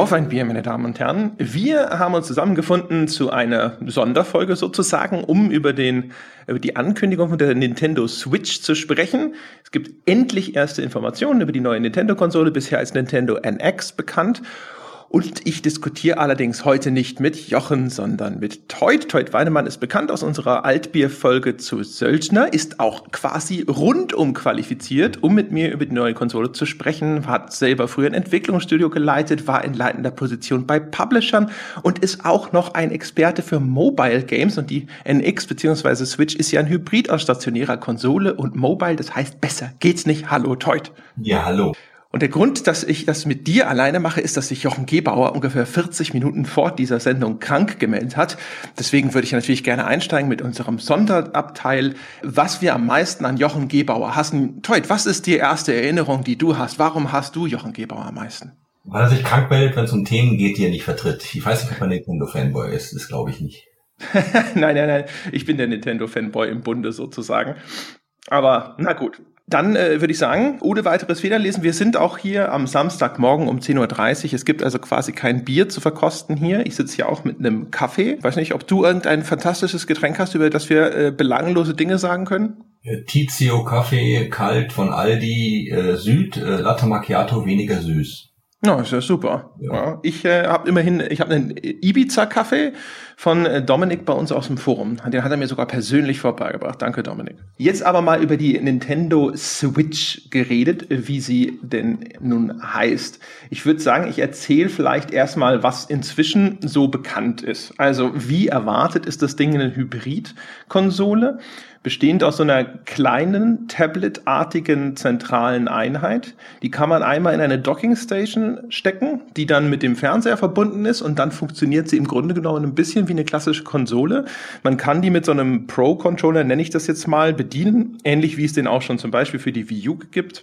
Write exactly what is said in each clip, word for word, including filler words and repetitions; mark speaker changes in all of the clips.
Speaker 1: Auf ein Bier, meine Damen und Herren. Wir haben uns zusammengefunden zu einer Sonderfolge sozusagen, um über den über die Ankündigung von der Nintendo Switch zu sprechen. Es gibt endlich erste Informationen über die neue Nintendo-Konsole, bisher als Nintendo N X bekannt. Und ich diskutiere allerdings heute nicht mit Jochen, sondern mit Teut. Teut Weinemann ist bekannt aus unserer Altbier-Folge zu Söldner, ist auch quasi rundum qualifiziert, um mit mir über die neue Konsole zu sprechen, hat selber früher ein Entwicklungsstudio geleitet, war in leitender Position bei Publishern und ist auch noch ein Experte für Mobile Games. Und die N X bzw. Switch ist ja ein Hybrid aus stationärer Konsole und Mobile, das heißt, besser geht's nicht. Hallo Teut.
Speaker 2: Ja, hallo.
Speaker 1: Und der Grund, dass ich das mit dir alleine mache, ist, dass sich Jochen Gebauer ungefähr vierzig Minuten vor dieser Sendung krank gemeldet hat. Deswegen würde ich natürlich gerne einsteigen mit unserem Sonderabteil, was wir am meisten an Jochen Gebauer hassen. Teut, was ist die erste Erinnerung, die du hast? Warum hast du Jochen Gebauer am meisten?
Speaker 2: Weil er sich krank meldet, wenn es um Themen geht, die er nicht vertritt. Ich weiß nicht, ob er Nintendo-Fanboy ist. Das glaube ich nicht.
Speaker 1: nein, nein, nein. Ich bin der Nintendo-Fanboy im Bunde sozusagen. Aber na gut. Dann äh, würde ich sagen, ohne weiteres Federlesen, wir sind auch hier am Samstagmorgen um zehn Uhr dreißig. Es gibt also quasi kein Bier zu verkosten hier. Ich sitze hier auch mit einem Kaffee. Ich weiß nicht, ob du irgendein fantastisches Getränk hast, über das wir äh, belanglose Dinge sagen können?
Speaker 2: Tizio Kaffee, kalt von Aldi äh, Süd, äh, Latte Macchiato, weniger süß.
Speaker 1: Ja, ist ja super. Ja. Ja, ich äh, habe immerhin, ich habe einen Ibiza-Kaffee von äh, Dominik bei uns aus dem Forum. Den hat er mir sogar persönlich vorbeigebracht. Danke, Dominik. Jetzt aber mal über die Nintendo Switch geredet, wie sie denn nun heißt. Ich würde sagen, ich erzähle vielleicht erstmal, was inzwischen so bekannt ist. Also, wie erwartet ist das Ding eine Hybrid-Konsole, bestehend aus so einer kleinen, tabletartigen zentralen Einheit. Die kann man einmal in eine Dockingstation stecken, die dann mit dem Fernseher verbunden ist und dann funktioniert sie im Grunde genommen ein bisschen wie eine klassische Konsole. Man kann die mit so einem Pro-Controller, nenne ich das jetzt mal, bedienen, ähnlich wie es den auch schon zum Beispiel für die Wii U gibt.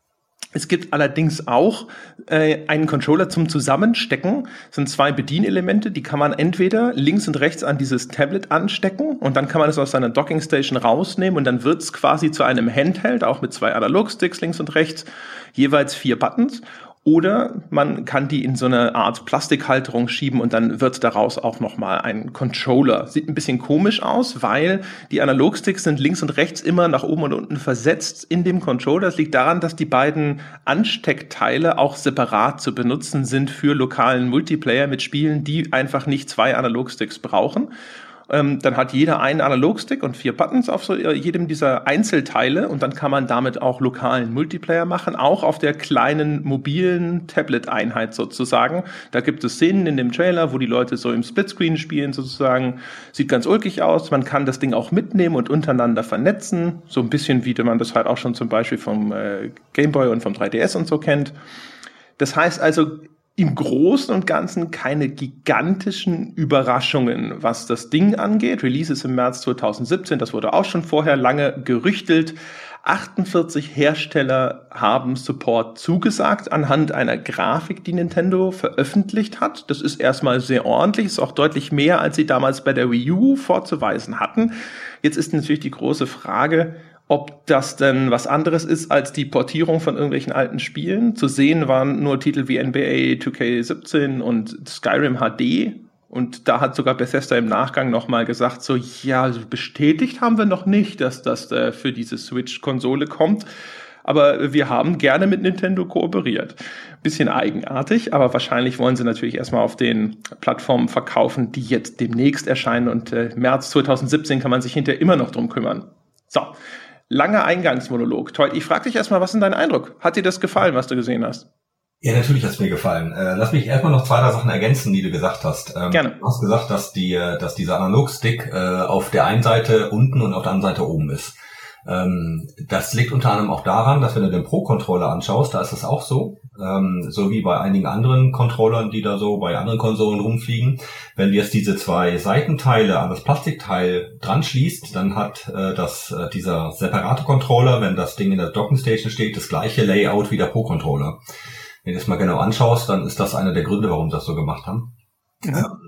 Speaker 1: Es gibt allerdings auch äh, einen Controller zum Zusammenstecken. Das sind zwei Bedienelemente, die kann man entweder links und rechts an dieses Tablet anstecken und dann kann man es aus seiner Dockingstation rausnehmen und dann wird es quasi zu einem Handheld, auch mit zwei Analogsticks links und rechts, jeweils vier Buttons. Oder man kann die in so eine Art Plastikhalterung schieben und dann wird daraus auch nochmal ein Controller. Sieht ein bisschen komisch aus, weil die Analogsticks sind links und rechts immer nach oben und unten versetzt in dem Controller. Das liegt daran, dass die beiden Ansteckteile auch separat zu benutzen sind für lokalen Multiplayer mit Spielen, die einfach nicht zwei Analogsticks brauchen. Ähm, dann hat jeder einen Analogstick und vier Buttons auf so jedem dieser Einzelteile und dann kann man damit auch lokalen Multiplayer machen, auch auf der kleinen mobilen Tablet-Einheit sozusagen. Da gibt es Szenen in dem Trailer, wo die Leute so im Splitscreen spielen sozusagen. Sieht ganz ulkig aus. Man kann das Ding auch mitnehmen und untereinander vernetzen. So ein bisschen wie man das halt auch schon zum Beispiel vom äh, Game Boy und vom drei D S und so kennt. Das heißt also, im Großen und Ganzen keine gigantischen Überraschungen, was das Ding angeht. Release ist im März zwanzig siebzehn, das wurde auch schon vorher lange gerüchtelt. achtundvierzig Hersteller haben Support zugesagt anhand einer Grafik, die Nintendo veröffentlicht hat. Das ist erstmal sehr ordentlich, ist auch deutlich mehr, als sie damals bei der Wii U vorzuweisen hatten. Jetzt ist natürlich die große Frage, ob das denn was anderes ist als die Portierung von irgendwelchen alten Spielen. Zu sehen waren nur Titel wie N B A zwei K siebzehn und Skyrim H D. Und da hat sogar Bethesda im Nachgang nochmal gesagt, so, ja, bestätigt haben wir noch nicht, dass das äh, für diese Switch-Konsole kommt. Aber wir haben gerne mit Nintendo kooperiert. Bisschen eigenartig, aber wahrscheinlich wollen sie natürlich erstmal auf den Plattformen verkaufen, die jetzt demnächst erscheinen. Und äh, März zwanzig siebzehn kann man sich hinterher immer noch drum kümmern. So. Langer Eingangsmonolog. Toll. Ich frage dich erstmal, was ist denn dein Eindruck? Hat dir das gefallen, was du gesehen hast?
Speaker 2: Ja, natürlich hat es mir gefallen. Äh, lass mich erstmal noch zwei, drei Sachen ergänzen, die du gesagt hast. Ähm,
Speaker 1: Gerne.
Speaker 2: Du hast gesagt, dass die, dass dieser Analogstick äh, auf der einen Seite unten und auf der anderen Seite oben ist. Ähm, das liegt unter anderem auch daran, dass wenn du den Pro-Controller anschaust, da ist das auch so. Ähm, so wie bei einigen anderen Controllern, die da so bei anderen Konsolen rumfliegen. Wenn du jetzt diese zwei Seitenteile an das Plastikteil dran schließt, dann hat äh, das äh, dieser separate Controller, wenn das Ding in der Dockingstation steht, das gleiche Layout wie der Pro-Controller. Wenn du das mal genau anschaust, dann ist das einer der Gründe, warum sie das so gemacht haben.
Speaker 1: Mhm.
Speaker 2: Ähm,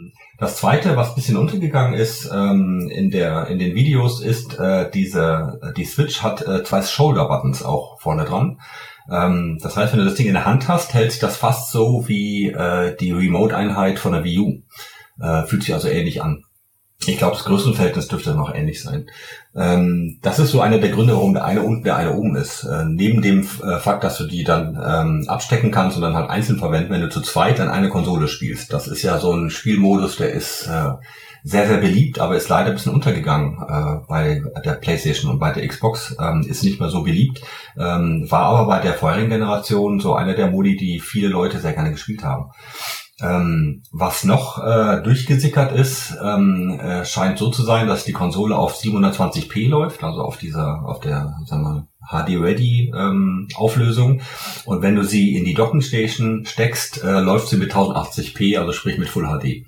Speaker 2: Ähm, das zweite, was ein bisschen untergegangen ist ähm, in der in den Videos, ist äh, diese die Switch hat äh, zwei Shoulder-Buttons auch vorne dran. Ähm, das heißt, wenn du das Ding in der Hand hast, hält sich das fast so wie äh, die Remote-Einheit von der Wii U. Äh, fühlt sich also ähnlich an. Ich glaube, das Größenverhältnis dürfte noch ähnlich sein. Ähm, das ist so einer der Gründe, warum der eine unten, der eine oben ist. Äh, neben dem äh, Fakt, dass du die dann ähm, abstecken kannst und dann halt einzeln verwenden, wenn du zu zweit an eine Konsole spielst. Das ist ja so ein Spielmodus, der ist äh, sehr, sehr beliebt, aber ist leider ein bisschen untergegangen äh, bei der PlayStation und bei der Xbox. Ähm, ist nicht mehr so beliebt. Ähm, war aber bei der vorherigen Generation so einer der Modi, die viele Leute sehr gerne gespielt haben. Ähm, was noch äh, durchgesickert ist, ähm, äh, scheint so zu sein, dass die Konsole auf siebenhundertzwanzig p läuft, also auf dieser, auf der, sagen wir, H D-Ready ähm, Auflösung. Und wenn du sie in die Docking Station steckst, äh, läuft sie mit tausendachtzig p, also sprich mit Full H D.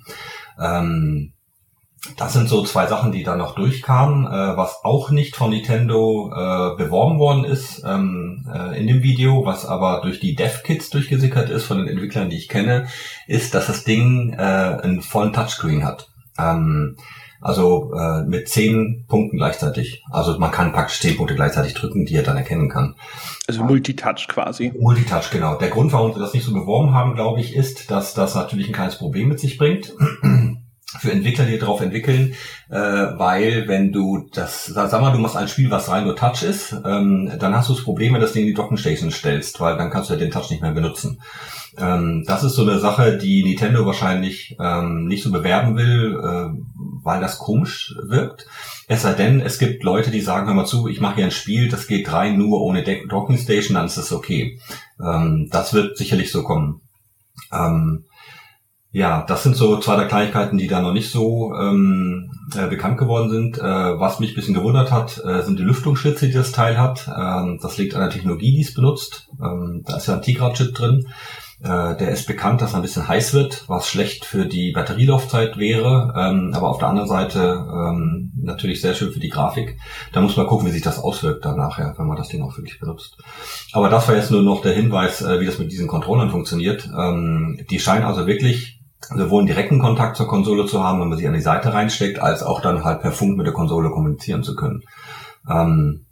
Speaker 2: Ähm, Das sind so zwei Sachen, die da noch durchkamen. Äh, was auch nicht von Nintendo äh, beworben worden ist ähm, äh, in dem Video, was aber durch die Dev-Kits durchgesickert ist von den Entwicklern, die ich kenne, ist, dass das Ding äh, einen vollen Touchscreen hat. Ähm, also äh, mit zehn Punkten gleichzeitig. Also man kann praktisch zehn Punkte gleichzeitig drücken, die er dann erkennen kann.
Speaker 1: Also Multitouch quasi.
Speaker 2: Multitouch, genau. Der Grund, warum sie das nicht so beworben haben, glaube ich, ist, dass das natürlich ein kleines Problem mit sich bringt. Für Entwickler, die darauf entwickeln, äh, weil wenn du das, sag mal, du machst ein Spiel, was rein nur Touch ist, ähm, dann hast du das Problem, wenn du das Ding in die Docking Station stellst, weil dann kannst du ja den Touch nicht mehr benutzen. Ähm, das ist so eine Sache, die Nintendo wahrscheinlich ähm, nicht so bewerben will, äh, weil das komisch wirkt. Es sei denn, es gibt Leute, die sagen, hör mal zu, ich mache hier ein Spiel, das geht rein nur ohne De- Docking Station, dann ist das okay. Ähm, das wird sicherlich so kommen. Ähm, Ja, das sind so zwei der Kleinigkeiten, die da noch nicht so ähm, äh, bekannt geworden sind. Äh, was mich ein bisschen gewundert hat, äh, sind die Lüftungsschlitze, die das Teil hat. Ähm, das liegt an der Technologie, die es benutzt. Ähm, da ist ja ein Tegra-Chip drin. Äh, der ist bekannt, dass er ein bisschen heiß wird, was schlecht für die Batterielaufzeit wäre. Ähm, aber auf der anderen Seite ähm, natürlich sehr schön für die Grafik. Da muss man gucken, wie sich das auswirkt dann nachher, wenn man das Ding auch wirklich benutzt. Aber das war jetzt nur noch der Hinweis, äh, wie das mit diesen Controllern funktioniert. Ähm, die scheinen also wirklich sowohl einen direkten Kontakt zur Konsole zu haben, wenn man sie an die Seite reinsteckt, als auch dann halt per Funk mit der Konsole kommunizieren zu können. Ähm,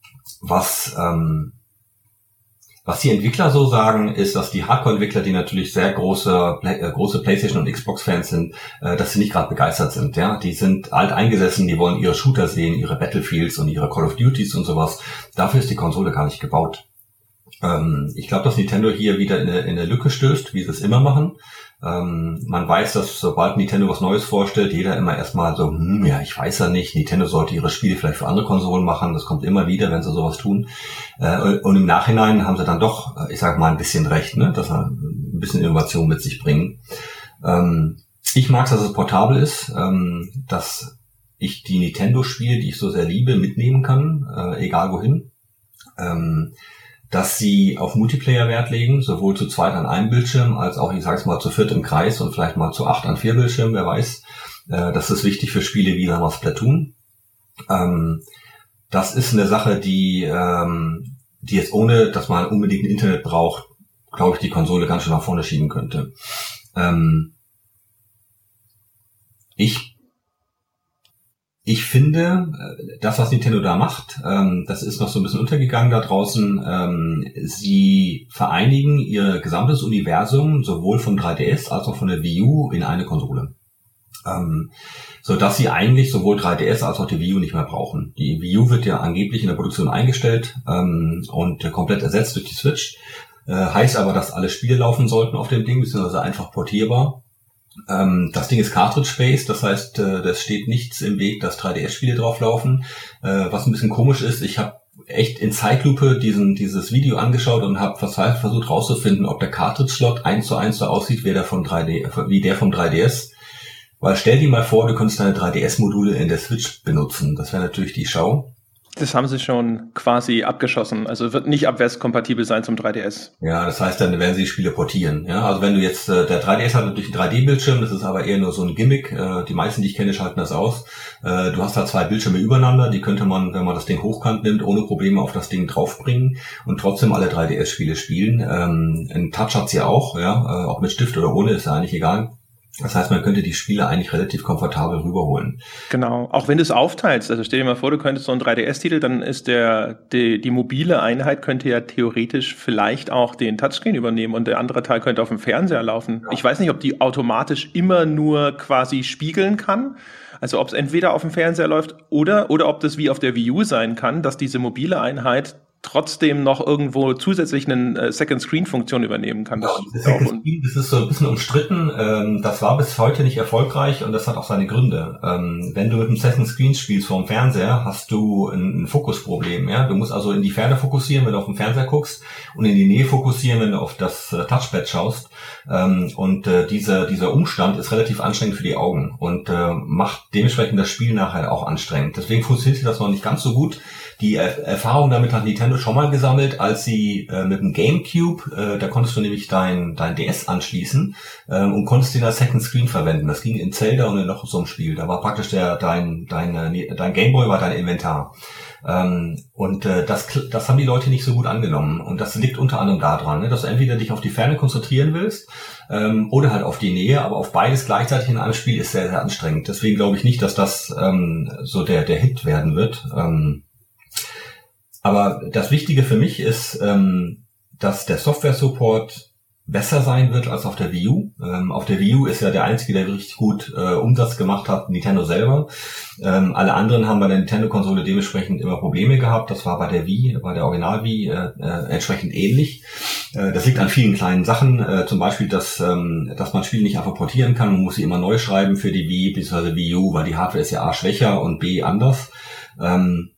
Speaker 2: was ähm, was die Entwickler so sagen, ist, dass die Hardcore-Entwickler, die natürlich sehr große Play, äh, große PlayStation- und Xbox-Fans sind, äh, dass sie nicht gerade begeistert sind. Ja, die sind alt eingesessen, die wollen ihre Shooter sehen, ihre Battlefields und ihre Call of Duties und sowas. Dafür ist die Konsole gar nicht gebaut. Ähm, ich glaube, dass Nintendo hier wieder in eine, in eine Lücke stößt, wie sie es immer machen. Ähm, man weiß, dass sobald Nintendo was Neues vorstellt, jeder immer erstmal so, hm, ja, ich weiß ja nicht, Nintendo sollte ihre Spiele vielleicht für andere Konsolen machen, das kommt immer wieder, wenn sie sowas tun. Äh, und im Nachhinein haben sie dann doch, ich sag mal, ein bisschen recht, ne, dass sie ein bisschen Innovation mit sich bringen. Ähm, ich mag es, dass es portabel ist, ähm, dass ich die Nintendo-Spiele, die ich so sehr liebe, mitnehmen kann, äh, egal wohin. Ähm, dass sie auf Multiplayer Wert legen, sowohl zu zweit an einem Bildschirm, als auch, ich sag's mal, zu viert im Kreis und vielleicht mal zu acht an vier Bildschirmen, wer weiß. Äh, das ist wichtig für Spiele wie sagen wir Splatoon. Ähm, das ist eine Sache, die, ähm, die jetzt ohne, dass man unbedingt ein Internet braucht, glaube ich, die Konsole ganz schön nach vorne schieben könnte. Ähm, ich Ich finde, das, was Nintendo da macht, ähm, das ist noch so ein bisschen untergegangen da draußen. Ähm, sie vereinigen ihr gesamtes Universum sowohl von drei D S als auch von der Wii U in eine Konsole. Ähm, so dass sie eigentlich sowohl drei D S als auch die Wii U nicht mehr brauchen. Die Wii U wird ja angeblich in der Produktion eingestellt ähm, und komplett ersetzt durch die Switch. Äh, heißt aber, dass alle Spiele laufen sollten auf dem Ding, beziehungsweise einfach portierbar. Ähm, das Ding ist Cartridge-based, das heißt, äh, das steht nichts im Weg, dass drei D S-Spiele drauflaufen. Äh, was ein bisschen komisch ist, ich habe echt in Zeitlupe diesen dieses Video angeschaut und habe verzweifelt versucht rauszufinden, ob der Cartridge-Slot eins zu eins so aussieht wie der vom drei D, wie der vom drei D S. Weil stell dir mal vor, du könntest deine drei D S-Module in der Switch benutzen. Das wäre natürlich die Schau.
Speaker 1: Das haben sie schon quasi abgeschossen. Also wird nicht abwärtskompatibel sein zum drei D S.
Speaker 2: Ja, das heißt, dann werden sie die Spiele portieren. Ja, also wenn du jetzt, äh, der drei D S hat natürlich einen drei D-Bildschirm, das ist aber eher nur so ein Gimmick. Äh, die meisten, die ich kenne, schalten das aus. Äh, du hast da zwei Bildschirme übereinander, die könnte man, wenn man das Ding hochkant nimmt, ohne Probleme auf das Ding draufbringen und trotzdem alle drei D S-Spiele spielen. Ähm, ein Touch hat's ja auch, ja, äh, auch mit Stift oder ohne, ist ja eigentlich egal. Das heißt, man könnte die Spiele eigentlich relativ komfortabel rüberholen.
Speaker 1: Genau, auch wenn du es aufteilst, also stell dir mal vor, du könntest so einen drei D S-Titel, dann ist der die, die mobile Einheit könnte ja theoretisch vielleicht auch den Touchscreen übernehmen und der andere Teil könnte auf dem Fernseher laufen. Ja. Ich weiß nicht, ob die automatisch immer nur quasi spiegeln kann, also ob es entweder auf dem Fernseher läuft oder oder ob das wie auf der Wii U sein kann, dass diese mobile Einheit trotzdem noch irgendwo zusätzlich eine äh, Second-Screen-Funktion übernehmen kann.
Speaker 2: Das, ja, das, Second Screen, das ist so ein bisschen umstritten. Ähm, das war bis heute nicht erfolgreich und das hat auch seine Gründe. Ähm, wenn du mit einem Second Screen spielst vor dem Fernseher, hast du ein, ein Fokusproblem. Ja? Du musst also in die Ferne fokussieren, wenn du auf den Fernseher guckst, und in die Nähe fokussieren, wenn du auf das äh, Touchpad schaust. Ähm, und äh, dieser, dieser Umstand ist relativ anstrengend für die Augen und äh, macht dementsprechend das Spiel nachher auch anstrengend. Deswegen funktioniert das noch nicht ganz so gut. Die er- Erfahrung damit hat Nintendo schon mal gesammelt, als sie äh, mit dem GameCube, äh, da konntest du nämlich dein dein D S anschließen äh, und konntest den als Second Screen verwenden. Das ging in Zelda und in noch so einem Spiel. Da war praktisch der dein dein dein Gameboy war dein Inventar. Ähm, und äh, das das haben die Leute nicht so gut angenommen. Und das liegt unter anderem daran, ne, dass du entweder dich auf die Ferne konzentrieren willst ähm, oder halt auf die Nähe, aber auf beides gleichzeitig in einem Spiel ist sehr, sehr anstrengend. Deswegen glaube ich nicht, dass das ähm, so der der Hit werden wird. Ähm, Aber das Wichtige für mich ist, ähm, dass der Software-Support besser sein wird als auf der Wii U. Ähm, auf der Wii U ist ja der einzige, der richtig gut äh, Umsatz gemacht hat, Nintendo selber. Ähm, alle anderen haben bei der Nintendo-Konsole dementsprechend immer Probleme gehabt. Das war bei der Wii, bei der Original-Wii äh, äh, entsprechend ähnlich. Äh, das liegt an vielen kleinen Sachen, äh, zum Beispiel, dass ähm, dass man Spiele nicht einfach portieren kann. Man muss sie immer neu schreiben für die Wii bzw. Wii U, weil die Hardware ist ja A schwächer und B anders. Ähm,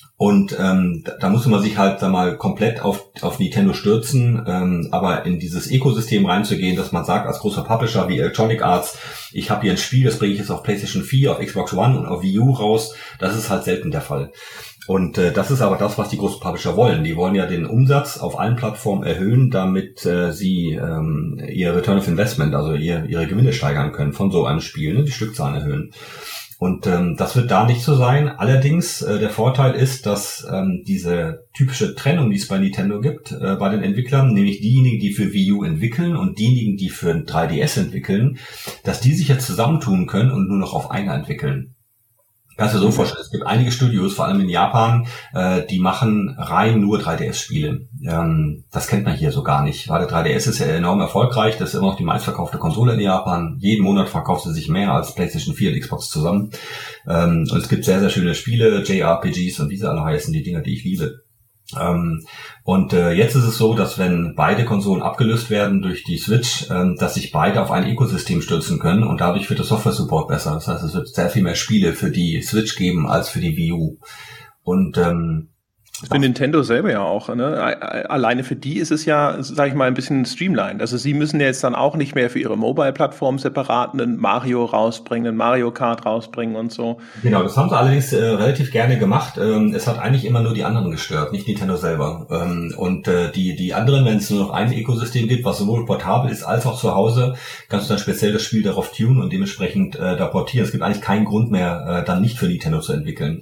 Speaker 2: Und ähm, da, da musste man sich halt sag mal komplett auf auf Nintendo stürzen, ähm, aber in dieses Ökosystem reinzugehen, dass man sagt, als großer Publisher wie Electronic Arts, ich habe hier ein Spiel, das bringe ich jetzt auf PlayStation vier, auf Xbox One und auf Wii U raus, das ist halt selten der Fall. Und äh, das ist aber das, was die großen Publisher wollen. Die wollen ja den Umsatz auf allen Plattformen erhöhen, damit äh, sie ähm, ihr Return of Investment, also ihr, ihre Gewinne steigern können von so einem Spiel, ne, die Stückzahlen erhöhen. Und ähm, das wird da nicht so sein. Allerdings, äh, der Vorteil ist, dass ähm, diese typische Trennung, die es bei Nintendo gibt, äh, bei den Entwicklern, nämlich diejenigen, die für Wii U entwickeln und diejenigen, die für ein drei D S entwickeln, dass die sich jetzt zusammentun können und nur noch auf einer entwickeln. Kannst du dir so vorstellen, es gibt einige Studios, vor allem in Japan, äh, die machen rein nur drei D S-Spiele. Ähm, das kennt man hier so gar nicht, weil der drei D S ist ja enorm erfolgreich, das ist immer noch die meistverkaufte Konsole in Japan. Jeden Monat verkauft sie sich mehr als PlayStation vier und Xbox zusammen. Ähm, und es gibt sehr, sehr schöne Spiele, J R P Gs und wie sie alle heißen, die Dinger, die ich liebe. Ähm, und äh, jetzt ist es so, dass wenn beide Konsolen abgelöst werden durch die Switch, ähm, dass sich beide auf ein Ökosystem stürzen können und dadurch wird der Software-Support besser. Das heißt, es wird sehr viel mehr Spiele für die Switch geben als für die Wii U. Und ähm,
Speaker 1: für Nintendo selber ja auch, ne? Alleine für die ist es ja, sag ich mal, ein bisschen streamlined. Also sie müssen ja jetzt dann auch nicht mehr für ihre Mobile-Plattform separat einen Mario rausbringen, einen Mario Kart rausbringen und so.
Speaker 2: Genau, das haben sie allerdings äh, relativ gerne gemacht. Ähm, es hat eigentlich immer nur die anderen gestört, nicht Nintendo selber. Ähm, und äh, die die anderen, wenn es nur noch ein Ökosystem gibt, was sowohl portabel ist als auch zu Hause, kannst du dann speziell das Spiel darauf tunen und dementsprechend äh, da portieren. Es gibt eigentlich keinen Grund mehr, äh, dann nicht für Nintendo zu entwickeln.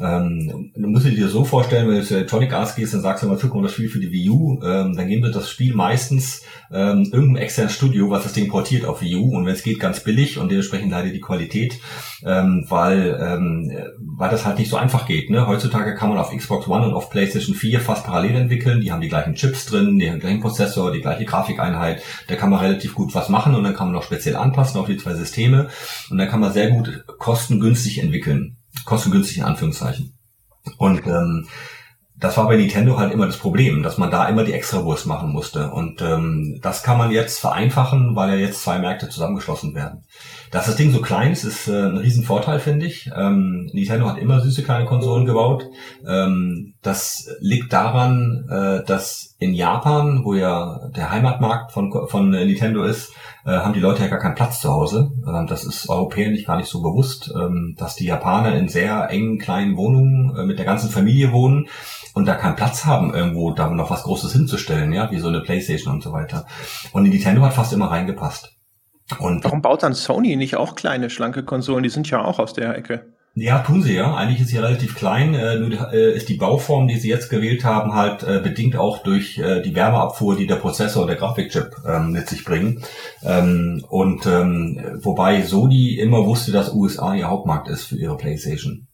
Speaker 2: Ähm, du musst dir so vorstellen, wenn du zu Electronic Arts gehst und sagst, wir mal das Spiel für die Wii U, ähm, dann geben wir das Spiel meistens ähm, irgendein externes Studio, was das Ding portiert auf Wii U und wenn es geht, ganz billig und dementsprechend leider die Qualität, ähm, weil ähm, weil das halt nicht so einfach geht. Ne? Heutzutage kann man auf Xbox One und auf PlayStation vier fast parallel entwickeln, die haben die gleichen Chips drin, den gleichen Prozessor, die gleiche Grafikeinheit, da kann man relativ gut was machen und dann kann man noch speziell anpassen auf die zwei Systeme und dann kann man sehr gut kostengünstig entwickeln. Kostengünstig in Anführungszeichen. Und ähm, das war bei Nintendo halt immer das Problem, dass man da immer die Extrawurst machen musste. Und ähm, das kann man jetzt vereinfachen, weil ja jetzt zwei Märkte zusammengeschlossen werden. Dass das Ding so klein ist, ist äh, ein Riesen-Vorteil, finde ich. Ähm, Nintendo hat immer süße kleine Konsolen gebaut. Ähm, das liegt daran, äh, dass in Japan, wo ja der Heimatmarkt von, von Nintendo ist, äh, haben die Leute ja gar keinen Platz zu Hause. Äh, das ist Europäern nicht gar nicht so bewusst, ähm, dass die Japaner in sehr engen kleinen Wohnungen äh, mit der ganzen Familie wohnen und da keinen Platz haben, irgendwo da noch was Großes hinzustellen, ja, wie so eine Playstation und so weiter. Und die Nintendo hat fast immer reingepasst. Und
Speaker 1: warum baut dann Sony nicht auch kleine, schlanke Konsolen? Die sind ja auch aus der Ecke.
Speaker 2: Ja, tun sie ja. Eigentlich ist sie relativ klein. Äh, nur äh, ist die Bauform, die sie jetzt gewählt haben, halt äh, bedingt auch durch äh, die Wärmeabfuhr, die der Prozessor und der Grafikchip ähm, mit sich bringen. Ähm, und ähm, wobei Sony immer wusste, dass U S A ihr Hauptmarkt ist für ihre PlayStation.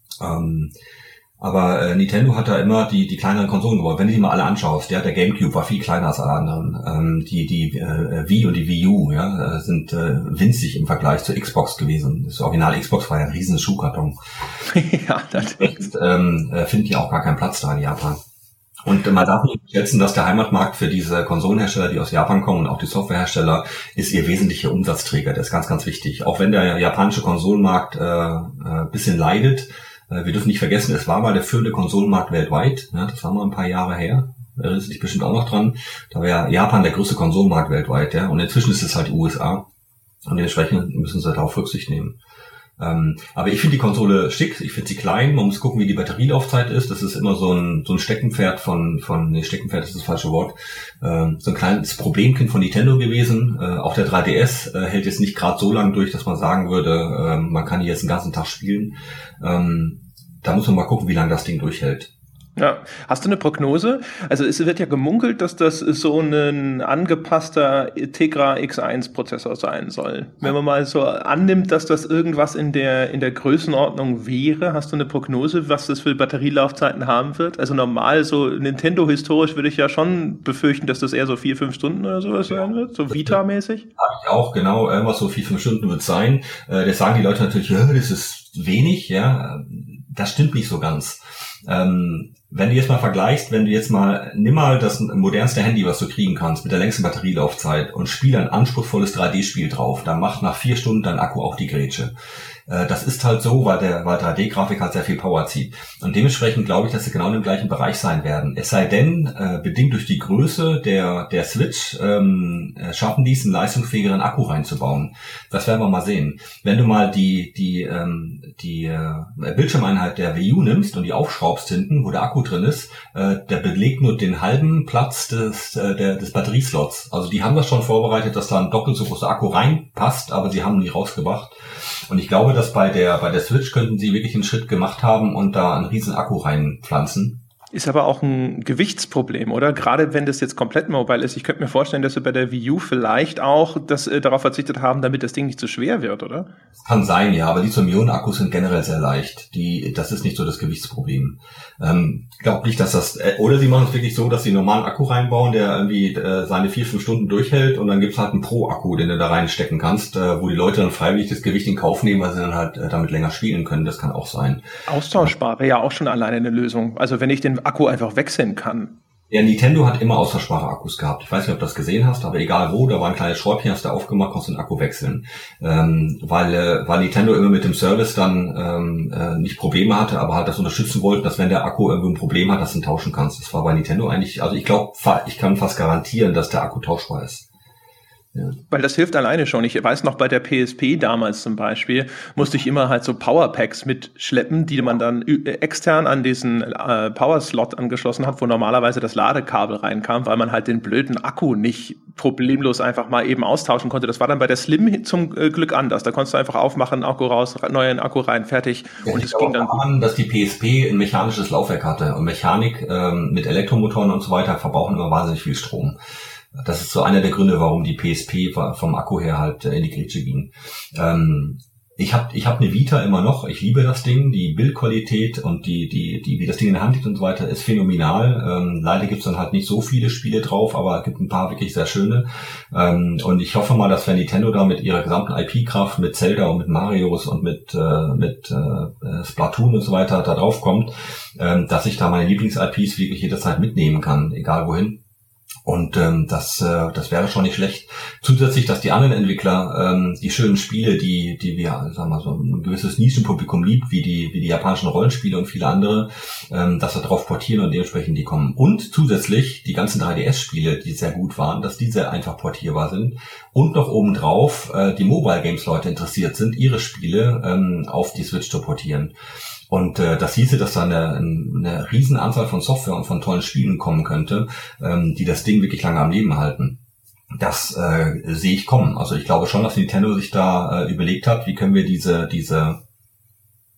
Speaker 2: Ähm, Aber äh, Nintendo hat da immer die die kleineren Konsolen gebaut. Wenn du die mal alle anschaust, ja, der GameCube war viel kleiner als alle anderen. Ähm, die die äh, Wii und die Wii U, ja, sind äh, winzig im Vergleich zur Xbox gewesen. Das originale Xbox war ja ein riesen Schuhkarton.
Speaker 1: Ja, das
Speaker 2: Jetzt ähm, äh, finden die auch gar keinen Platz da in Japan. Und man darf nicht schätzen, dass der Heimatmarkt für diese Konsolenhersteller, die aus Japan kommen, und auch die Softwarehersteller, ist ihr wesentlicher Umsatzträger. Der ist ganz, ganz wichtig. Auch wenn der japanische Konsolenmarkt äh, äh, bisschen leidet. Wir dürfen nicht vergessen, es war mal der führende Konsolenmarkt weltweit. Ja, das war mal ein paar Jahre her. Da erinnerst du dich bestimmt auch noch dran. Da war Japan der größte Konsolenmarkt weltweit. Ja, und inzwischen ist es halt die U S A. Und dementsprechend müssen sie darauf Rücksicht nehmen. Ähm, aber ich finde die Konsole schick. Ich finde sie klein. Man muss gucken, wie die Batterielaufzeit ist. Das ist immer so ein so ein Steckenpferd von, von nee, Steckenpferd ist das falsche Wort. Ähm, so ein kleines Problemkind von Nintendo gewesen. Äh, auch der drei D S äh, hält jetzt nicht gerade so lang durch, dass man sagen würde, äh, man kann die jetzt den ganzen Tag spielen. Ähm, Da muss man mal gucken, wie lange das Ding durchhält.
Speaker 1: Ja, hast du eine Prognose? Also es wird ja gemunkelt, dass das so ein angepasster Tegra X eins Prozessor sein soll. Wenn man mal so annimmt, dass das irgendwas in der in der Größenordnung wäre, hast du eine Prognose, was das für Batterielaufzeiten haben wird? Also normal, so Nintendo historisch würde ich ja schon befürchten, dass das eher so vier, fünf Stunden oder sowas ja. sein wird, so Vita-mäßig.
Speaker 2: Habe ich auch, genau, irgendwas so vier, fünf Stunden wird es sein. Äh, das sagen die Leute natürlich, ja, das ist wenig, ja. Das stimmt nicht so ganz. Ähm, wenn du jetzt mal vergleichst, wenn du jetzt mal, nimm mal das modernste Handy, was du kriegen kannst, mit der längsten Batterielaufzeit und spiel ein anspruchsvolles drei D-Spiel drauf, dann macht nach vier Stunden dein Akku auch die Grätsche. Äh, das ist halt so, weil der, weil drei D-Grafik halt sehr viel Power zieht. Und dementsprechend glaube ich, dass sie genau in dem gleichen Bereich sein werden. Es sei denn, äh, bedingt durch die Größe der, der Switch, ähm, schaffen die es, einen leistungsfähigeren Akku reinzubauen. Das werden wir mal sehen. Wenn du mal die, die, ähm, die äh, Bildschirmeinheit der Wii U nimmst und die aufschraubst hinten, wo der Akku drin ist, äh, der belegt nur den halben Platz des, äh, der, des Batterieslots. Also die haben das schon vorbereitet, dass da ein doppelt so großer Akku reinpasst, aber sie haben ihn nicht rausgebracht. Und ich glaube, dass bei der bei der Switch könnten sie wirklich einen Schritt gemacht haben und da einen riesen Akku reinpflanzen.
Speaker 1: Ist aber auch ein Gewichtsproblem, oder? Gerade wenn das jetzt komplett mobile ist. Ich könnte mir vorstellen, dass wir bei der Wii U vielleicht auch das äh, darauf verzichtet haben, damit das Ding nicht zu schwer wird, oder?
Speaker 2: Kann sein, ja, aber Lithium-Ionen-Akkus sind generell sehr leicht. Die, das ist nicht so das Gewichtsproblem. Ähm, ich glaube nicht, dass das, äh, oder sie machen es wirklich so, dass sie einen normalen Akku reinbauen, der irgendwie äh, seine vier, fünf Stunden durchhält und dann gibt's halt einen Pro-Akku, den du da reinstecken kannst, äh, wo die Leute dann freiwillig das Gewicht in Kauf nehmen, weil sie dann halt äh, damit länger spielen können. Das kann auch sein.
Speaker 1: Austauschbar wäre ja auch schon alleine eine Lösung. Also wenn ich den Akku einfach wechseln kann.
Speaker 2: Ja, Nintendo hat immer austauschbare Akkus gehabt. Ich weiß nicht, ob du das gesehen hast, aber egal wo, da war ein kleines Schräubchen, hast du aufgemacht, konntest den Akku wechseln. Ähm, weil, äh, weil Nintendo immer mit dem Service dann ähm, äh, nicht Probleme hatte, aber halt das unterstützen wollten, dass wenn der Akku irgendwo ein Problem hat, dass du ihn tauschen kannst. Das war bei Nintendo eigentlich, also ich glaube, ich kann fast garantieren, dass der Akku tauschbar ist.
Speaker 1: Ja. Weil das hilft alleine schon. Ich weiß noch, bei der P S P damals zum Beispiel, musste ich immer halt so Powerpacks mitschleppen, die man dann extern an diesen äh, Power-Slot angeschlossen hat, wo normalerweise das Ladekabel reinkam, weil man halt den blöden Akku nicht problemlos einfach mal eben austauschen konnte. Das war dann bei der Slim zum äh, Glück anders. Da konntest du einfach aufmachen, Akku raus, neuen Akku rein, fertig.
Speaker 2: Ja, und es ging dann an, dass die P S P ein mechanisches Laufwerk hatte. Und Mechanik ähm, mit Elektromotoren und so weiter verbrauchen immer wahnsinnig viel Strom. Das ist so einer der Gründe, warum die P S P vom Akku her halt in die Grätsche ging. Ähm, ich habe ich hab eine Vita immer noch. Ich liebe das Ding. Die Bildqualität und die die die wie das Ding in der Hand liegt und so weiter ist phänomenal. Ähm, leider gibt's dann halt nicht so viele Spiele drauf, aber es gibt ein paar wirklich sehr schöne. Ähm, und ich hoffe mal, dass wenn Nintendo da mit ihrer gesamten I P-Kraft, mit Zelda und mit Marios und mit äh, mit äh, Splatoon und so weiter da drauf kommt, ähm, dass ich da meine Lieblings-I Ps wirklich jederzeit mitnehmen kann, egal wohin. Und ähm, das äh, das wäre schon nicht schlecht. Zusätzlich, dass die anderen Entwickler ähm, die schönen Spiele, die die wir, sagen wir mal, so ein gewisses Nischenpublikum liebt, wie die wie die japanischen Rollenspiele und viele andere, ähm, dass wir drauf portieren und dementsprechend die kommen. Und zusätzlich die ganzen drei D S-Spiele, die sehr gut waren, dass die sehr einfach portierbar sind. Und noch obendrauf äh, die Mobile Games Leute interessiert sind, ihre Spiele ähm, auf die Switch zu portieren. Und äh, das hieße, dass da eine, eine riesen Anzahl von Software und von tollen Spielen kommen könnte, ähm, die das Ding wirklich lange am Leben halten. Das äh, sehe ich kommen. Also ich glaube schon, dass Nintendo sich da äh, überlegt hat, wie können wir diese diese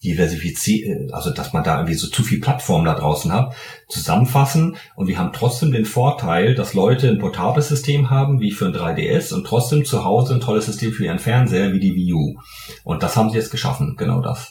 Speaker 2: diversifizieren, also dass man da irgendwie so zu viel Plattformen da draußen hat, zusammenfassen. Und wir haben trotzdem den Vorteil, dass Leute ein portables System haben, wie für ein drei D S, und trotzdem zu Hause ein tolles System für ihren Fernseher, wie die Wii U. Und das haben sie jetzt geschaffen, genau das.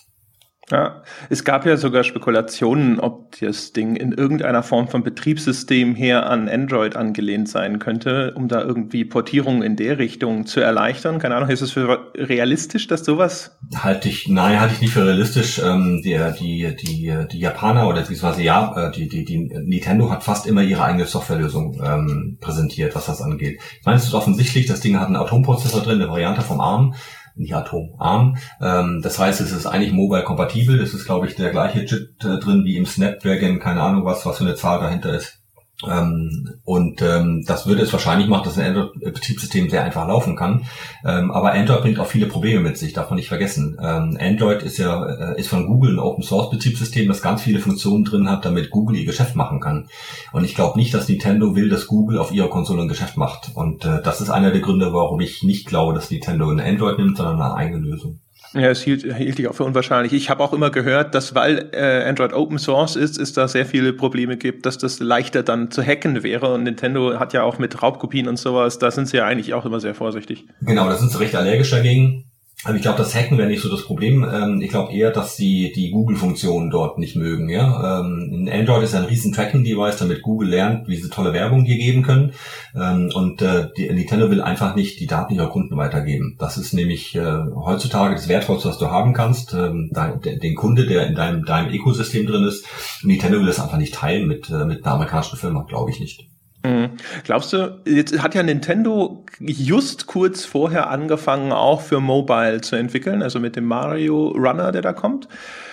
Speaker 1: Ja, es gab ja sogar Spekulationen, ob das Ding in irgendeiner Form von Betriebssystem her an Android angelehnt sein könnte, um da irgendwie Portierungen in der Richtung zu erleichtern. Keine Ahnung, ist es für realistisch, dass sowas?
Speaker 2: Halte ich, nein, halte ich nicht für realistisch. Ähm, die, die, die, die Japaner oder beziehungsweise ja, die, die, die Nintendo hat fast immer ihre eigene Softwarelösung ähm, präsentiert, was das angeht. Ich meine, es ist offensichtlich, das Ding hat einen Atomprozessor drin, eine Variante vom ARM. Nicht atomarm. Ähm, das heißt, es ist eigentlich mobile-kompatibel. Es ist, glaube ich, der gleiche Chip äh, drin wie im Snapdragon. Keine Ahnung, was was für eine Zahl dahinter ist. Ähm, und ähm, das würde es wahrscheinlich machen, dass ein Android-Betriebssystem sehr einfach laufen kann. Ähm, aber Android bringt auch viele Probleme mit sich, darf man nicht vergessen. Ähm, Android ist ja äh, ist von Google ein Open-Source-Betriebssystem, das ganz viele Funktionen drin hat, damit Google ihr Geschäft machen kann. Und ich glaube nicht, dass Nintendo will, dass Google auf ihrer Konsole ein Geschäft macht. Und äh, das ist einer der Gründe, warum ich nicht glaube, dass Nintendo ein Android nimmt, sondern eine eigene Lösung.
Speaker 1: Ja, es hielt, hielt ich auch für unwahrscheinlich. Ich habe auch immer gehört, dass weil äh, Android Open Source ist, es da sehr viele Probleme gibt, dass das leichter dann zu hacken wäre. Und Nintendo hat ja auch mit Raubkopien und sowas, da sind sie ja eigentlich auch immer sehr vorsichtig.
Speaker 2: Genau, da sind sie recht allergisch dagegen. Also ich glaube, das Hacken wäre nicht so das Problem. Ähm, ich glaube eher, dass sie die Google-Funktionen dort nicht mögen. Ja, ähm, Android ist ein riesen Tracking-Device, damit Google lernt, wie sie tolle Werbung hier geben können. Ähm, und äh, die, Nintendo will einfach nicht die Daten ihrer Kunden weitergeben. Das ist nämlich äh, heutzutage das Wertvollste, was du haben kannst. Ähm, dein, den Kunde, der in deinem, deinem Ökosystem drin ist. Nintendo will das einfach nicht teilen mit, äh, mit einer amerikanischen Firma, glaube ich nicht.
Speaker 1: Mhm. Glaubst du, jetzt hat ja Nintendo just kurz vorher angefangen, auch für Mobile zu entwickeln, also mit dem Mario Runner, der da kommt.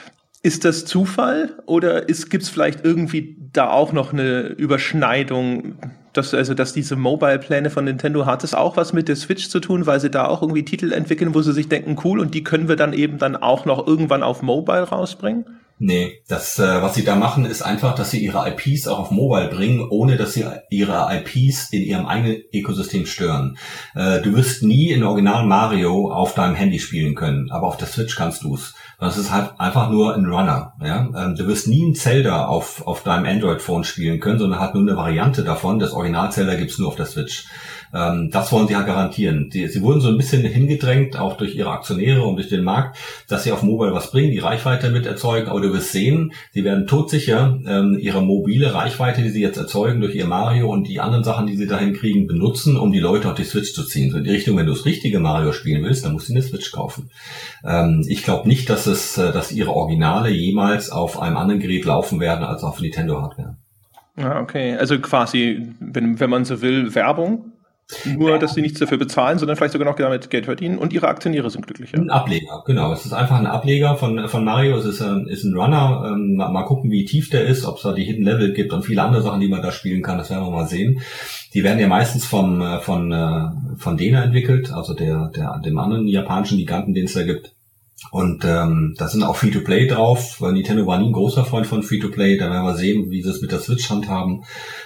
Speaker 1: Ist das Zufall oder gibt es vielleicht irgendwie da auch noch eine Überschneidung, dass, also, dass diese Mobile-Pläne von Nintendo, hat es auch was mit der Switch zu tun, weil sie da auch irgendwie Titel entwickeln, wo sie sich denken, cool, und die können wir dann eben dann auch noch irgendwann auf Mobile rausbringen?
Speaker 2: Nee, das, äh, was sie da machen, ist einfach, dass sie ihre I Ps auch auf Mobile bringen, ohne dass sie ihre I Ps in ihrem eigenen Ökosystem stören. Äh, du wirst nie in Original Mario auf deinem Handy spielen können, aber auf der Switch kannst du's. Das ist halt einfach nur ein Runner. Ja? Ähm, du wirst nie ein Zelda auf auf deinem Android-Phone spielen können, sondern halt nur eine Variante davon. Das Original Zelda gibt's nur auf der Switch. Ähm, das wollen sie ja garantieren. Die, sie wurden so ein bisschen hingedrängt, auch durch ihre Aktionäre und durch den Markt, dass sie auf Mobile was bringen, die Reichweite mit erzeugen. Aber du wirst sehen, sie werden todsicher ähm, ihre mobile Reichweite, die sie jetzt erzeugen durch ihr Mario und die anderen Sachen, die sie dahin kriegen, benutzen, um die Leute auf die Switch zu ziehen. So in die Richtung, wenn du das richtige Mario spielen willst, dann musst du eine Switch kaufen. Ähm, ich glaube nicht, dass es, äh, dass ihre Originale jemals auf einem anderen Gerät laufen werden als auf Nintendo-Hardware.
Speaker 1: Ah, okay. Also quasi, wenn, wenn man so will, Werbung? Nur, dass sie nichts dafür bezahlen, sondern vielleicht sogar noch damit Geld verdienen und ihre Aktionäre sind glücklicher.
Speaker 2: Ein Ableger, genau. Es ist einfach ein Ableger von von Mario. Es ist ein, ist ein Runner. Ähm, mal gucken, wie tief der ist, ob es da die Hidden Level gibt und viele andere Sachen, die man da spielen kann. Das werden wir mal sehen. Die werden ja meistens vom von von Dena entwickelt, also der der dem anderen japanischen Giganten, den es da gibt. Und ähm, da sind auch Free-to-Play drauf, weil Nintendo war nie ein großer Freund von Free-to-Play. Da werden wir sehen, wie sie es mit der Switch handhaben.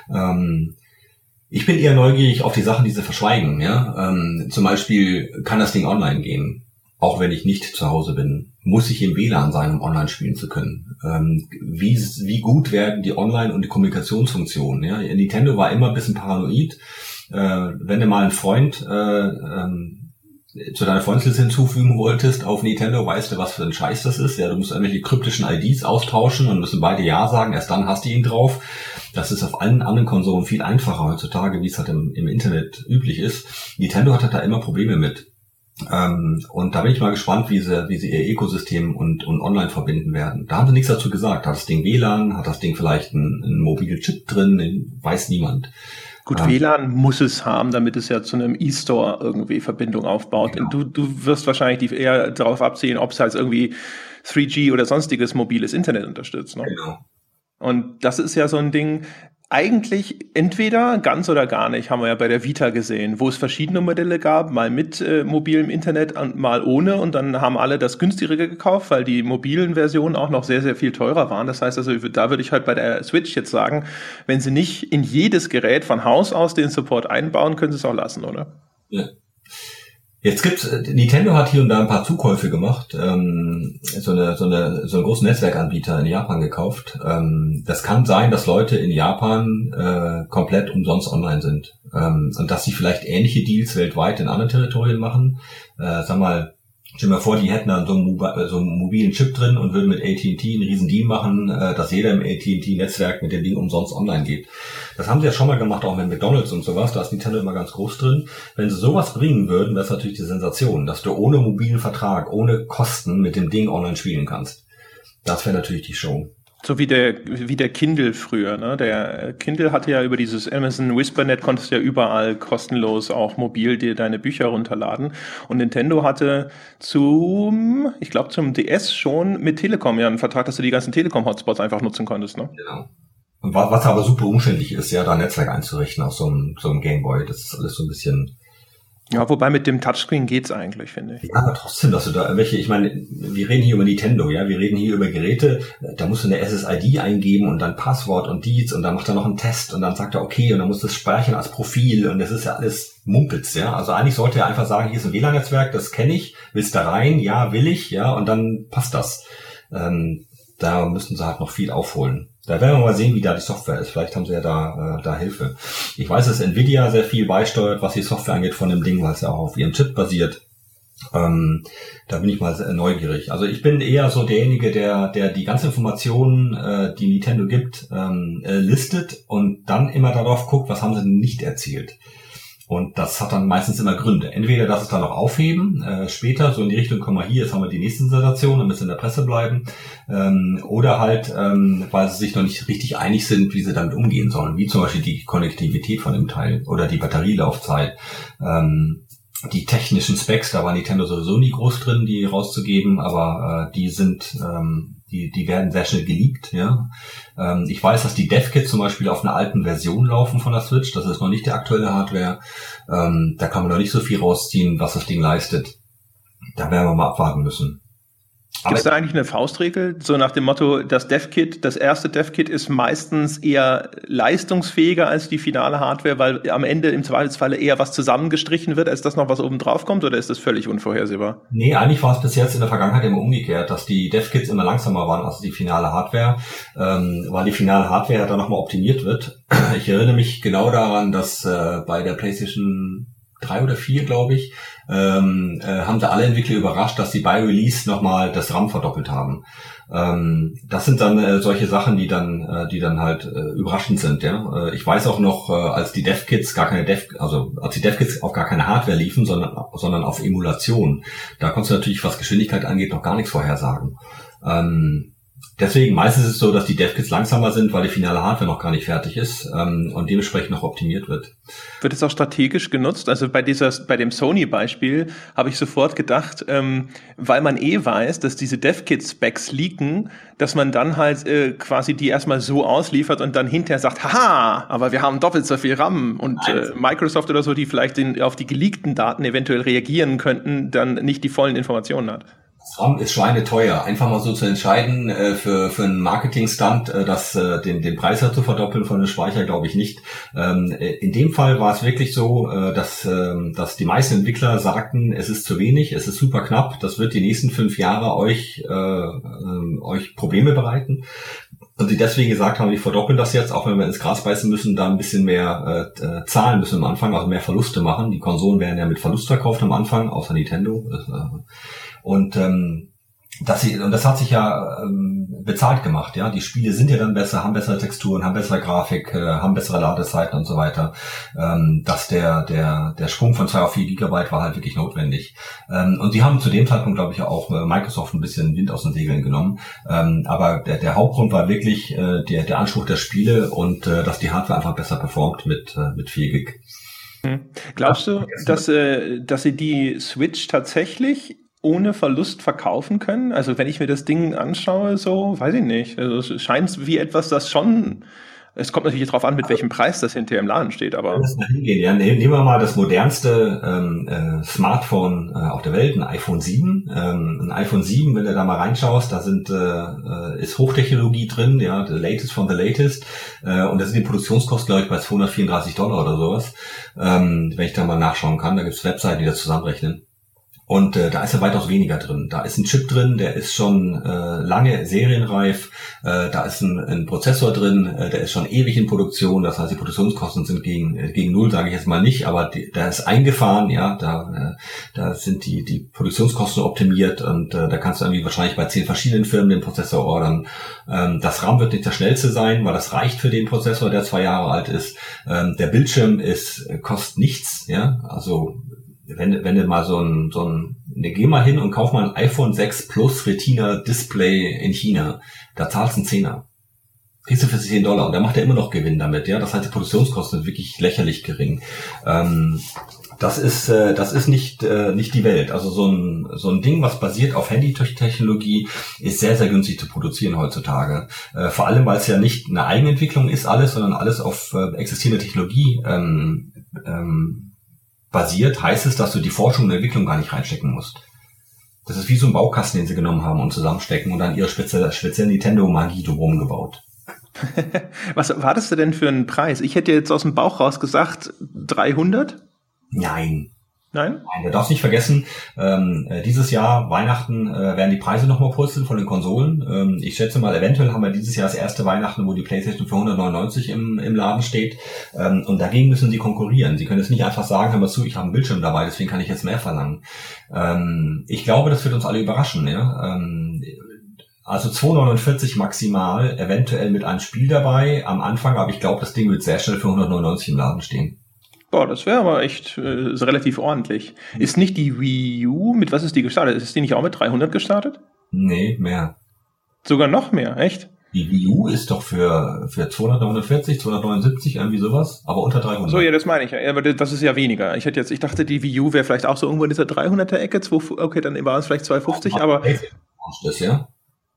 Speaker 2: Ähm, Ich bin eher neugierig auf die Sachen, die sie verschweigen. Ja, ähm, zum Beispiel kann das Ding online gehen, auch wenn ich nicht zu Hause bin. Muss ich im W L A N sein, um online spielen zu können? Ähm, wie wie gut werden die Online- und die Kommunikationsfunktionen? Ja, Nintendo war immer ein bisschen paranoid. Äh, wenn du mal einen Freund äh, ähm, zu deiner Freundesliste hinzufügen wolltest auf Nintendo, weißt du, was für ein Scheiß das ist. Ja, du musst irgendwelche kryptischen I Ds austauschen und müssen beide Ja sagen, erst dann hast du ihn drauf. Das ist auf allen anderen Konsolen viel einfacher heutzutage, wie es halt im, im Internet üblich ist. Nintendo hat da immer Probleme mit. Ähm, und da bin ich mal gespannt, wie sie, wie sie ihr Ökosystem und, und online verbinden werden. Da haben sie nichts dazu gesagt. Hat das Ding W L A N? Hat das Ding vielleicht einen, einen mobilen Chip drin? Weiß niemand.
Speaker 1: Gut, ja. W L A N muss es haben, damit es ja zu einem E-Store irgendwie Verbindung aufbaut. Genau. Du, du wirst wahrscheinlich eher darauf abzielen, ob es halt irgendwie drei G oder sonstiges mobiles Internet unterstützt. Ne? Genau. Und das ist ja so ein Ding, eigentlich entweder ganz oder gar nicht, haben wir ja bei der Vita gesehen, wo es verschiedene Modelle gab, mal mit äh, mobilem Internet und mal ohne, und dann haben alle das günstigere gekauft, weil die mobilen Versionen auch noch sehr, sehr viel teurer waren. Das heißt also, da würde ich halt bei der Switch jetzt sagen, wenn sie nicht in jedes Gerät von Haus aus den Support einbauen, können sie es auch lassen, oder?
Speaker 2: Ja. Jetzt gibt's, Nintendo hat hier und da ein paar Zukäufe gemacht, ähm, so eine, so eine, so einen großen Netzwerkanbieter in Japan gekauft. Ähm, das kann sein, dass Leute in Japan äh, komplett umsonst online sind, ähm, und dass sie vielleicht ähnliche Deals weltweit in anderen Territorien machen. Äh, sag mal, stell dir mal vor, die hätten dann so einen, Mobi- so einen mobilen Chip drin und würden mit A T and T einen riesen Deal machen, äh, dass jeder im A T and T-Netzwerk mit dem Ding umsonst online geht. Das haben sie ja schon mal gemacht, auch mit McDonald's und sowas. Da ist Nintendo immer ganz groß drin. Wenn sie sowas bringen würden, wäre es natürlich die Sensation, dass du ohne mobilen Vertrag, ohne Kosten mit dem Ding online spielen kannst. Das wäre natürlich die Show.
Speaker 1: So wie der, wie der Kindle früher, ne? Der Kindle hatte ja über dieses Amazon WhisperNet, konntest ja überall kostenlos auch mobil dir deine Bücher runterladen. Und Nintendo hatte zum, ich glaube zum D S schon mit Telekom ja einen Vertrag, dass du die ganzen Telekom-Hotspots einfach nutzen konntest, ne?
Speaker 2: Genau. Und was aber super umständlich ist, ja, da ein Netzwerk einzurichten auf so einem, so einem Gameboy. Das ist alles so ein bisschen...
Speaker 1: Ja, wobei mit dem Touchscreen geht's eigentlich, finde ich.
Speaker 2: Ja, aber trotzdem, dass du da welche, ich meine, wir reden hier über Nintendo, ja, wir reden hier über Geräte, da musst du eine S S I D eingeben und dann Passwort und dies und dann macht er noch einen Test und dann sagt er okay und dann musst du das speichern als Profil und das ist ja alles Mumpitz, ja. Also eigentlich sollte er einfach sagen, hier ist ein W L A N-Netzwerk, das kenne ich, willst da rein, ja, will ich, ja, und dann passt das. Ähm, da müssen sie halt noch viel aufholen. Da werden wir mal sehen, wie da die Software ist. Vielleicht haben sie ja da, äh, da Hilfe. Ich weiß, dass Nvidia sehr viel beisteuert, was die Software angeht von dem Ding, weil es ja auch auf ihrem Chip basiert. Ähm, da bin ich mal sehr neugierig. Also ich bin eher so derjenige, der, der die ganzen Informationen, äh, die Nintendo gibt, ähm, äh, listet und dann immer darauf guckt, was haben sie denn nicht erzählt. Und das hat dann meistens immer Gründe. Entweder, dass es dann noch aufheben, äh, später, so in die Richtung, komm mal hier, jetzt haben wir die nächste Sensation, dann müssen wir in der Presse bleiben. Ähm, oder halt, ähm, weil sie sich noch nicht richtig einig sind, wie sie damit umgehen sollen. Wie zum Beispiel die Konnektivität von dem Teil oder die Batterielaufzeit. Ähm, die technischen Specs, da war Nintendo sowieso nie groß drin, die rauszugeben, aber äh, die sind... Ähm, Die, die werden sehr schnell geleakt, ja. Ähm, ich weiß, dass die Dev-Kits zum Beispiel auf einer alten Version laufen von der Switch. Das ist noch nicht die aktuelle Hardware. Ähm, da kann man noch nicht so viel rausziehen, was das Ding leistet. Da werden wir mal abwarten müssen.
Speaker 1: Gibt es da eigentlich eine Faustregel, so nach dem Motto, das Dev-Kit, das erste Dev-Kit ist meistens eher leistungsfähiger als die finale Hardware, weil am Ende im Zweifelsfalle eher was zusammengestrichen wird, als dass noch was oben drauf kommt, oder ist das völlig unvorhersehbar?
Speaker 2: Nee, eigentlich war es bis jetzt in der Vergangenheit immer umgekehrt, dass die Dev-Kits immer langsamer waren als die finale Hardware, ähm, weil die finale Hardware dann nochmal optimiert wird. Ich erinnere mich genau daran, dass äh, bei der PlayStation drei oder vier, glaube ich, ähm, äh, haben sie alle Entwickler überrascht, dass sie bei Release nochmal das RAM verdoppelt haben. Ähm, das sind dann äh, solche Sachen, die dann, äh, die dann halt äh, überraschend sind. Ja, äh, ich weiß auch noch, äh, als die Dev-Kits gar keine Dev, also als die Dev-Kits auf gar keine Hardware liefen, sondern sondern auf Emulation. Da konntest du natürlich, was Geschwindigkeit angeht, noch gar nichts vorhersagen. Ähm, Deswegen, meistens ist es so, dass die Dev-Kits langsamer sind, weil die finale Hardware noch gar nicht fertig ist ähm, und dementsprechend noch optimiert wird.
Speaker 1: Wird es auch strategisch genutzt? Also bei dieser, bei dem Sony-Beispiel habe ich sofort gedacht, ähm, weil man eh weiß, dass diese Dev-Kit-Specs leaken, dass man dann halt äh, quasi die erstmal so ausliefert und dann hinterher sagt, haha, aber wir haben doppelt so viel RAM und äh, Microsoft oder so, die vielleicht den, auf die geleakten Daten eventuell reagieren könnten, dann nicht die vollen Informationen hat.
Speaker 2: Das RAM ist schweineteuer. Einfach mal so zu entscheiden äh, für für einen Marketing-Stunt, äh, das äh, den den Preis halt zu verdoppeln von dem Speicher, glaube ich nicht. Ähm, in dem Fall war es wirklich so, äh, dass äh, dass die meisten Entwickler sagten, es ist zu wenig, es ist super knapp, das wird die nächsten fünf Jahre euch äh, äh, euch Probleme bereiten. Und die deswegen gesagt haben, wir verdoppeln das jetzt, auch wenn wir ins Gras beißen müssen, da ein bisschen mehr äh, zahlen müssen am Anfang, also mehr Verluste machen. Die Konsolen werden ja mit Verlust verkauft am Anfang, außer Nintendo. Äh, Und ähm, das, sie, und das hat sich ja ähm, bezahlt gemacht, ja. Die Spiele sind ja dann besser, haben bessere Texturen, haben bessere Grafik, äh, haben bessere Ladezeiten und so weiter. Ähm, dass der der der Sprung von zwei auf vier Gigabyte war halt wirklich notwendig. Ähm, und die haben zu dem Zeitpunkt, glaube ich, auch äh, Microsoft ein bisschen Wind aus den Segeln genommen. Ähm, aber der, der Hauptgrund war wirklich äh, der der Anspruch der Spiele und äh, dass die Hardware einfach besser performt mit äh, mit vier Gig.
Speaker 1: Hm. Glaubst du, dass äh, dass sie die Switch tatsächlich ohne Verlust verkaufen können? Also wenn ich mir das Ding anschaue, so, weiß ich nicht. Also es scheint wie etwas, das schon, es kommt natürlich darauf an, mit welchem Preis das hinterher im Laden steht, aber...
Speaker 2: Ja, nehmen wir mal das modernste ähm, äh, Smartphone äh, auf der Welt, ein iPhone sieben. Ähm, ein iPhone sieben, wenn du da mal reinschaust, da sind äh, ist Hochtechnologie drin, ja, the latest from the latest. Äh, und da sind die Produktionskosten, glaube ich, bei zweihundertvierunddreißig Dollar oder sowas. Ähm, wenn ich da mal nachschauen kann, da gibt es Webseiten, die das zusammenrechnen. Und äh, da ist ja weitaus weniger drin. Da ist ein Chip drin, der ist schon äh, lange serienreif. Äh, da ist ein, ein Prozessor drin, äh, der ist schon ewig in Produktion. Das heißt, die Produktionskosten sind gegen äh, gegen null, sage ich jetzt mal nicht. Aber die, der ist eingefahren, ja. Da äh, da sind die die Produktionskosten optimiert und äh, da kannst du irgendwie wahrscheinlich bei zehn verschiedenen Firmen den Prozessor ordern. Ähm, das RAM wird nicht das schnellste sein, weil das reicht für den Prozessor, der zwei Jahre alt ist. Ähm, der Bildschirm ist kostet nichts, ja. Also wenn, wenn du mal so ein, so ein, ne, geh mal hin und kauf mal ein iPhone sechs Plus Retina Display in China. Da zahlst du einen Zehner. Kriegst du für zehn Dollar. Und da macht er immer noch Gewinn damit, ja. Das heißt, die Produktionskosten sind wirklich lächerlich gering. Ähm, das ist, äh, das ist nicht, äh, nicht die Welt. Also so ein, so ein Ding, was basiert auf Handytechnologie, ist sehr, sehr günstig zu produzieren heutzutage. Äh, vor allem, weil es ja nicht eine Eigenentwicklung ist alles, sondern alles auf äh, existierende Technologie, ähm, ähm, basiert, heißt es, dass du die Forschung und Entwicklung gar nicht reinstecken musst. Das ist wie so ein Baukasten, den sie genommen haben und zusammenstecken und dann ihre spezielle, spezielle Nintendo-Magie drumherum gebaut.
Speaker 1: Was erwartest du denn für einen Preis? Ich hätte jetzt aus dem Bauch raus gesagt dreihundert?
Speaker 2: Nein.
Speaker 1: Nein?
Speaker 2: Nein, du darfst nicht vergessen, ähm, dieses Jahr Weihnachten äh, werden die Preise nochmal purzeln von den Konsolen. Ähm, ich schätze mal, eventuell haben wir dieses Jahr das erste Weihnachten, wo die PlayStation für hundertneunundneunzig im, im Laden steht. Ähm, und dagegen müssen sie konkurrieren. Sie können jetzt nicht einfach sagen, hör mal zu, ich habe einen Bildschirm dabei, deswegen kann ich jetzt mehr verlangen. Ähm, ich glaube, das wird uns alle überraschen. Ja? Ähm, Also zweihundertneunundvierzig maximal, eventuell mit einem Spiel dabei am Anfang, aber ich glaube, das Ding wird sehr schnell für hundertneunundneunzig im Laden stehen.
Speaker 1: Boah, das wäre aber echt äh, relativ ordentlich. Ist nicht die Wii U, mit was ist die gestartet? Ist die nicht auch mit dreihundert gestartet?
Speaker 2: Nee, mehr.
Speaker 1: Sogar noch mehr, echt?
Speaker 2: Die Wii U ist doch für für zweihundertneunundvierzig, zweihundertneunundsiebzig, irgendwie sowas, aber unter dreihundert.
Speaker 1: So, ja, das meine ich ja. Aber das ist ja weniger. Ich hätte jetzt, ich dachte, die Wii U wäre vielleicht auch so irgendwo in dieser dreihunderter-Ecke. Okay, dann waren es vielleicht zweihundertfünfzig, aber...
Speaker 2: Das, ja?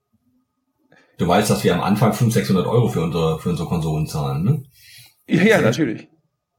Speaker 2: Du weißt, dass wir am Anfang fünfhundert, sechshundert Euro für unsere, für unsere Konsolen zahlen, ne?
Speaker 1: Ja, ja, natürlich.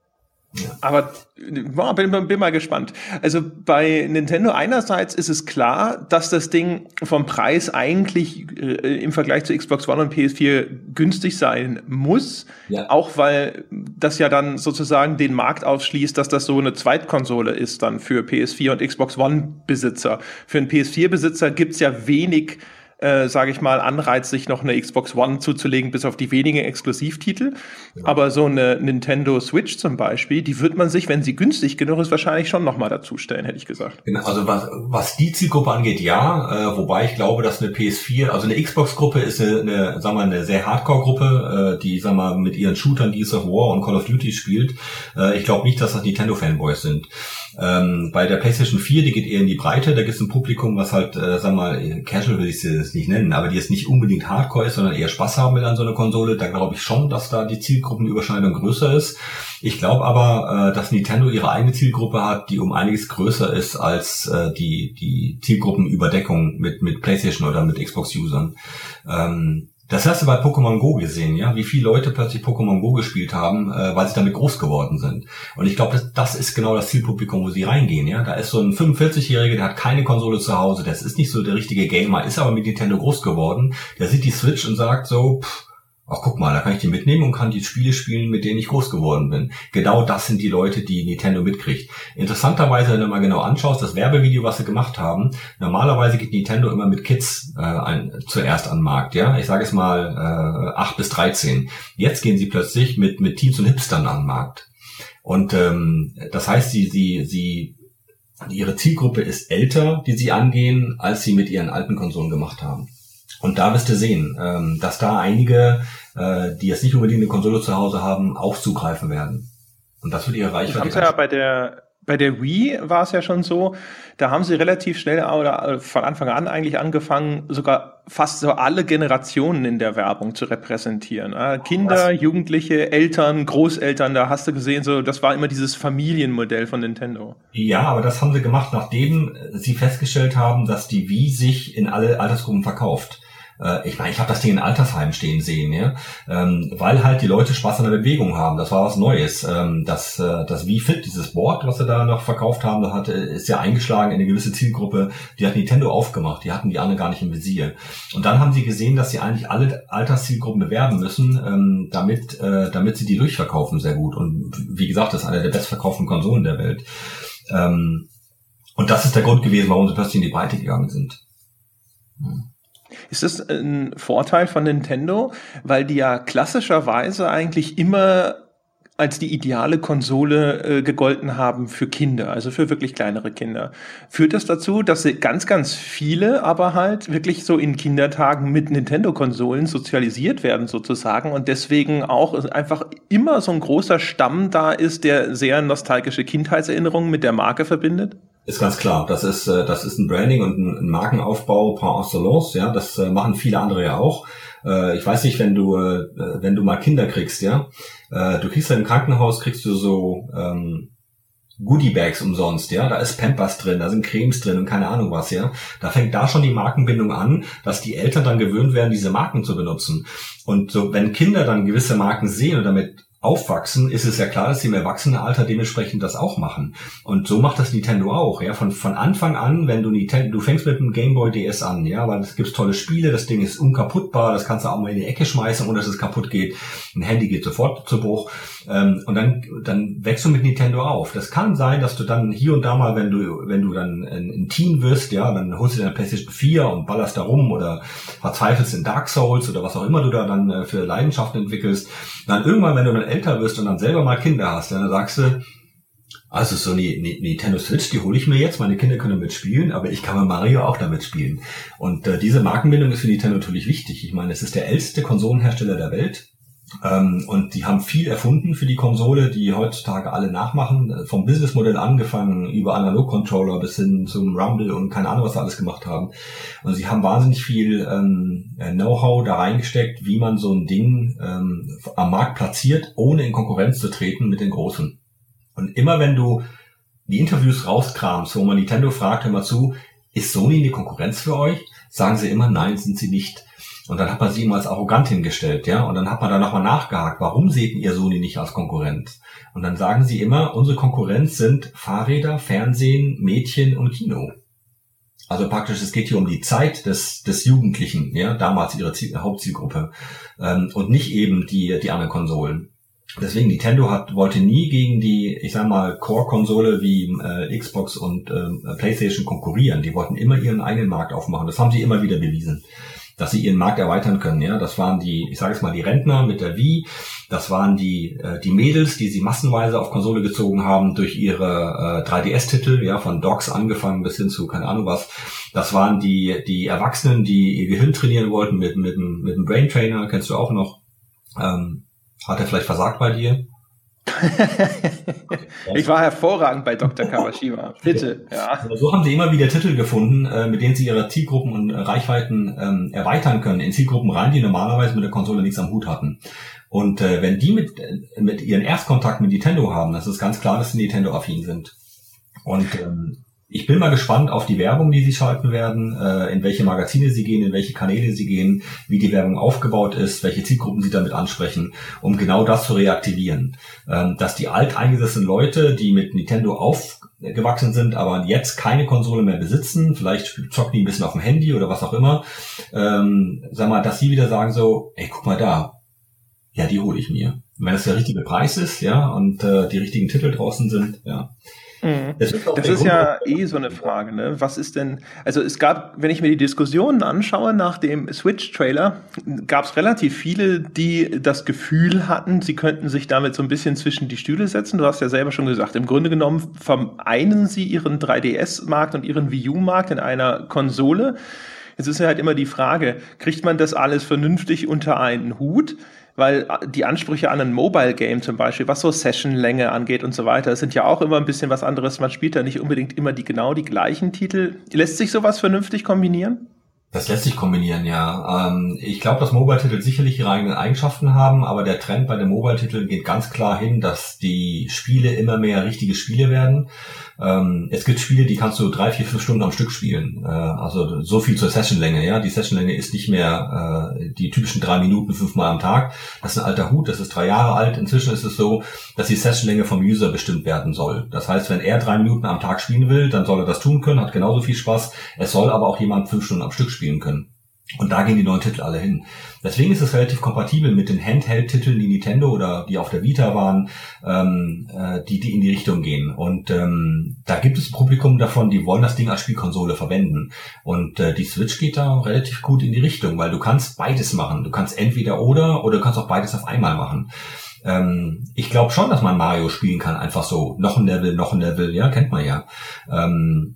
Speaker 1: Ja. Aber boah, bin, bin mal gespannt. Also bei Nintendo einerseits ist es klar, dass das Ding vom Preis eigentlich äh, im Vergleich zu Xbox One und P S vier günstig sein muss. Ja. Auch weil das ja dann sozusagen den Markt aufschließt, dass das so eine Zweitkonsole ist dann für P S vier und Xbox One Besitzer. Für einen P S vier Besitzer gibt's ja wenig Äh, sage ich mal, Anreiz, sich noch eine Xbox One zuzulegen, bis auf die wenigen Exklusivtitel. Ja. Aber so eine Nintendo Switch zum Beispiel, die wird man sich, wenn sie günstig genug ist, wahrscheinlich schon nochmal dazustellen, hätte ich gesagt.
Speaker 2: Genau, also was, was die Zielgruppe angeht, ja. Äh, wobei ich glaube, dass eine P S vier, also eine Xbox-Gruppe ist eine, eine sagen wir mal, eine sehr Hardcore-Gruppe, äh, die, sagen wir mal, mit ihren Shootern Gears of War und Call of Duty spielt. Äh, ich glaube nicht, dass das Nintendo-Fanboys sind. Ähm, bei der PlayStation vier, die geht eher in die Breite, da gibt es ein Publikum, was halt, äh, sagen wir mal, Casual will ich es nicht nennen, aber die jetzt nicht unbedingt Hardcore ist, sondern eher Spaß haben mit an so einer Konsole. Da glaube ich schon, dass da die Zielgruppenüberschneidung größer ist. Ich glaube aber, äh, dass Nintendo ihre eigene Zielgruppe hat, die um einiges größer ist als äh, die die Zielgruppenüberdeckung mit mit PlayStation oder mit Xbox-Usern. Ähm, Das hast du bei Pokémon Go gesehen, ja, wie viele Leute plötzlich Pokémon Go gespielt haben, äh, weil sie damit groß geworden sind. Und ich glaube, das, das ist genau das Zielpublikum, wo sie reingehen, ja. Da ist so ein fünfundvierzig-Jähriger, der hat keine Konsole zu Hause, das ist nicht so der richtige Gamer, ist aber mit Nintendo groß geworden. Der sieht die Switch und sagt so, pff, ach guck mal, da kann ich die mitnehmen und kann die Spiele spielen, mit denen ich groß geworden bin. Genau das sind die Leute, die Nintendo mitkriegt. Interessanterweise, wenn du mal genau anschaust, das Werbevideo, was sie gemacht haben, normalerweise geht Nintendo immer mit Kids äh, ein, zuerst an den Markt, ja. Ich sage es mal äh, acht bis dreizehn. Jetzt gehen sie plötzlich mit mit Teens und Hipstern an den Markt. Und ähm, das heißt, sie sie sie ihre Zielgruppe ist älter, die sie angehen, als sie mit ihren alten Konsolen gemacht haben. Und da wirst du sehen, ähm, dass da einige, äh, die jetzt nicht unbedingt eine Konsole zu Hause haben, auch zugreifen werden. Und das wird ihre Reichweite.
Speaker 1: Das haben sie ja bei der bei der Wii war es ja schon so, da haben sie relativ schnell oder von Anfang an eigentlich angefangen, sogar fast so alle Generationen in der Werbung zu repräsentieren. Kinder, Was? Jugendliche, Eltern, Großeltern, da hast du gesehen, so das war immer dieses Familienmodell von Nintendo.
Speaker 2: Ja, aber das haben sie gemacht, nachdem sie festgestellt haben, dass die Wii sich in alle Altersgruppen verkauft. Ich meine, ich habe das Ding in Altersheimen stehen sehen, ja, ähm, weil halt die Leute Spaß an der Bewegung haben. Das war was Neues. Ähm, das, äh, das Wii Fit, dieses Board, was sie da noch verkauft haben, das hat, ist ja eingeschlagen in eine gewisse Zielgruppe. Die hat Nintendo aufgemacht. Die hatten die anderen gar nicht im Visier. Und dann haben sie gesehen, dass sie eigentlich alle Alterszielgruppen bewerben müssen, ähm, damit, äh, damit sie die durchverkaufen sehr gut. Und wie gesagt, das ist eine der bestverkauften Konsolen der Welt. Ähm, Und das ist der Grund gewesen, warum sie plötzlich in die Breite gegangen sind.
Speaker 1: Hm. Ist das ein Vorteil von Nintendo, weil die ja klassischerweise eigentlich immer als die ideale Konsole äh, gegolten haben für Kinder, also für wirklich kleinere Kinder. Führt das dazu, dass sie ganz, ganz viele aber halt wirklich so in Kindertagen mit Nintendo-Konsolen sozialisiert werden sozusagen und deswegen auch einfach immer so ein großer Stamm da ist, der sehr nostalgische Kindheitserinnerungen mit der Marke verbindet?
Speaker 2: Ist ganz klar. Das ist, äh, das ist ein Branding und ein Markenaufbau par excellence, ja. Das äh, machen viele andere ja auch. Äh, ich weiß nicht, wenn du, äh, wenn du mal Kinder kriegst, ja. Äh, du kriegst ja im Krankenhaus, kriegst du so, ähm, Goodie-Bags umsonst, ja. Da ist Pampers drin, da sind Cremes drin und keine Ahnung was, ja. Da fängt da schon die Markenbindung an, dass die Eltern dann gewöhnt werden, diese Marken zu benutzen. Und so, wenn Kinder dann gewisse Marken sehen und damit aufwachsen, ist es ja klar, dass sie im Erwachsenenalter dementsprechend das auch machen. Und so macht das Nintendo auch, ja. Von, von Anfang an, wenn du Nintendo, du fängst mit dem Game Boy D S an, ja, weil es gibt tolle Spiele, das Ding ist unkaputtbar, das kannst du auch mal in die Ecke schmeißen, ohne dass es kaputt geht. Ein Handy geht sofort zu Bruch. Ähm, und dann, dann wächst du mit Nintendo auf. Das kann sein, dass du dann hier und da mal, wenn du, wenn du dann ein, ein Teen wirst, ja, dann holst du deine PlayStation vier und ballerst da rum oder verzweifelst in Dark Souls oder was auch immer du da dann äh, für Leidenschaften entwickelst. Dann irgendwann, wenn du dann älter wirst und dann selber mal Kinder hast, dann sagst du, also so eine Nintendo Switch, die hole ich mir jetzt, meine Kinder können damit spielen, aber ich kann mit Mario auch damit spielen. Und äh, diese Markenbindung ist für Nintendo natürlich wichtig. Ich meine, es ist der älteste Konsolenhersteller der Welt. Ähm, und die haben viel erfunden für die Konsole, die heutzutage alle nachmachen, vom Businessmodell angefangen, über Analog-Controller bis hin zum Rumble und keine Ahnung, was sie alles gemacht haben. Und sie haben wahnsinnig viel ähm, Know-how da reingesteckt, wie man so ein Ding ähm, am Markt platziert, ohne in Konkurrenz zu treten mit den Großen. Und immer wenn du die Interviews rauskramst, wo man Nintendo fragt, hör mal zu, ist Sony eine Konkurrenz für euch? Sagen sie immer, nein, sind sie nicht. Und dann hat man sie immer als arrogant hingestellt, ja. Und dann hat man da nochmal nachgehakt, warum seht ihr Sony nicht als Konkurrenz? Und dann sagen sie immer, unsere Konkurrenz sind Fahrräder, Fernsehen, Mädchen und Kino. Also praktisch, es geht hier um die Zeit des, des Jugendlichen, ja, damals ihre Ziel, Hauptzielgruppe, ähm, und nicht eben die, die anderen Konsolen. Deswegen, Nintendo hat, wollte nie gegen die, ich sag mal, Core-Konsole wie äh, Xbox und äh, PlayStation konkurrieren. Die wollten immer ihren eigenen Markt aufmachen. Das haben sie immer wieder bewiesen, dass sie ihren Markt erweitern können. Ja, das waren die, ich sage es mal, die Rentner mit der Wii. Das waren die äh, die Mädels, die sie massenweise auf Konsole gezogen haben durch ihre äh, drei D S-Titel, ja, von Dogs angefangen bis hin zu keine Ahnung was. Das waren die die Erwachsenen, die ihr Gehirn trainieren wollten mit mit dem mit dem Brain Trainer, kennst du auch noch. Ähm, hat er vielleicht versagt bei dir?
Speaker 1: Ich war hervorragend bei Doktor Kawashima. Bitte, ja.
Speaker 2: So haben sie immer wieder Titel gefunden, äh, mit denen sie ihre Zielgruppen und Reichweiten ähm, erweitern können, in Zielgruppen rein, die normalerweise mit der Konsole nichts am Hut hatten. Und äh, wenn die mit mit ihren Erstkontakt mit Nintendo haben, das ist ganz klar, dass sie Nintendo-affin sind. Und ähm, ich bin mal gespannt auf die Werbung, die sie schalten werden, äh, in welche Magazine sie gehen, in welche Kanäle sie gehen, wie die Werbung aufgebaut ist, welche Zielgruppen sie damit ansprechen, um genau das zu reaktivieren. Ähm, dass die alteingesessenen Leute, die mit Nintendo aufgewachsen sind, aber jetzt keine Konsole mehr besitzen, vielleicht zocken die ein bisschen auf dem Handy oder was auch immer, ähm, sag mal, dass sie wieder sagen so, ey, guck mal da, ja, die hole ich mir. Wenn das der richtige Preis ist, ja, und äh, die richtigen Titel draußen sind, ja.
Speaker 1: Mhm. Das ist, das ist ja eh so eine Frage, ne? Was ist denn, also es gab, wenn ich mir die Diskussionen anschaue nach dem Switch-Trailer, gab es relativ viele, die das Gefühl hatten, sie könnten sich damit so ein bisschen zwischen die Stühle setzen. Du hast ja selber schon gesagt, im Grunde genommen vereinen sie ihren drei D S-Markt und ihren Wii U-Markt in einer Konsole. Jetzt ist ja halt immer die Frage, kriegt man das alles vernünftig unter einen Hut? Weil die Ansprüche an ein Mobile-Game zum Beispiel, was so Sessionlänge angeht und so weiter, sind ja auch immer ein bisschen was anderes. Man spielt da nicht unbedingt immer die genau die gleichen Titel. Lässt sich sowas vernünftig kombinieren?
Speaker 2: Das lässt sich kombinieren, ja. Ähm, ich glaube, dass Mobile-Titel sicherlich ihre eigenen Eigenschaften haben, aber der Trend bei den Mobile-Titeln geht ganz klar hin, dass die Spiele immer mehr richtige Spiele werden. Ähm, es gibt Spiele, die kannst du drei, vier, fünf Stunden am Stück spielen. Äh, also so viel zur Sessionlänge, ja. Die Sessionlänge ist nicht mehr äh, die typischen drei Minuten fünfmal am Tag. Das ist ein alter Hut, das ist drei Jahre alt. Inzwischen ist es so, dass die Sessionlänge vom User bestimmt werden soll. Das heißt, wenn er drei Minuten am Tag spielen will, dann soll er das tun können, hat genauso viel Spaß. Es soll aber auch jemand fünf Stunden am Stück spielen können. Und da gehen die neuen Titel alle hin. Deswegen ist es relativ kompatibel mit den Handheld-Titeln, die Nintendo oder die auf der Vita waren, ähm, äh, die die in die Richtung gehen. Und ähm, da gibt es ein Publikum davon, die wollen das Ding als Spielkonsole verwenden. Und äh, die Switch geht da relativ gut in die Richtung, weil du kannst beides machen. Du kannst entweder oder oder du kannst auch beides auf einmal machen. Ähm, ich glaube schon, dass man Mario spielen kann, einfach so. Noch ein Level, noch ein Level, ja, kennt man ja. Ähm,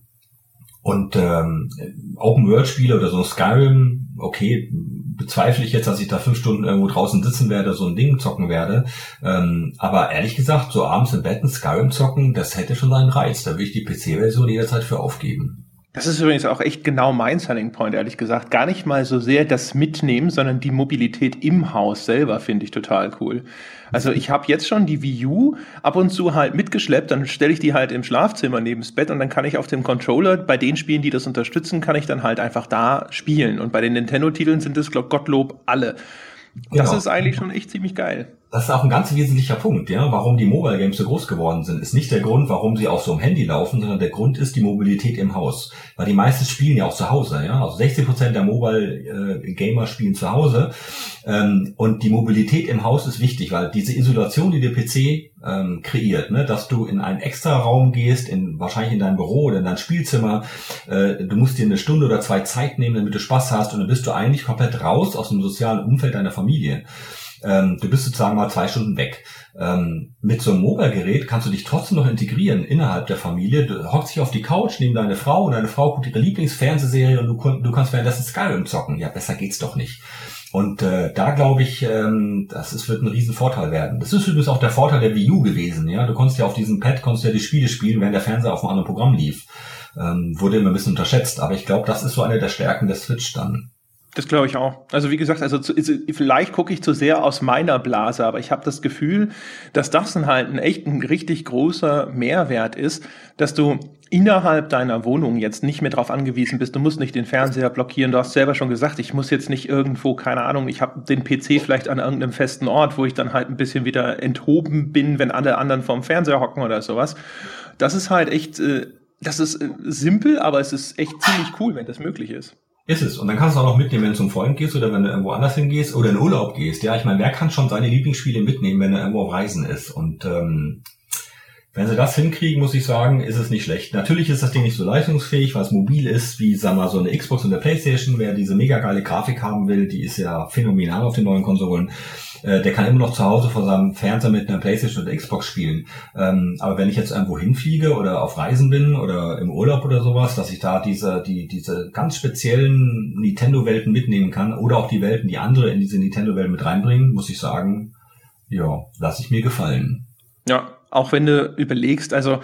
Speaker 2: Und ähm, Open-World-Spiele oder so Skyrim, okay, bezweifle ich jetzt, dass ich da fünf Stunden irgendwo draußen sitzen werde, so ein Ding zocken werde. Ähm, aber ehrlich gesagt, so abends im Bett ein Skyrim zocken, das hätte schon seinen Reiz. Da will ich die P C-Version jederzeit für aufgeben.
Speaker 1: Das ist übrigens auch echt genau mein Selling Point, ehrlich gesagt. Gar nicht mal so sehr das Mitnehmen, sondern die Mobilität im Haus selber finde ich total cool. Also ich habe jetzt schon die Wii U ab und zu halt mitgeschleppt, dann stelle ich die halt im Schlafzimmer neben das Bett und dann kann ich auf dem Controller, bei den Spielen, die das unterstützen, kann ich dann halt einfach da spielen. Und bei den Nintendo-Titeln sind es, glaub, Gottlob alle. Das genau. ist eigentlich schon echt ziemlich geil.
Speaker 2: Das ist auch ein ganz wesentlicher Punkt, ja, warum die Mobile Games so groß geworden sind. Ist nicht der Grund, warum sie auf so einem Handy laufen, sondern der Grund ist die Mobilität im Haus. Weil die meisten spielen ja auch zu Hause, ja. Also sechzig Prozent der Mobile äh, Gamer spielen zu Hause. Ähm, und die Mobilität im Haus ist wichtig, weil diese Isolation, die der P C ähm, kreiert, ne, dass du in einen extra Raum gehst, in wahrscheinlich in dein Büro oder in dein Spielzimmer, äh, du musst dir eine Stunde oder zwei Zeit nehmen, damit du Spaß hast und dann bist du eigentlich komplett raus aus dem sozialen Umfeld deiner Familie. Ähm, du bist sozusagen mal zwei Stunden weg. Ähm, mit so einem Mobile-Gerät kannst du dich trotzdem noch integrieren innerhalb der Familie. Du hockst dich auf die Couch neben deine Frau und deine Frau guckt ihre Lieblingsfernsehserie und du, du kannst währenddessen Skyrim zocken. Ja, besser geht's doch nicht. Und äh, da glaube ich, ähm, das ist, wird ein riesen Vorteil werden. Das ist übrigens auch der Vorteil der Wii U gewesen. Ja, du konntest ja auf diesem Pad konntest ja die Spiele spielen, während der Fernseher auf einem anderen Programm lief. Ähm, wurde immer ein bisschen unterschätzt. Aber ich glaube, das ist so eine der Stärken der Switch dann.
Speaker 1: Das glaube ich auch. Also wie gesagt, also zu, vielleicht gucke ich zu sehr aus meiner Blase, aber ich habe das Gefühl, dass das dann halt ein echt ein richtig großer Mehrwert ist, dass du innerhalb deiner Wohnung jetzt nicht mehr darauf angewiesen bist. Du musst nicht den Fernseher blockieren. Du hast selber schon gesagt, ich muss jetzt nicht irgendwo, keine Ahnung, ich habe den P C vielleicht an irgendeinem festen Ort, wo ich dann halt ein bisschen wieder enthoben bin, wenn alle anderen vorm Fernseher hocken oder sowas. Das ist halt echt, das ist simpel, aber es ist echt ziemlich cool, wenn das möglich ist.
Speaker 2: Ist es. Und dann kannst du auch noch mitnehmen, wenn du zum Freund gehst oder wenn du irgendwo anders hingehst oder in Urlaub gehst. Ja, ich meine, wer kann schon seine Lieblingsspiele mitnehmen, wenn er irgendwo auf Reisen ist? Und ähm, wenn sie das hinkriegen, muss ich sagen, ist es nicht schlecht. Natürlich ist das Ding nicht so leistungsfähig, weil es mobil ist, wie, sag mal, so eine Xbox und eine Playstation. Wer diese mega geile Grafik haben will, die ist ja phänomenal auf den neuen Konsolen. Äh, der kann immer noch zu Hause vor seinem Fernseher mit einer Playstation oder Xbox spielen. Ähm, aber wenn ich jetzt irgendwo hinfliege oder auf Reisen bin oder im Urlaub oder sowas, dass ich da diese, die, diese ganz speziellen Nintendo-Welten mitnehmen kann oder auch die Welten, die andere in diese Nintendo-Welt mit reinbringen, muss ich sagen, ja, lasse ich mir gefallen.
Speaker 1: Ja. Auch wenn du überlegst, also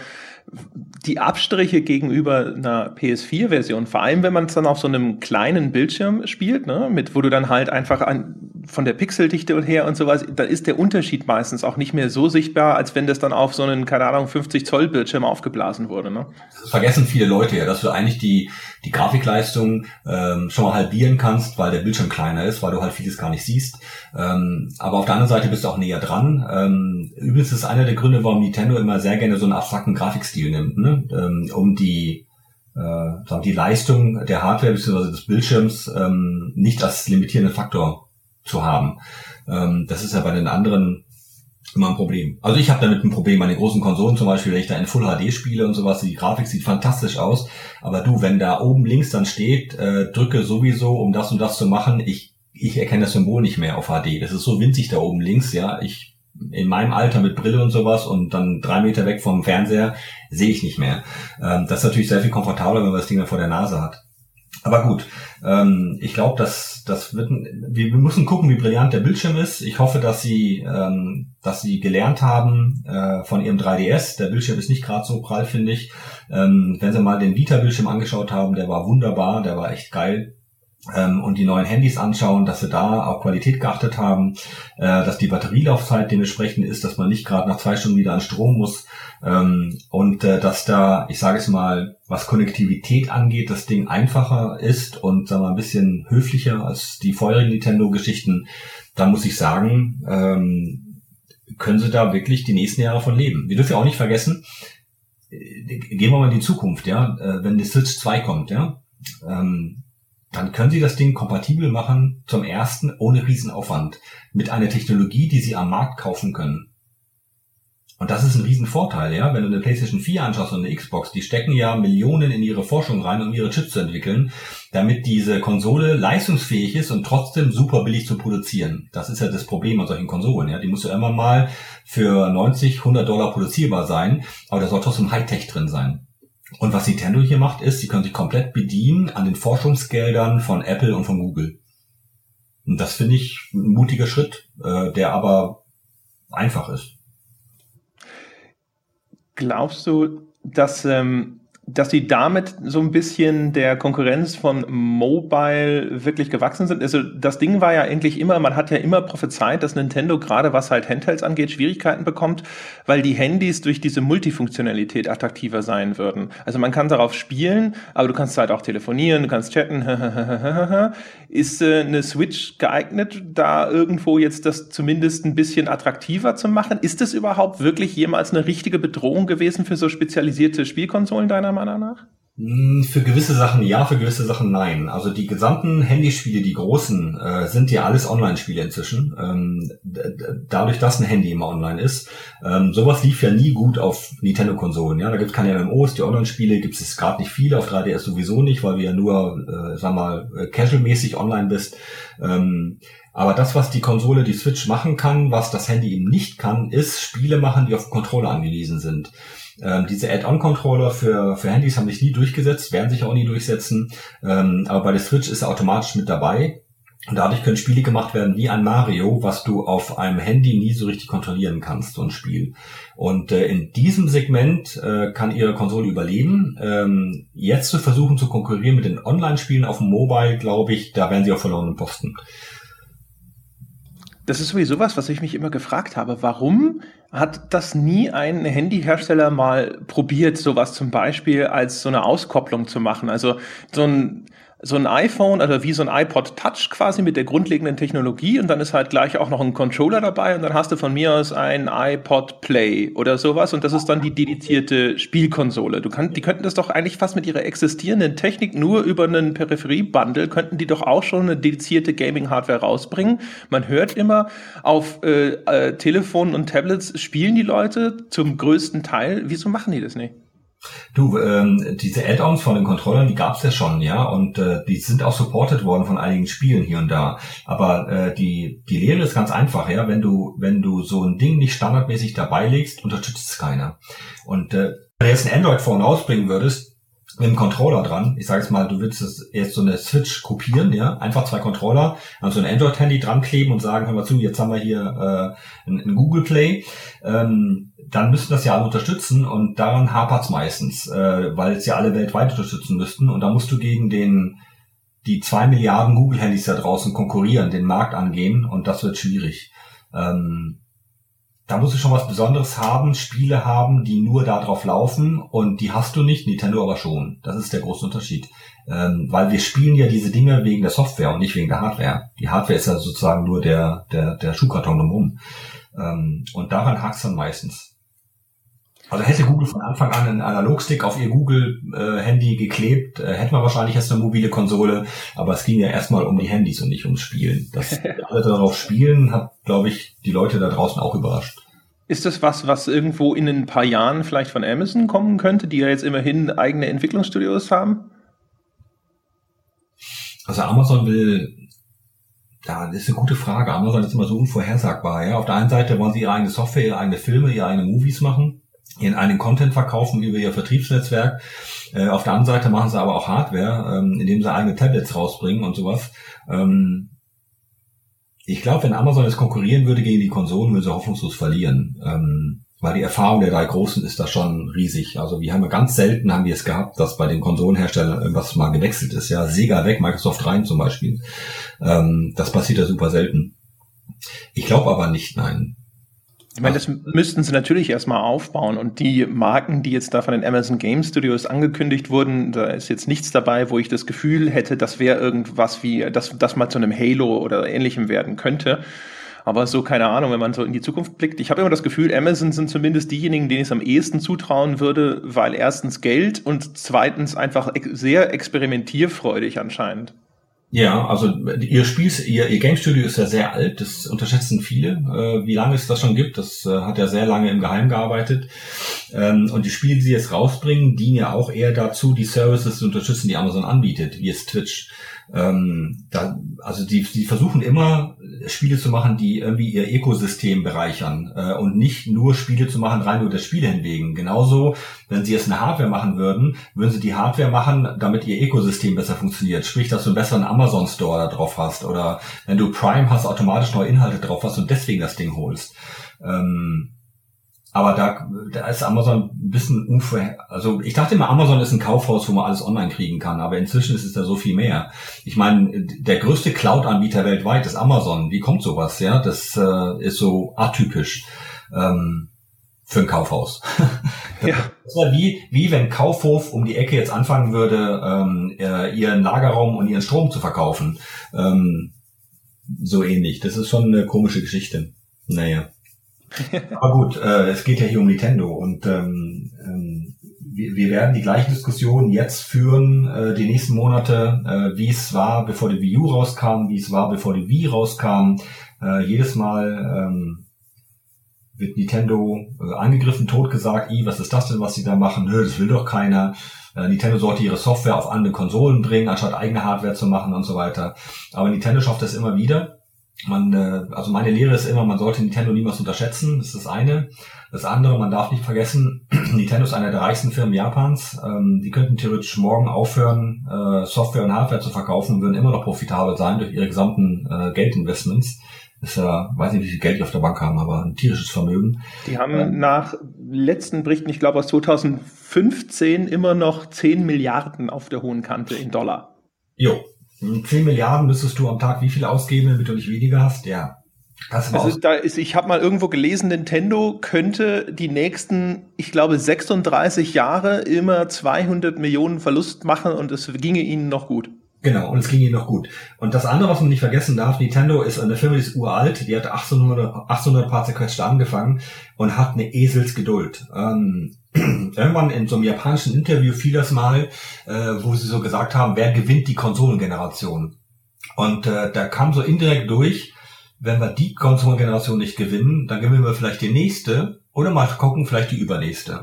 Speaker 1: die Abstriche gegenüber einer P S vier Version, vor allem wenn man es dann auf so einem kleinen Bildschirm spielt, ne, mit wo du dann halt einfach an, von der Pixeldichte und her und sowas, da ist der Unterschied meistens auch nicht mehr so sichtbar, als wenn das dann auf so einen, keine Ahnung, fünfzig Zoll Bildschirm aufgeblasen wurde. Ne?
Speaker 2: Das vergessen viele Leute ja, dass du eigentlich die die Grafikleistung ähm, schon mal halbieren kannst, weil der Bildschirm kleiner ist, weil du halt vieles gar nicht siehst. Ähm, aber auf der anderen Seite bist du auch näher dran. Ähm, übrigens ist einer der Gründe, warum Nintendo immer sehr gerne so einen abstrakten Grafikstil nimmt, ne? ähm, um die äh, die Leistung der Hardware bzw. des Bildschirms ähm, nicht als limitierenden Faktor zu haben. Ähm, das ist ja bei den anderen immer ein Problem. Also ich habe damit ein Problem bei den großen Konsolen zum Beispiel, wenn ich da in Full H D spiele und sowas, die Grafik sieht fantastisch aus, aber du, wenn da oben links dann steht, äh, drücke sowieso, um das und das zu machen, ich ich erkenne das Symbol nicht mehr auf H D. Das ist so winzig da oben links, ja, ich in meinem Alter mit Brille und sowas und dann drei Meter weg vom Fernseher sehe ich nicht mehr. Ähm, das ist natürlich sehr viel komfortabler, wenn man das Ding dann vor der Nase hat. Aber gut, ähm, ich glaube, dass das wird. Wir, wir müssen gucken, wie brillant der Bildschirm ist. Ich hoffe, dass sie, ähm, dass sie gelernt haben äh, von ihrem drei D S. Der Bildschirm ist nicht gerade so prall, finde ich. Ähm, wenn sie mal den Vita-Bildschirm angeschaut haben, der war wunderbar, der war echt geil. Ähm, und die neuen Handys anschauen, dass sie da auf Qualität geachtet haben, äh, dass die Batterielaufzeit dementsprechend ist, dass man nicht gerade nach zwei Stunden wieder an Strom muss, ähm, und äh, dass da, ich sage es mal, was Konnektivität angeht, das Ding einfacher ist und sagen wir mal ein bisschen höflicher als die vorherigen Nintendo-Geschichten. Da muss ich sagen, ähm, können sie da wirklich die nächsten Jahre von leben. Wir dürfen ja auch nicht vergessen, äh, gehen wir mal in die Zukunft, ja, äh, wenn die Switch zwei kommt, ja, ähm, dann können Sie das Ding kompatibel machen, zum ersten ohne Riesenaufwand, mit einer Technologie, die Sie am Markt kaufen können. Und das ist ein Riesenvorteil, ja. Wenn du eine PlayStation vier anschaust und eine Xbox, die stecken ja Millionen in ihre Forschung rein, um ihre Chips zu entwickeln, damit diese Konsole leistungsfähig ist und trotzdem super billig zu produzieren. Das ist ja das Problem an solchen Konsolen, ja. Die muss ja immer mal für neunzig, hundert Dollar produzierbar sein, aber da soll trotzdem Hightech drin sein. Und was Nintendo hier macht, ist, sie können sich komplett bedienen an den Forschungsgeldern von Apple und von Google. Und das finde ich ein mutiger Schritt, äh, der aber einfach ist.
Speaker 1: Glaubst du, dass, ähm, dass sie damit so ein bisschen der Konkurrenz von Mobile wirklich gewachsen sind? Also das Ding war ja eigentlich immer, man hat ja immer prophezeit, dass Nintendo gerade was halt Handhelds angeht, Schwierigkeiten bekommt, weil die Handys durch diese Multifunktionalität attraktiver sein würden. Also man kann darauf spielen, aber du kannst halt auch telefonieren, du kannst chatten. Ist äh, eine Switch geeignet, da irgendwo jetzt das zumindest ein bisschen attraktiver zu machen? Ist es überhaupt wirklich jemals eine richtige Bedrohung gewesen für so spezialisierte Spielkonsolen deiner Meinung nach?
Speaker 2: Für gewisse Sachen ja, für gewisse Sachen nein. Also die gesamten Handyspiele, die großen, äh, sind ja alles Online-Spiele inzwischen. Ähm, d- dadurch, dass ein Handy immer online ist. Ähm, sowas lief ja nie gut auf Nintendo-Konsolen. Ja, da gibt es keine M M Os, die Online-Spiele gibt es gerade nicht viele, auf drei D S sowieso nicht, weil wir ja nur, äh, sag mal, casual-mäßig online bist. Ähm, aber das, was die Konsole, die Switch machen kann, was das Handy eben nicht kann, ist Spiele machen, die auf Controller angewiesen sind. Ähm, diese Add-on-Controller für, für Handys haben sich nie durchgesetzt, werden sich auch nie durchsetzen. Ähm, aber bei der Switch ist er automatisch mit dabei. Und dadurch können Spiele gemacht werden wie ein Mario, was du auf einem Handy nie so richtig kontrollieren kannst, so ein Spiel. Und äh, in diesem Segment äh, kann ihre Konsole überleben. Ähm, jetzt zu versuchen zu konkurrieren mit den Online-Spielen auf dem Mobile, glaube ich, da werden sie auf verlorenen Posten.
Speaker 1: Das ist sowieso was, was ich mich immer gefragt habe. Warum hat das nie ein Handyhersteller mal probiert, sowas zum Beispiel als so eine Auskopplung zu machen? Also so ein so ein iPhone oder wie so ein iPod Touch quasi mit der grundlegenden Technologie und dann ist halt gleich auch noch ein Controller dabei und dann hast du von mir aus ein iPod Play oder sowas und das ist dann die dedizierte Spielkonsole. Du kannst, die könnten das doch eigentlich fast mit ihrer existierenden Technik nur über einen Peripherie-Bundle könnten die doch auch schon eine dedizierte Gaming-Hardware rausbringen. Man hört immer, auf äh, äh, Telefonen und Tablets spielen die Leute zum größten Teil. Wieso machen die das nicht?
Speaker 2: Du, ähm, diese Add-ons von den Controllern, die gab's ja schon, ja, und äh, die sind auch supported worden von einigen Spielen hier und da. Aber äh, die die Lehre ist ganz einfach, ja, wenn du wenn du so ein Ding nicht standardmäßig dabei legst, unterstützt es keiner. Und äh, wenn du jetzt ein Android-Phone rausbringen würdest, mit dem Controller dran, ich sage jetzt mal, du willst jetzt so eine Switch kopieren, ja, einfach zwei Controller an so ein Android-Handy dran kleben und sagen, hör mal zu, jetzt haben wir hier äh, ein, ein Google Play, ähm, dann müssten das ja alle unterstützen und daran hapert's meistens, äh, weil es ja alle weltweit unterstützen müssten und da musst du gegen den die zwei Milliarden Google-Handys da draußen konkurrieren, den Markt angehen und das wird schwierig. Ähm, Da musst du schon was Besonderes haben, Spiele haben, die nur da drauf laufen und die hast du nicht, Nintendo aber schon. Das ist der große Unterschied. Ähm, weil wir spielen ja diese Dinge wegen der Software und nicht wegen der Hardware. Die Hardware ist ja sozusagen nur der der der Schuhkarton drumherum. Ähm, und daran hakt's dann meistens. Also hätte Google von Anfang an einen Analogstick auf ihr Google-Handy äh, geklebt, äh, hätten wir wahrscheinlich jetzt eine mobile Konsole, aber es ging ja erstmal um die Handys und nicht ums Spielen. Dass alle darauf spielen, hat, glaube ich, die Leute da draußen auch überrascht.
Speaker 1: Ist das was, was irgendwo in ein paar Jahren vielleicht von Amazon kommen könnte, die ja jetzt immerhin eigene Entwicklungsstudios haben?
Speaker 2: Also Amazon will, ja, das ist eine gute Frage. Amazon ist immer so unvorhersagbar. Ja, auf der einen Seite wollen sie ihre eigene Software, ihre eigene Filme, ihre eigenen Movies machen, ihren eigenen Content verkaufen über ihr Vertriebsnetzwerk. Äh, auf der anderen Seite machen sie aber auch Hardware, ähm, indem sie eigene Tablets rausbringen und sowas. Ähm, ich glaube, wenn Amazon jetzt konkurrieren würde gegen die Konsolen, würde sie hoffnungslos verlieren. Ähm, weil die Erfahrung der drei Großen ist da schon riesig. Also wir haben ja ganz selten haben wir es gehabt, dass bei den Konsolenherstellern irgendwas mal gewechselt ist. Ja, Sega weg, Microsoft rein zum Beispiel. Ähm, das passiert ja super selten. Ich glaube aber nicht, nein.
Speaker 1: Ich meine, das müssten sie natürlich erstmal aufbauen und die Marken, die jetzt da von den Amazon Game Studios angekündigt wurden, da ist jetzt nichts dabei, wo ich das Gefühl hätte, das wäre irgendwas wie, dass das mal zu einem Halo oder Ähnlichem werden könnte. Aber so, keine Ahnung, wenn man so in die Zukunft blickt. Ich habe immer das Gefühl, Amazon sind zumindest diejenigen, denen ich es am ehesten zutrauen würde, weil erstens Geld und zweitens einfach ex- sehr experimentierfreudig anscheinend.
Speaker 2: Ja, also ihr Spiel, ihr, ihr Game Studio ist ja sehr alt, das unterschätzen viele, äh, wie lange es das schon gibt. Das äh, hat ja sehr lange im Geheimen gearbeitet. Ähm, und die Spiele, die sie jetzt rausbringen, dienen ja auch eher dazu, die Services zu unterstützen, die Amazon anbietet, wie es Twitch. Ähm, da, also die, die versuchen immer, Spiele zu machen, die irgendwie ihr Ökosystem bereichern äh, und nicht nur Spiele zu machen, rein nur das Spiel hinwegen. Genauso, wenn sie jetzt eine Hardware machen würden, würden sie die Hardware machen, damit ihr Ökosystem besser funktioniert. Sprich, dass du einen besseren Amazon Store da drauf hast oder wenn du Prime hast, automatisch neue Inhalte drauf hast und deswegen das Ding holst. Ähm, Aber da, da ist Amazon ein bisschen unvorher, also ich dachte immer, Amazon ist ein Kaufhaus, wo man alles online kriegen kann, aber inzwischen ist es da so viel mehr. Ich meine, der größte Cloud-Anbieter weltweit ist Amazon. Wie kommt sowas, ja? Das äh, ist so atypisch ähm, für ein Kaufhaus. Ja. Das wäre wie, wie wenn Kaufhof um die Ecke jetzt anfangen würde, ähm, ihren Lagerraum und ihren Strom zu verkaufen. Ähm, so ähnlich. Das ist schon eine komische Geschichte. Naja. Aber gut, äh, es geht ja hier um Nintendo und ähm, ähm, wir, wir werden die gleiche Diskussion jetzt führen, äh, die nächsten Monate, äh, wie es war, bevor die Wii U rauskam, wie es war, bevor die Wii rauskam. Äh, jedes Mal ähm, wird Nintendo äh, angegriffen, totgesagt, i, was ist das denn, was sie da machen? Nö, das will doch keiner. Äh, Nintendo sollte ihre Software auf andere Konsolen bringen, anstatt eigene Hardware zu machen und so weiter. Aber Nintendo schafft das immer wieder. Man, äh, also meine Lehre ist immer, man sollte Nintendo niemals unterschätzen. Das ist das eine. Das andere, man darf nicht vergessen, Nintendo ist einer der reichsten Firmen Japans. Ähm, die könnten theoretisch morgen aufhören, äh, Software und Hardware zu verkaufen und würden immer noch profitabel sein durch ihre gesamten äh, Geldinvestments. Das ist ja, weiß nicht, wie viel Geld die auf der Bank haben, aber ein tierisches Vermögen.
Speaker 1: Die haben ähm, nach letzten Berichten, ich glaube aus zweitausendfünfzehn, immer noch zehn Milliarden auf der hohen Kante in Dollar.
Speaker 2: Jo. zehn Milliarden müsstest du am Tag wie viel ausgeben, damit du nicht weniger hast? Ja.
Speaker 1: Das also da ist, ich habe mal irgendwo gelesen, Nintendo könnte die nächsten, ich glaube, sechsunddreißig Jahre immer zweihundert Millionen Verlust machen und es ginge ihnen noch gut.
Speaker 2: Genau, und es ging ihnen noch gut. Und das andere, was man nicht vergessen darf, Nintendo ist eine Firma, die ist uralt, die hat achtzehnhundert, achtzehn paar zerquetschte angefangen und hat eine Eselsgeduld. Ähm, irgendwann in so einem japanischen Interview fiel das mal, äh, wo sie so gesagt haben, wer gewinnt die Konsolengeneration? Und äh, da kam so indirekt durch, wenn wir die Konsolengeneration nicht gewinnen, dann gewinnen wir vielleicht die nächste oder mal gucken, vielleicht die übernächste.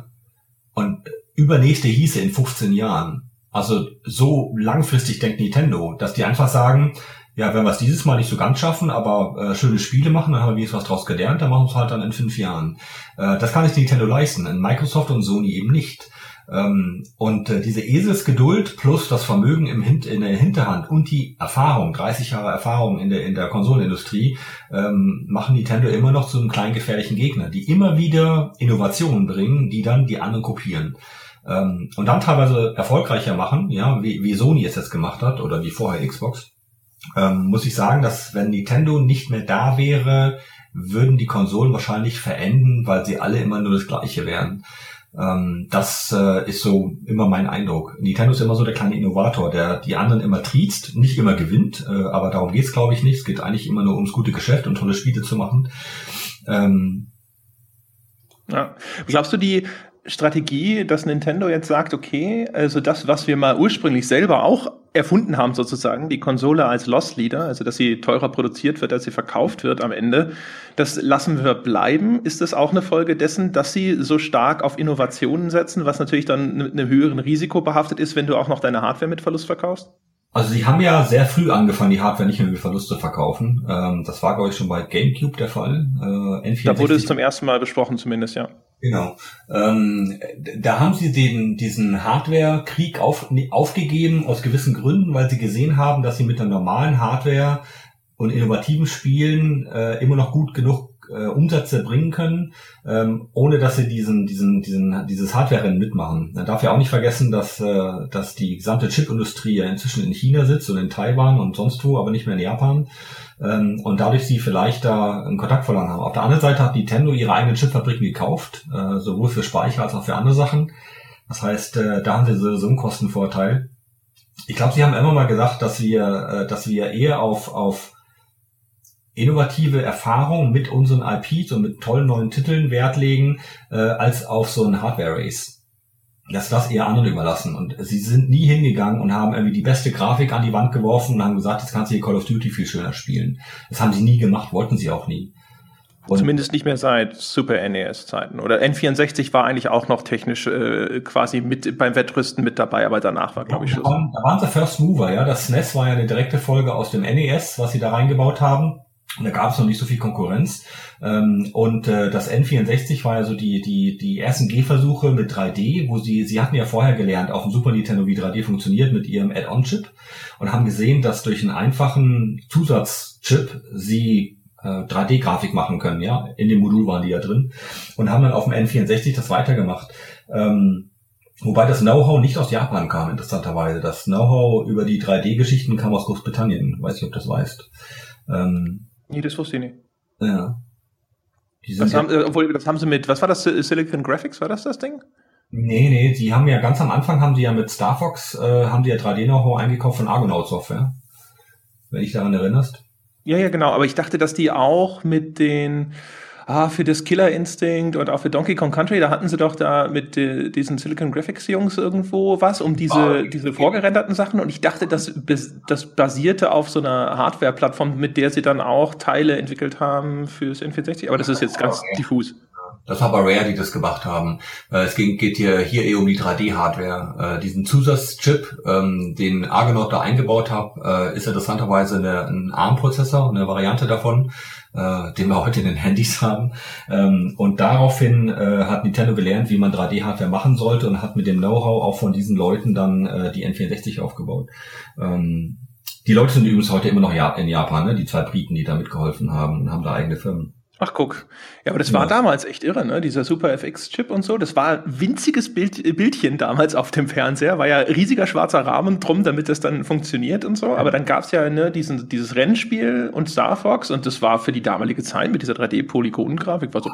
Speaker 2: Und übernächste hieße in fünfzehn Jahren. Also so langfristig denkt Nintendo, dass die einfach sagen, ja, wenn wir es dieses Mal nicht so ganz schaffen, aber äh, schöne Spiele machen, dann haben wir wenigstens was draus gelernt, dann machen wir es halt dann in fünf Jahren. Äh, das kann sich Nintendo leisten, in Microsoft und Sony eben nicht. Ähm, und äh, diese Eselsgeduld plus das Vermögen im Hin- in der Hinterhand und die Erfahrung, dreißig Jahre Erfahrung in der in der Konsolenindustrie, ähm, machen Nintendo immer noch zu einem kleinen gefährlichen Gegner, die immer wieder Innovationen bringen, die dann die anderen kopieren. Ähm, und dann teilweise erfolgreicher machen, ja, wie, wie Sony es jetzt gemacht hat oder wie vorher Xbox. Ähm, muss ich sagen, dass wenn Nintendo nicht mehr da wäre, würden die Konsolen wahrscheinlich verenden, weil sie alle immer nur das Gleiche wären. Ähm, das äh, ist so immer mein Eindruck. Nintendo ist immer so der kleine Innovator, der die anderen immer triezt, nicht immer gewinnt, äh, aber darum geht's, glaube ich, nicht. Es geht eigentlich immer nur ums gute Geschäft und tolle Spiele zu machen. Ähm,
Speaker 1: ja. Glaubst du, die Strategie, dass Nintendo jetzt sagt, okay, also das, was wir mal ursprünglich selber auch erfunden haben sozusagen, die Konsole als Loss Leader, also dass sie teurer produziert wird, als sie verkauft wird am Ende, das lassen wir bleiben. Ist das auch eine Folge dessen, dass sie so stark auf Innovationen setzen, was natürlich dann mit einem höheren Risiko behaftet ist, wenn du auch noch deine Hardware mit Verlust verkaufst?
Speaker 2: Also sie haben ja sehr früh angefangen, die Hardware nicht mehr mit Verlust zu verkaufen. Ähm, das war, glaube ich, schon bei GameCube der Fall. Äh, N vierundsechzig.
Speaker 1: Da wurde es zum ersten Mal besprochen zumindest, ja.
Speaker 2: Genau. Ähm, da haben sie den, diesen Hardware-Krieg auf, aufgegeben aus gewissen Gründen, weil sie gesehen haben, dass sie mit der normalen Hardware und innovativen Spielen äh, immer noch gut genug äh, Umsätze bringen können, ähm, ohne dass sie diesen, diesen, diesen, dieses Hardware-Rennen mitmachen. Man darf ja auch nicht vergessen, dass, äh, dass die gesamte Chip-Industrie ja inzwischen in China sitzt und in Taiwan und sonst wo, aber nicht mehr in Japan. Ähm, und dadurch sie vielleicht da einen Kontakt verloren haben. Auf der anderen Seite hat Nintendo ihre eigenen Chipfabriken gekauft, äh, sowohl für Speicher als auch für andere Sachen. Das heißt, äh, da haben sie so, so einen Kostenvorteil. Ich glaube, sie haben immer mal gesagt, dass wir, äh, dass wir eher auf, auf innovative Erfahrung mit unseren I Ps und mit tollen neuen Titeln Wert legen, äh, als auf so ein Hardware-Race. dass das eher anderen überlassen. Und sie sind nie hingegangen und haben irgendwie die beste Grafik an die Wand geworfen und haben gesagt, jetzt kannst du hier Call of Duty viel schöner spielen. Das haben sie nie gemacht, wollten sie auch nie.
Speaker 1: Und zumindest nicht mehr seit Super N E S-Zeiten. Oder N vierundsechzig war eigentlich auch noch technisch äh, quasi mit beim Wettrüsten mit dabei, aber danach war, glaube ich,
Speaker 2: Schluss. Da waren, da waren sie First Mover, ja. Das S N E S war ja eine direkte Folge aus dem N E S, was sie da reingebaut haben. Und da gab es noch nicht so viel Konkurrenz. Ähm, und äh, das N vierundsechzig war ja so die die die ersten Gehversuche mit drei D, wo sie sie hatten ja vorher gelernt auf dem Super Nintendo, wie drei D funktioniert mit ihrem Add-on-Chip und haben gesehen, dass durch einen einfachen Zusatzchip sie äh, drei D-Grafik machen können, ja. In dem Modul waren die ja drin und haben dann auf dem N vierundsechzig das weitergemacht. Ähm, Wobei das Know-how nicht aus Japan kam, interessanterweise. Das Know-how über die drei D-Geschichten kam aus Großbritannien. Weiß nicht, ob du das weißt. Ähm,
Speaker 1: nee, das wusste ich nicht.
Speaker 2: Ja.
Speaker 1: Die sind das, haben, obwohl, das haben sie mit, was war das, Silicon Graphics, war das das Ding?
Speaker 2: Nee, nee, die haben ja ganz am Anfang, haben die ja mit Star Fox, äh, haben die ja drei D-Know-how eingekauft von Argonaut Software. Wenn dich daran erinnerst.
Speaker 1: Ja, ja, genau. Aber ich dachte, dass die auch mit den, ah, für das Killer Instinct und auch für Donkey Kong Country, da hatten sie doch da mit äh, diesen Silicon Graphics Jungs irgendwo was, um diese, ah, okay. diese vorgerenderten Sachen. Und ich dachte, das, das basierte auf so einer Hardware-Plattform, mit der sie dann auch Teile entwickelt haben fürs N vierundsechzig. Aber das ist jetzt ganz okay. diffus.
Speaker 2: Das war aber Rare, die das gemacht haben. Es geht hier, hier eh um die drei D-Hardware. Diesen Zusatzchip, den Argonaut da eingebaut hat, ist interessanterweise eine, ein ARM-Prozessor, eine Variante davon, den wir heute in den Handys haben. Und daraufhin hat Nintendo gelernt, wie man drei D-Hardware machen sollte und hat mit dem Know-how auch von diesen Leuten dann die N vierundsechzig aufgebaut. Die Leute sind übrigens heute immer noch in Japan, ne? Die zwei Briten, die da mitgeholfen haben und haben da eigene Firmen.
Speaker 1: Ach, guck. Ja, aber das war ja. damals echt irre, ne? Dieser Super F X-Chip und so. Das war ein winziges Bild, Bildchen damals auf dem Fernseher. War ja riesiger schwarzer Rahmen drum, damit das dann funktioniert und so. Aber dann gab's ja ne, diesen, dieses Rennspiel und Star Fox. Und das war für die damalige Zeit mit dieser drei D-Polygonengrafik war so...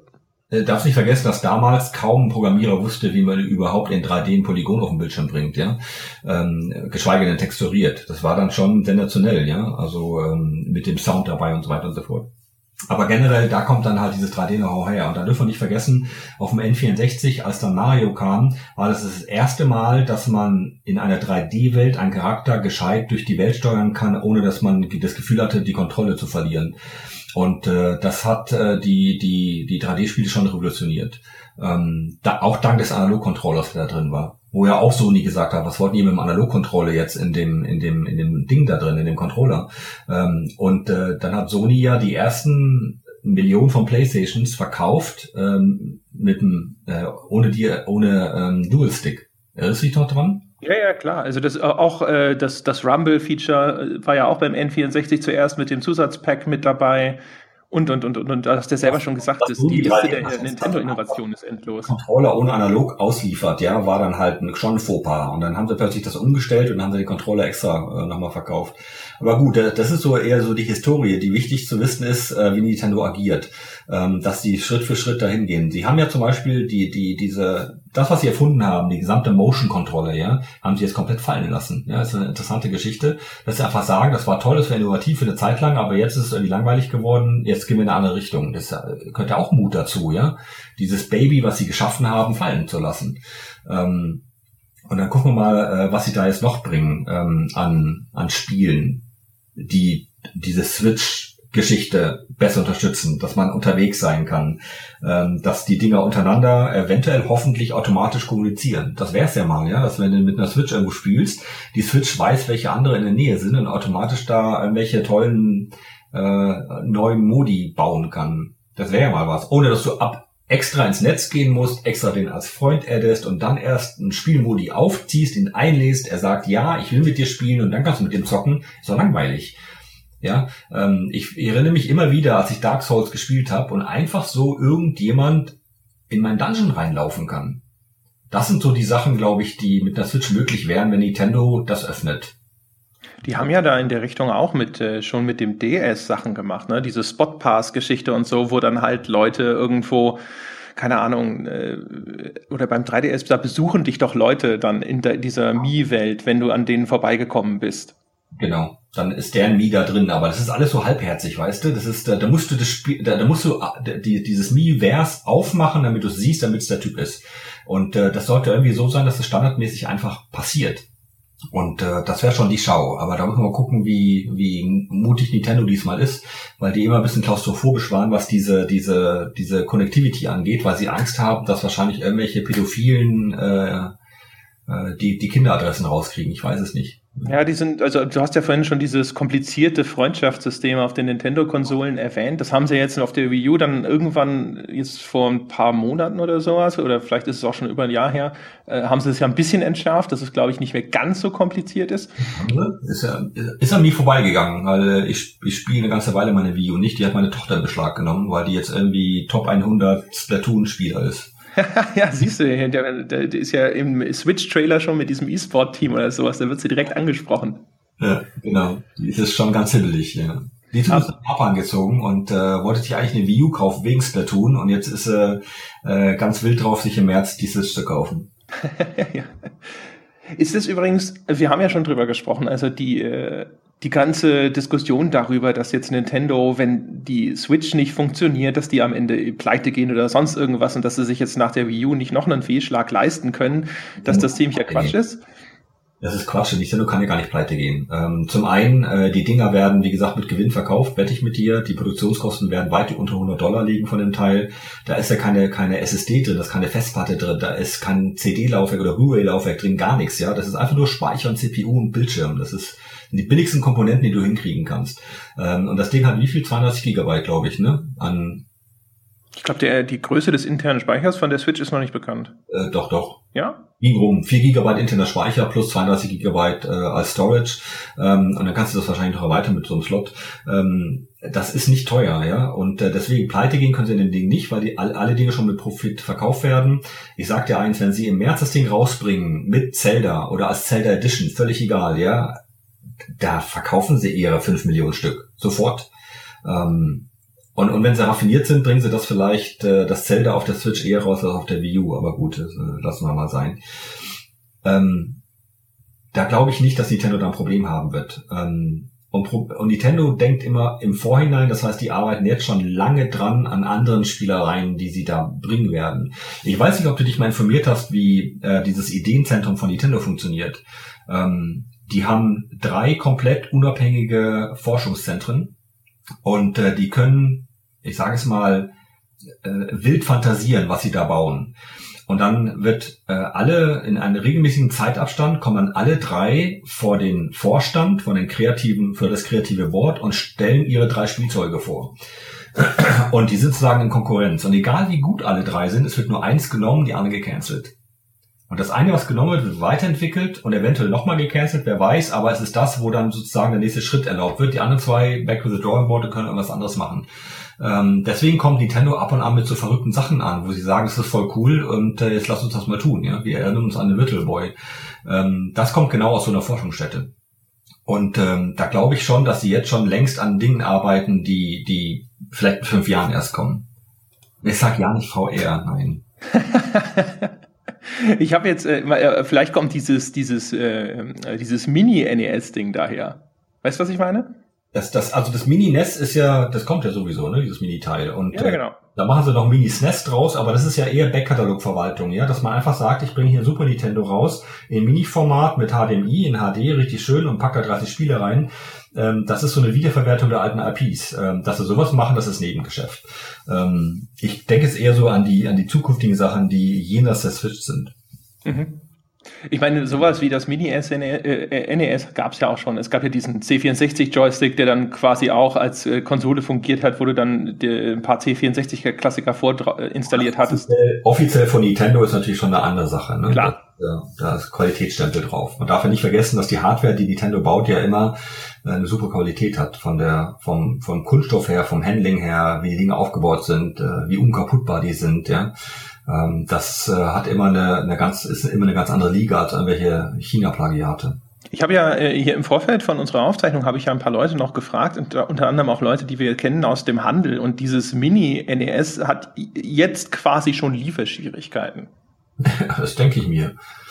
Speaker 2: Äh, darfst nicht vergessen, dass damals kaum ein Programmierer wusste, wie man überhaupt in drei D ein Polygon auf dem Bildschirm bringt, ja. Ähm, geschweige denn texturiert. Das war dann schon sensationell, ja. Also ähm, mit dem Sound dabei und so weiter und so fort. Aber generell, da kommt dann halt dieses drei D-Know-how her. Und da dürfen wir nicht vergessen, auf dem N vierundsechzig, als dann Mario kam, war das das erste Mal, dass man in einer drei D-Welt einen Charakter gescheit durch die Welt steuern kann, ohne dass man das Gefühl hatte, die Kontrolle zu verlieren. Und äh, das hat äh, die die die drei D-Spiele schon revolutioniert. Ähm, da, auch dank des Analog-Controllers, der da drin war. Wo ja auch Sony gesagt hat, was wollten die mit dem Analog-Controller jetzt in dem in dem in dem Ding da drin, in dem Controller. Ähm, und äh, dann hat Sony ja die ersten Millionen von Playstations verkauft ähm, mit dem äh, ohne die ohne ähm, Dual-Stick. Erinnerst du dich noch dran?
Speaker 1: Ja, ja, klar. Also das auch äh, das das Rumble-Feature war ja auch beim N vierundsechzig zuerst mit dem Zusatzpack mit dabei. Und, und, und, und, und, du hast ja selber schon gesagt, dass die Liste der Nintendo-Innovation ist endlos.
Speaker 2: Controller ohne Analog ausliefert, ja, war dann halt schon ein Fauxpas. Und dann haben sie plötzlich das umgestellt und dann haben sie die Controller extra äh, nochmal verkauft. Aber gut, das ist so eher so die Historie, die wichtig zu wissen ist, äh, wie Nintendo agiert. Ähm, dass die Schritt für Schritt dahin gehen. Sie haben ja zum Beispiel die, die, diese, das, was sie erfunden haben, die gesamte Motion-Kontrolle, ja, haben sie jetzt komplett fallen lassen. Ja, das ist eine interessante Geschichte, dass sie einfach sagen, das war toll, das war innovativ für eine Zeit lang, aber jetzt ist es irgendwie langweilig geworden, jetzt gehen wir in eine andere Richtung. Das gehört ja auch Mut dazu, ja, dieses Baby, was sie geschaffen haben, fallen zu lassen. Ähm, und dann gucken wir mal, was sie da jetzt noch bringen ähm, an, an Spielen, die diese Switch Geschichte besser unterstützen, dass man unterwegs sein kann, ähm, dass die Dinger untereinander eventuell hoffentlich automatisch kommunizieren. Das wär's ja mal, ja, dass wenn du mit einer Switch irgendwo spielst, die Switch weiß, welche andere in der Nähe sind und automatisch da irgendwelche tollen äh, neuen Modi bauen kann. Das wäre ja mal was, ohne dass du ab extra ins Netz gehen musst, extra den als Freund addest und dann erst einen Spielmodi aufziehst, ihn einlässt, er sagt, ja, ich will mit dir spielen und dann kannst du mit dem zocken. Ist doch langweilig. Ja, ähm, ich erinnere mich immer wieder, als ich Dark Souls gespielt habe und einfach so irgendjemand in meinen Dungeon reinlaufen kann. Das sind so die Sachen, glaube ich, die mit der Switch möglich wären, wenn Nintendo das öffnet.
Speaker 1: Die haben ja da in der Richtung auch mit äh, schon mit dem D S Sachen gemacht, ne? Diese Spot-Pass-Geschichte und so, wo dann halt Leute irgendwo, keine Ahnung, äh, oder beim drei D S, da besuchen dich doch Leute dann in der, dieser Mii-Welt, wenn du an denen vorbeigekommen bist.
Speaker 2: Genau. dann ist deren Mii da drin, aber das ist alles so halbherzig, weißt du? Das ist, da, da musst du das Spiel, da, da musst du die, dieses Mii-Vers aufmachen, damit du es siehst, damit es der Typ ist. Und äh, das sollte irgendwie so sein, dass es standardmäßig einfach passiert. Und äh, das wäre schon die Schau. Aber da muss man mal gucken, wie wie mutig Nintendo diesmal ist, weil die immer ein bisschen klaustrophobisch waren, was diese diese diese Connectivity angeht, weil sie Angst haben, dass wahrscheinlich irgendwelche Pädophilen äh, äh, die die Kinderadressen rauskriegen. Ich weiß es nicht.
Speaker 1: Ja, die sind, also du hast ja vorhin schon dieses komplizierte Freundschaftssystem auf den Nintendo-Konsolen erwähnt. Das haben sie jetzt auf der Wii U dann irgendwann jetzt vor ein paar Monaten oder sowas, oder vielleicht ist es auch schon über ein Jahr her, äh, haben sie es ja ein bisschen entschärft, dass es, glaube ich, nicht mehr ganz so kompliziert ist.
Speaker 2: Ist ja, ist an mir vorbeigegangen, weil ich, ich spiele eine ganze Weile meine Wii U nicht. Die hat meine Tochter in Beschlag genommen, weil die jetzt irgendwie Top hundert Splatoon-Spieler ist.
Speaker 1: Ja, siehst du, der, der, der ist ja im Switch-Trailer schon mit diesem E-Sport-Team oder sowas, da wird sie direkt angesprochen.
Speaker 2: Ja, genau. Die ist schon ganz hibbelig, ja. Die ist nach Japan gezogen und äh, wollte sich eigentlich eine Wii U kaufen wegen Splatoon und jetzt ist sie äh, ganz wild drauf, sich im März die Switch zu kaufen.
Speaker 1: Ja. Ist es übrigens, wir haben ja schon drüber gesprochen, also die äh, die ganze Diskussion darüber, dass jetzt Nintendo, wenn die Switch nicht funktioniert, dass die am Ende pleite gehen oder sonst irgendwas und dass sie sich jetzt nach der Wii U nicht noch einen Fehlschlag leisten können, dass das ziemlicher Quatsch ist?
Speaker 2: Das ist Quatsch. Nintendo kann ja gar nicht pleite gehen. Ähm, zum einen, äh, die Dinger werden, wie gesagt, mit Gewinn verkauft, wette ich mit dir. Die Produktionskosten werden weit unter hundert Dollar liegen von dem Teil. Da ist ja keine keine S S D drin, da ist keine Festplatte drin, da ist kein C D-Laufwerk oder Blu-ray-Laufwerk drin, gar nichts. Ja, das ist einfach nur Speicher und C P U und Bildschirm. Das ist die billigsten Komponenten, die du hinkriegen kannst. Ähm, und das Ding hat wie viel? zweiunddreißig Gigabyte, glaube ich, ne? An
Speaker 1: Ich glaube, der die Größe des internen Speichers von der Switch ist noch nicht bekannt.
Speaker 2: Äh, doch, doch.
Speaker 1: Ja?
Speaker 2: Ging rum. vier Gigabyte interner Speicher plus zweiunddreißig Gigabyte äh, als Storage. Ähm, und dann kannst du das wahrscheinlich noch erweitern mit so einem Slot. Ähm, das ist nicht teuer, ja. Und äh, deswegen pleite gehen können sie in dem Ding nicht, weil die all, alle Dinge schon mit Profit verkauft werden. Ich sag dir eins, wenn sie im März das Ding rausbringen mit Zelda oder als Zelda Edition, völlig egal, ja, da verkaufen sie ihre fünf Millionen Stück. Sofort. Ähm, Und, und wenn sie raffiniert sind, bringen sie das vielleicht, äh, das Zelda auf der Switch eher raus als auf der Wii U. Aber gut, das, äh, lassen wir mal sein. Ähm, da glaube ich nicht, dass Nintendo da ein Problem haben wird. Ähm, und, und Nintendo denkt immer im Vorhinein, das heißt, die arbeiten jetzt schon lange dran an anderen Spielereien, die sie da bringen werden. Ich weiß nicht, ob du dich mal informiert hast, wie äh, dieses Ideenzentrum von Nintendo funktioniert. Ähm, die haben drei komplett unabhängige Forschungszentren und äh, die können, ich sage es mal, äh, wild fantasieren, was sie da bauen. Und dann wird äh, alle in einem regelmäßigen Zeitabstand kommen dann alle drei vor den Vorstand, vor den kreativen, für das kreative Board und stellen ihre drei Spielzeuge vor. Und die sind sozusagen in Konkurrenz. Und egal wie gut alle drei sind, es wird nur eins genommen, die andere gecancelt. Und das eine, was genommen wird, wird weiterentwickelt und eventuell nochmal gecancelt, wer weiß, aber es ist das, wo dann sozusagen der nächste Schritt erlaubt wird. Die anderen zwei, back to the drawing board, die können irgendwas anderes machen. Ähm, deswegen kommt Nintendo ab und an mit so verrückten Sachen an, wo sie sagen, es ist voll cool und äh, jetzt lass uns das mal tun. Ja, wir erinnern uns an den Little Boy. Ähm, das kommt genau aus so einer Forschungsstätte. Und ähm, da glaube ich schon, dass sie jetzt schon längst an Dingen arbeiten, die die vielleicht in fünf Jahren erst kommen. Ich sag ja nicht V R, nein.
Speaker 1: Ich habe jetzt, äh, vielleicht kommt dieses dieses äh, dieses Mini-N E S-Ding daher. Weißt du, was ich meine?
Speaker 2: Das, das, also das Mini-N E S ist ja, das kommt ja sowieso, ne, dieses Mini-Teil. Und
Speaker 1: ja, genau.
Speaker 2: äh, da machen sie noch Mini-S N E S draus, aber das ist ja eher Backkatalogverwaltung, ja, dass man einfach sagt, ich bringe hier Super Nintendo raus in Mini-Format mit H D M I, in H D, richtig schön und pack da dreißig Spiele rein. Ähm, das ist so eine Wiederverwertung der alten I Ps. Ähm, dass sie sowas machen, das ist Nebengeschäft. Ähm, ich denke jetzt eher so an die, an die zukünftigen Sachen, die jenseits der Switch sind.
Speaker 1: Mhm. Ich meine, sowas wie das Mini-N E S gab es ja auch schon. Es gab ja diesen C vierundsechzig-Joystick, der dann quasi auch als äh, Konsole fungiert hat, wo du dann die, ein paar C vierundsechzig-Klassiker vorinstalliert hattest.
Speaker 2: Offiziell, offiziell von Nintendo ist natürlich schon eine andere Sache. Ne?
Speaker 1: Klar.
Speaker 2: Da, da ist Qualitätsstempel drauf. Man darf ja nicht vergessen, dass die Hardware, die Nintendo baut, ja immer eine super Qualität hat. Von der, vom, vom Kunststoff her, vom Handling her, wie die Dinge aufgebaut sind, wie unkaputtbar die sind, ja. Das hat immer eine, eine ganz, ist immer eine ganz andere Liga als irgendwelche China-Plagiate.
Speaker 1: Ich habe ja äh, hier im Vorfeld von unserer Aufzeichnung habe ich ja ein paar Leute noch gefragt, und, uh, unter anderem auch Leute, die wir kennen aus dem Handel. Und dieses Mini-N E S hat jetzt quasi schon Lieferschwierigkeiten.
Speaker 2: Das denke ich mir.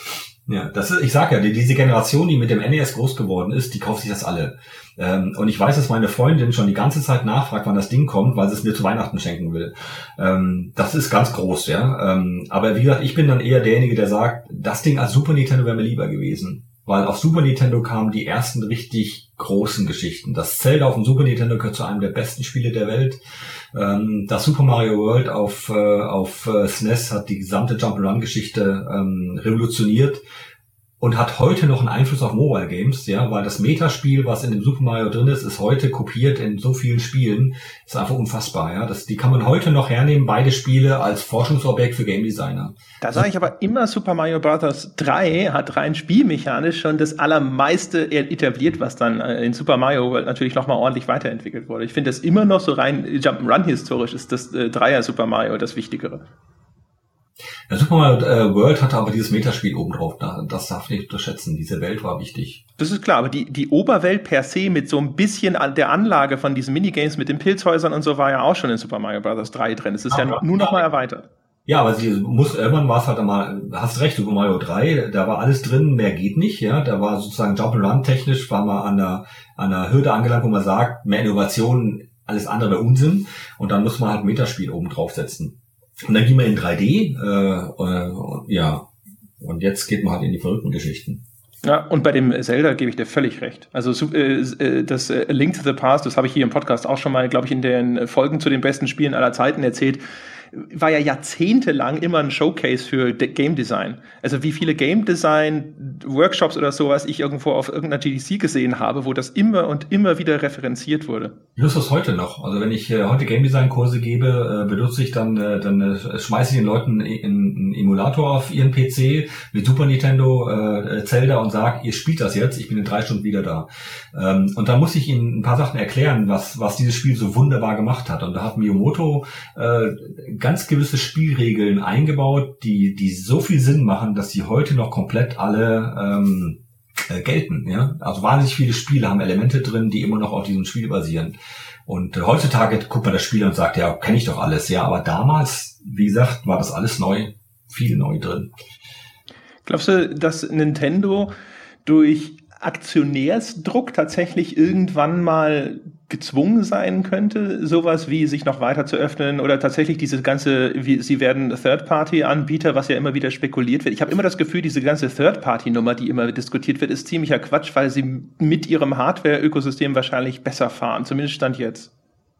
Speaker 2: Ja, das ist, ich sag ja, die, diese Generation, die mit dem N E S groß geworden ist, die kauft sich das alle. Ähm, und ich weiß, dass meine Freundin schon die ganze Zeit nachfragt, wann das Ding kommt, weil sie es mir zu Weihnachten schenken will. Ähm, das ist ganz groß, ja. Ähm, aber wie gesagt, ich bin dann eher derjenige, der sagt, das Ding als Super Nintendo wäre mir lieber gewesen. Weil auf Super Nintendo kamen die ersten richtig großen Geschichten. Das Zelda auf dem Super Nintendo gehört zu einem der besten Spiele der Welt. Ähm, das Super Mario World auf, äh, auf äh, S N E S hat die gesamte Jump'n'Run-Geschichte ähm, revolutioniert und hat heute noch einen Einfluss auf Mobile Games, ja, weil das Metaspiel, was in dem Super Mario drin ist, ist heute kopiert in so vielen Spielen. Ist einfach unfassbar, ja. Das, die kann man heute noch hernehmen, beide Spiele als Forschungsobjekt für Game Designer.
Speaker 1: Da sage ich aber immer, Super Mario Bros. drei hat rein spielmechanisch schon das Allermeiste etabliert, was dann in Super Mario World natürlich nochmal ordentlich weiterentwickelt wurde. Ich finde das immer noch so rein Jump'n'Run historisch ist das äh, Dreier Super Mario das Wichtigere.
Speaker 2: Ja, Super Mario äh, World hatte aber dieses Metaspiel obendrauf. Das darf nicht unterschätzen. Diese Welt war wichtig.
Speaker 1: Das ist klar, aber die, die Oberwelt per se mit so ein bisschen an der Anlage von diesen Minigames mit den Pilzhäusern und so war ja auch schon in Super Mario Bros. drei drin. Es ist aber, ja nur noch mal erweitert.
Speaker 2: Ja, aber sie muss, irgendwann war es halt einmal, hast recht, Super Mario drei, da war alles drin, mehr geht nicht, ja. Da war sozusagen Jump'n'Run technisch, war man an der, an der Hürde angelangt, wo man sagt, mehr Innovation, alles andere wäre Unsinn. Und dann muss man halt Metaspiel oben draufsetzen. Und dann ging man in drei D, äh, äh, ja, und jetzt geht man halt in die verrückten Geschichten.
Speaker 1: Ja, und bei dem Zelda gebe ich dir völlig recht. Also äh, das äh, Link to the Past, das habe ich hier im Podcast auch schon mal, glaube ich, in den Folgen zu den besten Spielen aller Zeiten erzählt, war ja jahrzehntelang immer ein Showcase für De- Game Design. Also wie viele Game Design Workshops oder sowas ich irgendwo auf irgendeiner G D C gesehen habe, wo das immer und immer wieder referenziert wurde.
Speaker 2: Ich nutze das heute noch. Also wenn ich äh, heute Game Design Kurse gebe, äh, benutze ich dann, äh, dann äh, schmeiße ich den Leuten einen Emulator auf ihren P C mit Super Nintendo, äh, Zelda und sage, ihr spielt das jetzt, ich bin in drei Stunden wieder da. Ähm, und da muss ich ihnen ein paar Sachen erklären, was was dieses Spiel so wunderbar gemacht hat. Und da hat Miyamoto äh, ganz gewisse Spielregeln eingebaut, die die so viel Sinn machen, dass sie heute noch komplett alle ähm, äh, gelten. Ja, also wahnsinnig viele Spiele haben Elemente drin, die immer noch auf diesem Spiel basieren. Und äh, heutzutage guckt man das Spiel und sagt, ja, kenne ich doch alles. Ja, aber damals, wie gesagt, war das alles neu, viel neu drin.
Speaker 1: Glaubst du, dass Nintendo durch Aktionärsdruck tatsächlich irgendwann mal gezwungen sein könnte, sowas wie sich noch weiter zu öffnen oder tatsächlich diese ganze, wie sie werden Third-Party-Anbieter, was ja immer wieder spekuliert wird. Ich habe immer das Gefühl, diese ganze Third-Party-Nummer, die immer diskutiert wird, ist ziemlicher Quatsch, weil sie mit ihrem Hardware-Ökosystem wahrscheinlich besser fahren, zumindest Stand jetzt.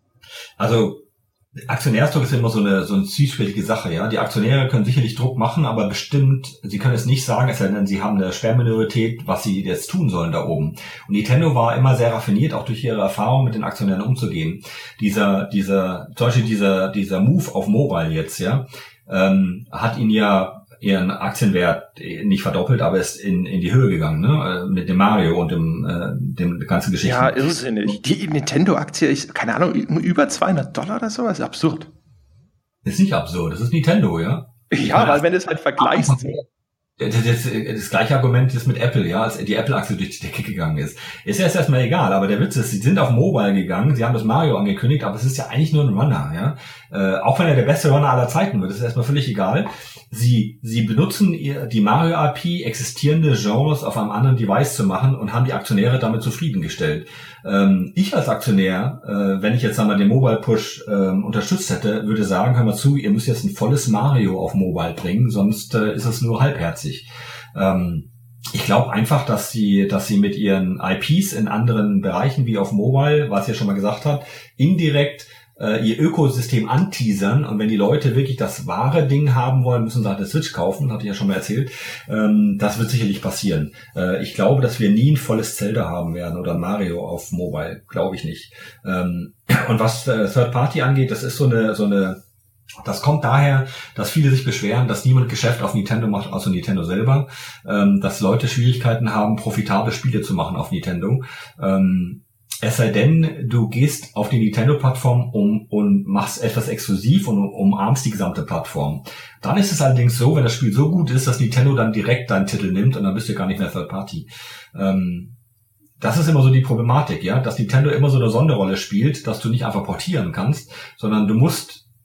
Speaker 2: Also Aktionärsdruck ist immer so eine so eine zwiespältige Sache, ja. Die Aktionäre können sicherlich Druck machen, aber bestimmt, sie können es nicht sagen, es sei denn, sie haben eine Schwerminorität, was sie jetzt tun sollen da oben. Und Nintendo war immer sehr raffiniert, auch durch ihre Erfahrung mit den Aktionären umzugehen. Dieser, dieser, zum Beispiel dieser, dieser Move auf Mobile jetzt, ja, ähm, hat ihn ja ihren Aktienwert nicht verdoppelt, aber ist in in die Höhe gegangen, ne? Mit dem Mario und dem äh, dem ganzen Geschichten.
Speaker 1: Ja, irrsinnig. Die Nintendo-Aktie ist, keine Ahnung, über zweihundert Dollar oder so, das ist absurd.
Speaker 2: Das ist nicht absurd, das ist Nintendo, ja?
Speaker 1: Ja, weil wenn du es halt vergleichst.
Speaker 2: Das, das, das gleiche Argument ist mit Apple, ja, als die Apple-Aktie durch die Decke gegangen ist. Ist ja erstmal egal, aber der Witz ist, sie sind auf Mobile gegangen, sie haben das Mario angekündigt, aber es ist ja eigentlich nur ein Runner, ja. Äh, auch wenn er der beste Runner aller Zeiten wird, ist erstmal völlig egal. Sie, sie benutzen ihr, die Mario-I P, existierende Genres auf einem anderen Device zu machen und haben die Aktionäre damit zufriedengestellt. Ähm, ich als Aktionär, äh, wenn ich jetzt einmal den Mobile-Push ähm, unterstützt hätte, würde sagen, hör mal zu, ihr müsst jetzt ein volles Mario auf Mobile bringen, sonst äh, ist es nur halbherzig. Ähm, ich glaube einfach, dass sie, dass sie mit ihren I Ps in anderen Bereichen wie auf Mobile, was ihr schon mal gesagt habt, indirekt äh, ihr Ökosystem anteasern, und wenn die Leute wirklich das wahre Ding haben wollen, müssen sie halt eine Switch kaufen, hatte ich ja schon mal erzählt. Ähm, das wird sicherlich passieren. Äh, ich glaube, dass wir nie ein volles Zelda haben werden oder Mario auf Mobile, glaube ich nicht. Ähm, und was äh, Third Party angeht, das ist so eine so eine Das kommt daher, dass viele sich beschweren, dass niemand Geschäft auf Nintendo macht, außer Nintendo selber, ähm, dass Leute Schwierigkeiten haben, profitable Spiele zu machen auf Nintendo. Ähm, es sei denn, du gehst auf die Nintendo-Plattform um und machst etwas exklusiv und umarmst die gesamte Plattform. Dann ist es allerdings so, wenn das Spiel so gut ist, dass Nintendo dann direkt deinen Titel nimmt und dann bist du gar nicht mehr Third Party. Ähm, Das ist immer so die Problematik, ja, dass Nintendo immer so eine Sonderrolle spielt, dass du nicht einfach portieren kannst, sondern du musst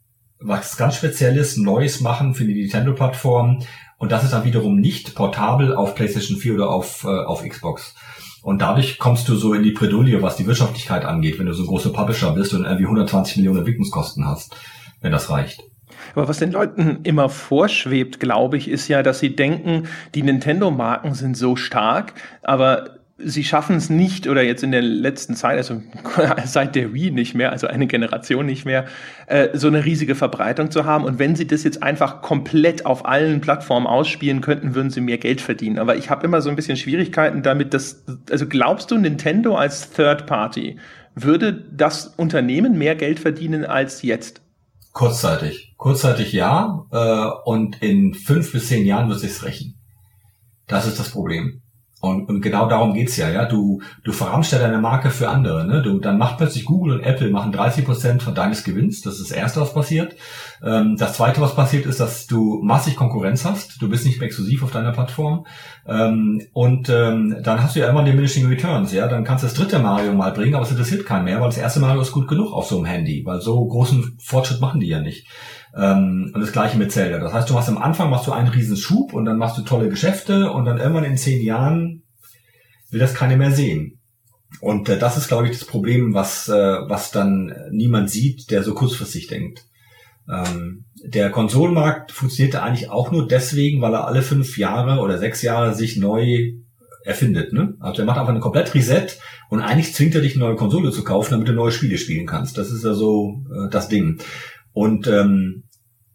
Speaker 2: was ganz Spezielles, Neues machen für die Nintendo-Plattform. Und das ist dann wiederum nicht portabel auf PlayStation vier oder auf, äh, auf Xbox. Und dadurch kommst du so in die Bredouille, was die Wirtschaftlichkeit angeht, wenn du so ein großer Publisher bist und irgendwie hundertzwanzig Millionen Entwicklungskosten hast, wenn das reicht.
Speaker 1: Aber was den Leuten immer vorschwebt, glaube ich, ist ja, dass sie denken, die Nintendo-Marken sind so stark, aber sie schaffen es nicht, oder jetzt in der letzten Zeit, also seit der Wii nicht mehr, also eine Generation nicht mehr, äh, so eine riesige Verbreitung zu haben. Und wenn sie das jetzt einfach komplett auf allen Plattformen ausspielen könnten, würden sie mehr Geld verdienen. Aber ich habe immer so ein bisschen Schwierigkeiten damit, dass, also glaubst du, Nintendo als Third Party würde das Unternehmen mehr Geld verdienen als jetzt?
Speaker 2: Kurzzeitig. Kurzzeitig ja, äh, und in fünf bis zehn Jahren wird sich's rächen. Das ist das Problem. Und, und genau darum geht's ja, ja. Du, du verramschst ja deine Marke für andere, ne? Du, dann macht plötzlich Google und Apple machen dreißig Prozent von deines Gewinns. Das ist das Erste, was passiert. Ähm, das Zweite, was passiert, ist, dass du massig Konkurrenz hast. Du bist nicht mehr exklusiv auf deiner Plattform. Ähm, und ähm, dann hast du ja immer diminishing returns, ja. Dann kannst du das dritte Mario mal bringen, aber es interessiert keinen mehr, weil das erste Mario ist gut genug auf so einem Handy, weil so großen Fortschritt machen die ja nicht. Ähm, und das Gleiche mit Zelda. Das heißt, du machst am Anfang machst du einen riesen Schub und dann machst du tolle Geschäfte und dann irgendwann in zehn Jahren will das keiner mehr sehen. Und äh, das ist, glaube ich, das Problem, was äh, was dann niemand sieht, der so kurzfristig denkt. Ähm, der Konsolenmarkt funktioniert eigentlich auch nur deswegen, weil er alle fünf Jahre oder sechs Jahre sich neu erfindet. Ne? Also er macht einfach eine komplett Reset und eigentlich zwingt er dich, eine neue Konsole zu kaufen, damit du neue Spiele spielen kannst. Das ist ja so äh, das Ding. Und ähm,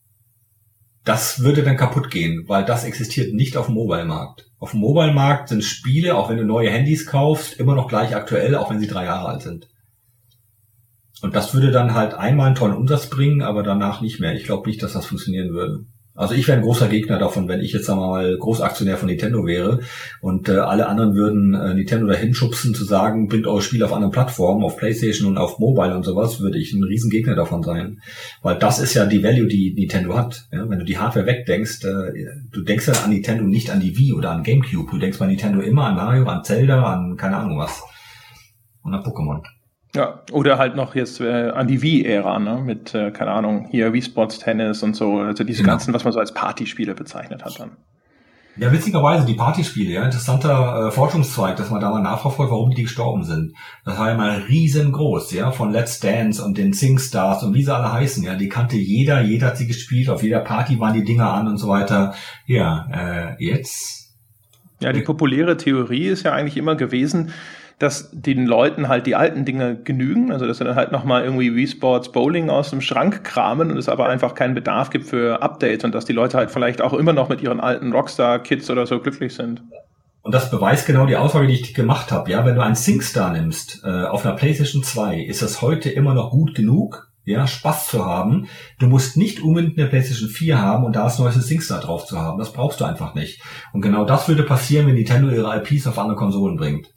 Speaker 2: das würde dann kaputt gehen, weil das existiert nicht auf dem Mobile-Markt. Auf dem Mobile-Markt sind Spiele, auch wenn du neue Handys kaufst, immer noch gleich aktuell, auch wenn sie drei Jahre alt sind. Und das würde dann halt einmal einen tollen Umsatz bringen, aber danach nicht mehr. Ich glaube nicht, dass das funktionieren würde. Also ich wäre ein großer Gegner davon, wenn ich jetzt sagen wir mal Großaktionär von Nintendo wäre und äh, alle anderen würden äh, Nintendo dahin schubsen, zu sagen, bringt eure Spiele auf anderen Plattformen, auf PlayStation und auf Mobile und sowas, würde ich ein riesen Gegner davon sein. Weil das ist ja die Value, die Nintendo hat. Ja? Wenn du die Hardware wegdenkst, äh, du denkst ja an Nintendo nicht an die Wii oder an GameCube. Du denkst bei Nintendo immer an Mario, an Zelda, an keine Ahnung was. Und an Pokémon.
Speaker 1: Ja, oder halt noch jetzt äh, an die Wii-Ära, ne? Mit, äh, keine Ahnung, hier Wii Sports Tennis und so, also diese genau. ganzen, was man so als Partyspiele bezeichnet hat dann.
Speaker 2: Ja, witzigerweise, die Partyspiele, ja, interessanter äh, Forschungszweig, dass man da mal nachverfolgt, warum die gestorben sind. Das war ja mal riesengroß, ja, von Let's Dance und den SingStars und wie sie alle heißen, ja, die kannte jeder, jeder hat sie gespielt, auf jeder Party waren die Dinger an und so weiter. Ja, äh, jetzt?
Speaker 1: Ja, die populäre Theorie ist ja eigentlich immer gewesen, dass den Leuten halt die alten Dinge genügen, also dass sie dann halt nochmal irgendwie Wii Sports Bowling aus dem Schrank kramen und es aber einfach keinen Bedarf gibt für Updates und dass die Leute halt vielleicht auch immer noch mit ihren alten Rockstar-Kids oder so glücklich sind.
Speaker 2: Und das beweist genau die Aussage, die ich gemacht habe. Ja, wenn du einen SingStar nimmst äh, auf einer PlayStation zwei, ist das heute immer noch gut genug, ja, Spaß zu haben. Du musst nicht unbedingt eine PlayStation vier haben und da das neueste SingStar drauf zu haben. Das brauchst du einfach nicht. Und genau das würde passieren, wenn Nintendo ihre I Ps auf andere Konsolen bringt.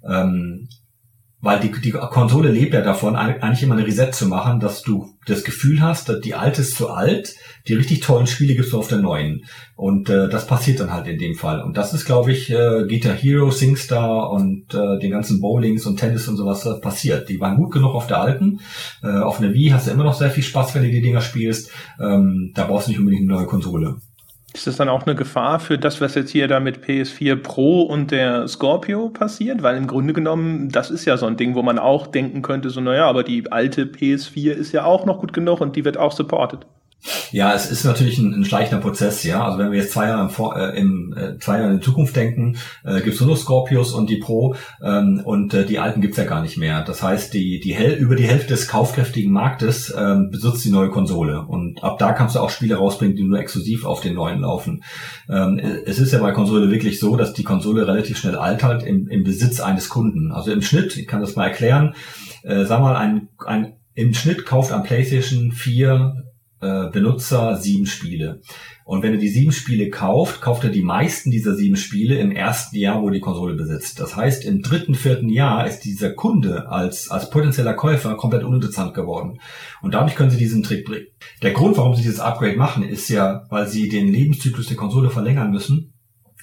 Speaker 2: Ähm, weil die, die Konsole lebt ja davon, eigentlich immer eine Reset zu machen, dass du das Gefühl hast, dass die alte ist zu alt, die richtig tollen Spiele gibt's auf der neuen. Und äh, das passiert dann halt in dem Fall. Und das ist, glaube ich, äh, Guitar Hero, SingStar und äh, den ganzen Bowlings und Tennis und sowas äh, passiert. Die waren gut genug auf der alten. Äh, auf einer Wii hast du immer noch sehr viel Spaß, wenn du die Dinger spielst. Ähm, da brauchst du nicht unbedingt eine neue Konsole.
Speaker 1: Ist das dann auch eine Gefahr für das, was jetzt hier da mit P S vier Pro und der Scorpio passiert? Weil im Grunde genommen, das ist ja so ein Ding, wo man auch denken könnte, so naja, aber die alte P S vier ist ja auch noch gut genug und die wird auch supported.
Speaker 2: Ja, es ist natürlich ein, ein schleichender Prozess, ja. Also wenn wir jetzt zwei Jahre im, Vor- äh, im äh, zwei Jahre in Zukunft denken, äh, gibt's nur noch Scorpios und die Pro ähm, und äh, die alten gibt's ja gar nicht mehr. Das heißt, die die Hel- über die Hälfte des kaufkräftigen Marktes ähm, besitzt die neue Konsole und ab da kannst du auch Spiele rausbringen, die nur exklusiv auf den neuen laufen. Ähm, es ist ja bei Konsole wirklich so, dass die Konsole relativ schnell altert im, im Besitz eines Kunden. Also im Schnitt, ich kann das mal erklären, äh, sag mal, ein, ein im Schnitt kauft ein PlayStation vier Benutzer sieben Spiele. Und wenn er die sieben Spiele kauft, kauft er die meisten dieser sieben Spiele im ersten Jahr, wo er die Konsole besitzt. Das heißt, im dritten, vierten Jahr ist dieser Kunde als als potenzieller Käufer komplett uninteressant geworden. Und dadurch können sie diesen Trick bringen. Der Grund, warum sie dieses Upgrade machen, ist ja, weil sie den Lebenszyklus der Konsole verlängern müssen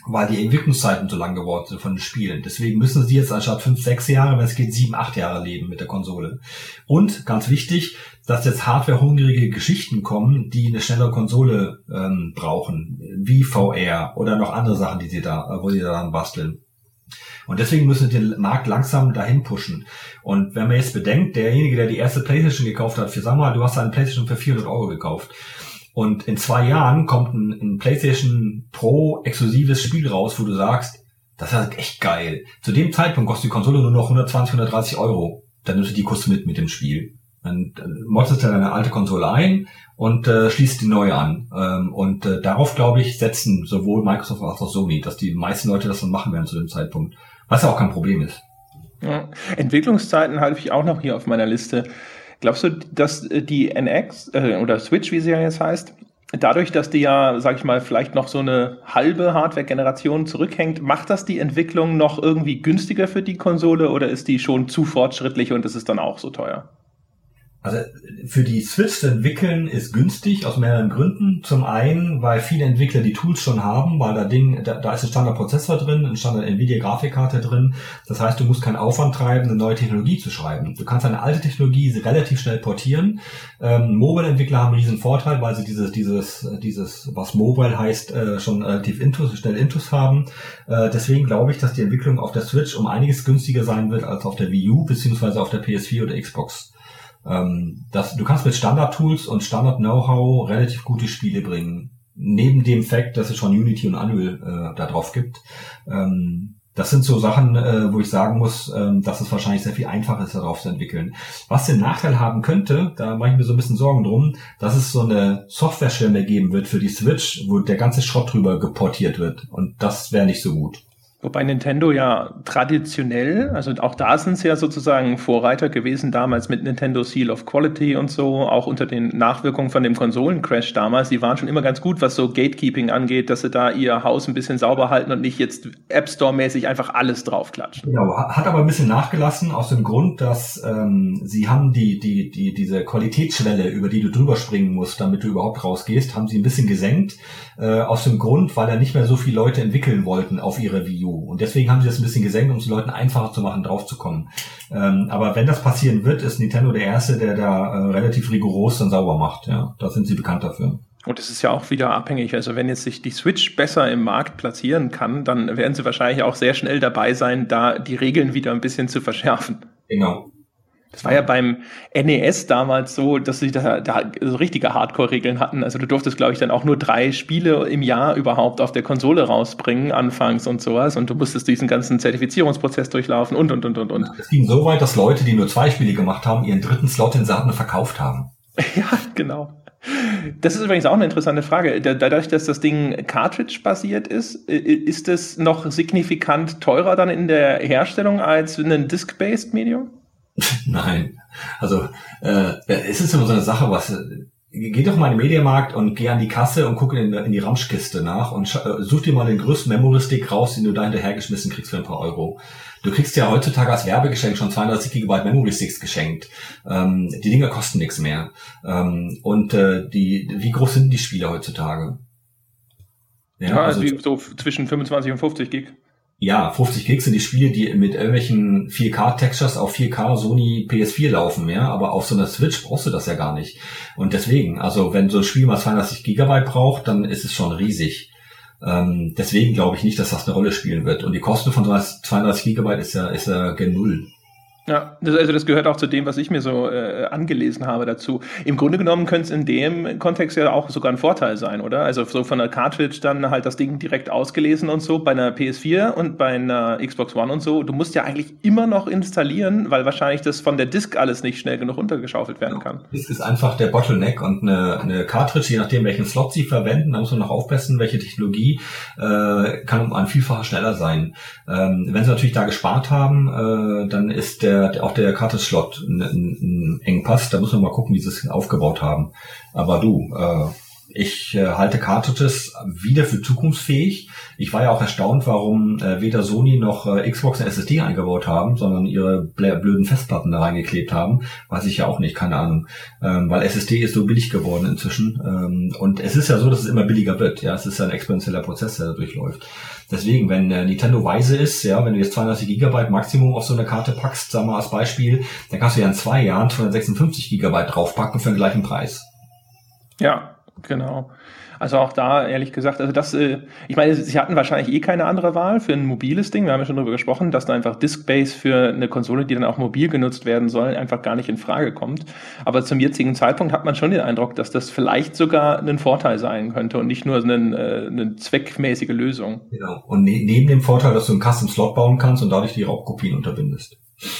Speaker 2: weil die Entwicklungszeiten so lang geworden sind von den Spielen. Deswegen müssen sie jetzt anstatt fünf, sechs Jahre, wenn es geht, sieben, acht Jahre leben mit der Konsole. Und ganz wichtig, dass jetzt hardwarehungrige Geschichten kommen, die eine schnellere Konsole ähm, brauchen, wie V R oder noch andere Sachen, die sie da, wo sie daran basteln. Und deswegen müssen sie den Markt langsam dahin pushen. Und wenn man jetzt bedenkt, derjenige, der die erste PlayStation gekauft hat, für sag mal, du hast eine PlayStation für vierhundert Euro gekauft. Und in zwei Jahren kommt ein, ein PlayStation Pro exklusives Spiel raus, wo du sagst, das ist halt echt geil. Zu dem Zeitpunkt kostet die Konsole nur noch hundertzwanzig, hundertdreißig Euro. Dann nimmst du die Kurs mit mit dem Spiel. Dann moddest du deine alte Konsole ein und äh, schließt die neue an. Ähm, und äh, darauf, glaube ich, setzen sowohl Microsoft als auch Sony, dass die meisten Leute das dann machen werden zu dem Zeitpunkt. Was ja auch kein Problem ist.
Speaker 1: Ja. Entwicklungszeiten halte ich auch noch hier auf meiner Liste. Glaubst du, dass die N X äh, oder Switch, wie sie ja jetzt heißt, dadurch, dass die ja, sag ich mal, vielleicht noch so eine halbe Hardware-Generation zurückhängt, macht das die Entwicklung noch irgendwie günstiger für die Konsole oder ist die schon zu fortschrittlich und ist es dann auch so teuer?
Speaker 2: Also für die Switch zu entwickeln ist günstig aus mehreren Gründen. Zum einen, weil viele Entwickler die Tools schon haben, weil da Ding, da, da ist ein Standardprozessor drin, ein Standard Nvidia-Grafikkarte drin. Das heißt, du musst keinen Aufwand treiben, eine neue Technologie zu schreiben. Du kannst eine alte Technologie relativ schnell portieren. Ähm, Mobile-Entwickler haben einen riesen Vorteil, weil sie dieses, dieses, dieses, was Mobile heißt, äh, schon relativ intus, schnell intus haben. Äh, deswegen glaube ich, dass die Entwicklung auf der Switch um einiges günstiger sein wird als auf der Wii U beziehungsweise auf der P S vier oder Xbox. Ähm, das, du kannst mit Standard-Tools und Standard-Know-how relativ gute Spiele bringen. Neben dem Fakt, dass es schon Unity und Unreal äh, da drauf gibt. Ähm, das sind so Sachen, äh, wo ich sagen muss, ähm, dass es wahrscheinlich sehr viel einfacher ist, darauf zu entwickeln. Was den Nachteil haben könnte, da mache ich mir so ein bisschen Sorgen drum, dass es so eine Software-Schwemme geben wird für die Switch, wo der ganze Schrott drüber geportiert wird. Und das wäre nicht so gut.
Speaker 1: Wobei Nintendo ja traditionell, also auch da sind sie ja sozusagen Vorreiter gewesen damals mit Nintendo Seal of Quality und so, auch unter den Nachwirkungen von dem Konsolencrash damals. Die waren schon immer ganz gut, was so Gatekeeping angeht, dass sie da ihr Haus ein bisschen sauber halten und nicht jetzt App Store-mäßig einfach alles draufklatschen.
Speaker 2: Genau, hat aber ein bisschen nachgelassen aus dem Grund, dass ähm, sie haben die die die diese Qualitätsschwelle, über die du drüber springen musst, damit du überhaupt rausgehst, haben sie ein bisschen gesenkt. Äh, aus dem Grund, weil da nicht mehr so viele Leute entwickeln wollten auf ihre Wii U. Und deswegen haben sie das ein bisschen gesenkt, um es den Leuten einfacher zu machen, draufzukommen. Ähm, aber wenn das passieren wird, ist Nintendo der Erste, der da äh, relativ rigoros dann sauber macht. Ja, da sind sie bekannt dafür.
Speaker 1: Und es ist ja auch wieder abhängig. Also wenn jetzt sich die Switch besser im Markt platzieren kann, dann werden sie wahrscheinlich auch sehr schnell dabei sein, da die Regeln wieder ein bisschen zu verschärfen.
Speaker 2: Genau.
Speaker 1: Das war ja beim N E S damals so, dass sie da, da so richtige Hardcore-Regeln hatten. Also du durftest, glaube ich, dann auch nur drei Spiele im Jahr überhaupt auf der Konsole rausbringen, anfangs und sowas. Und du musstest diesen ganzen Zertifizierungsprozess durchlaufen und, und, und, und, und.
Speaker 2: Es ging so weit, dass Leute, die nur zwei Spiele gemacht haben, ihren dritten Slot in Sachen verkauft haben.
Speaker 1: Ja, genau. Das ist übrigens auch eine interessante Frage. Dadurch, dass das Ding Cartridge-basiert ist, ist es noch signifikant teurer dann in der Herstellung als ein Disk-based Medium?
Speaker 2: Nein, also äh, es ist immer so eine Sache, was äh, geh doch mal in den Mediamarkt und geh an die Kasse und guck in, in die Ramschkiste nach und äh, such dir mal den größten Memory-Stick raus, den du da hinterhergeschmissen kriegst für ein paar Euro. Du kriegst ja heutzutage als Werbegeschenk schon zweiunddreißig Gigabyte Memory-Sticks geschenkt. Ähm, die Dinger kosten nichts mehr. Ähm, und äh, die, wie groß sind die Spiele heutzutage?
Speaker 1: Ja, ja also so zwischen fünfundzwanzig und fünfzig Gig.
Speaker 2: Ja, fünfzig Gig sind die Spiele, die mit irgendwelchen vier K-Textures auf vier K Sony P S vier laufen, ja, aber auf so einer Switch brauchst du das ja gar nicht. Und deswegen, also wenn so ein Spiel mal zweiunddreißig Gigabyte braucht, dann ist es schon riesig. Ähm, deswegen glaube ich nicht, dass das eine Rolle spielen wird. Und die Kosten von zweiunddreißig Gigabyte ist ja, ist ja gen Null.
Speaker 1: Ja, das, also das gehört auch zu dem, was ich mir so äh, angelesen habe dazu. Im Grunde genommen könnte es in dem Kontext ja auch sogar ein Vorteil sein, oder? Also so von der Cartridge dann halt das Ding direkt ausgelesen und so, bei einer P S vier und bei einer Xbox One und so. Du musst ja eigentlich immer noch installieren, weil wahrscheinlich das von der Disk alles nicht schnell genug runtergeschaufelt werden kann.
Speaker 2: Disk ist einfach der Bottleneck und eine, eine Cartridge, je nachdem welchen Slot sie verwenden, da muss man noch aufpassen, welche Technologie, äh, kann um ein Vielfaches schneller sein. Ähm, wenn sie natürlich da gespart haben, äh, dann ist der Der, auch der Cartridge-Slot ein, ein, ein Engpass, da muss man mal gucken, wie sie es aufgebaut haben. Aber du, äh, ich äh, halte Cartridges wieder für zukunftsfähig. Ich war ja auch erstaunt, warum äh, weder Sony noch äh, Xbox eine S S D eingebaut haben, sondern ihre blä- blöden Festplatten da reingeklebt haben. Weiß ich ja auch nicht, keine Ahnung. Ähm, weil S S D ist so billig geworden inzwischen. Ähm, und es ist ja so, dass es immer billiger wird. Ja, es ist ja ein exponentieller Prozess, der da durchläuft. Deswegen, wenn äh, Nintendo weise ist, ja, wenn du jetzt zweiunddreißig Gigabyte Maximum auf so eine Karte packst, sagen wir als Beispiel, dann kannst du ja in zwei Jahren zweihundertsechsundfünfzig Gigabyte draufpacken für den gleichen Preis.
Speaker 1: Ja, genau. Also auch da, ehrlich gesagt, also das, äh, ich meine, sie hatten wahrscheinlich eh keine andere Wahl für ein mobiles Ding. Wir haben ja schon darüber gesprochen, dass da einfach Disk-Base für eine Konsole, die dann auch mobil genutzt werden soll, einfach gar nicht in Frage kommt. Aber zum jetzigen Zeitpunkt hat man schon den Eindruck, dass das vielleicht sogar ein Vorteil sein könnte und nicht nur eine, äh, eine zweckmäßige Lösung.
Speaker 2: Genau. Und ne- neben dem Vorteil, dass du einen Custom-Slot bauen kannst und dadurch die Raubkopien unterbindest.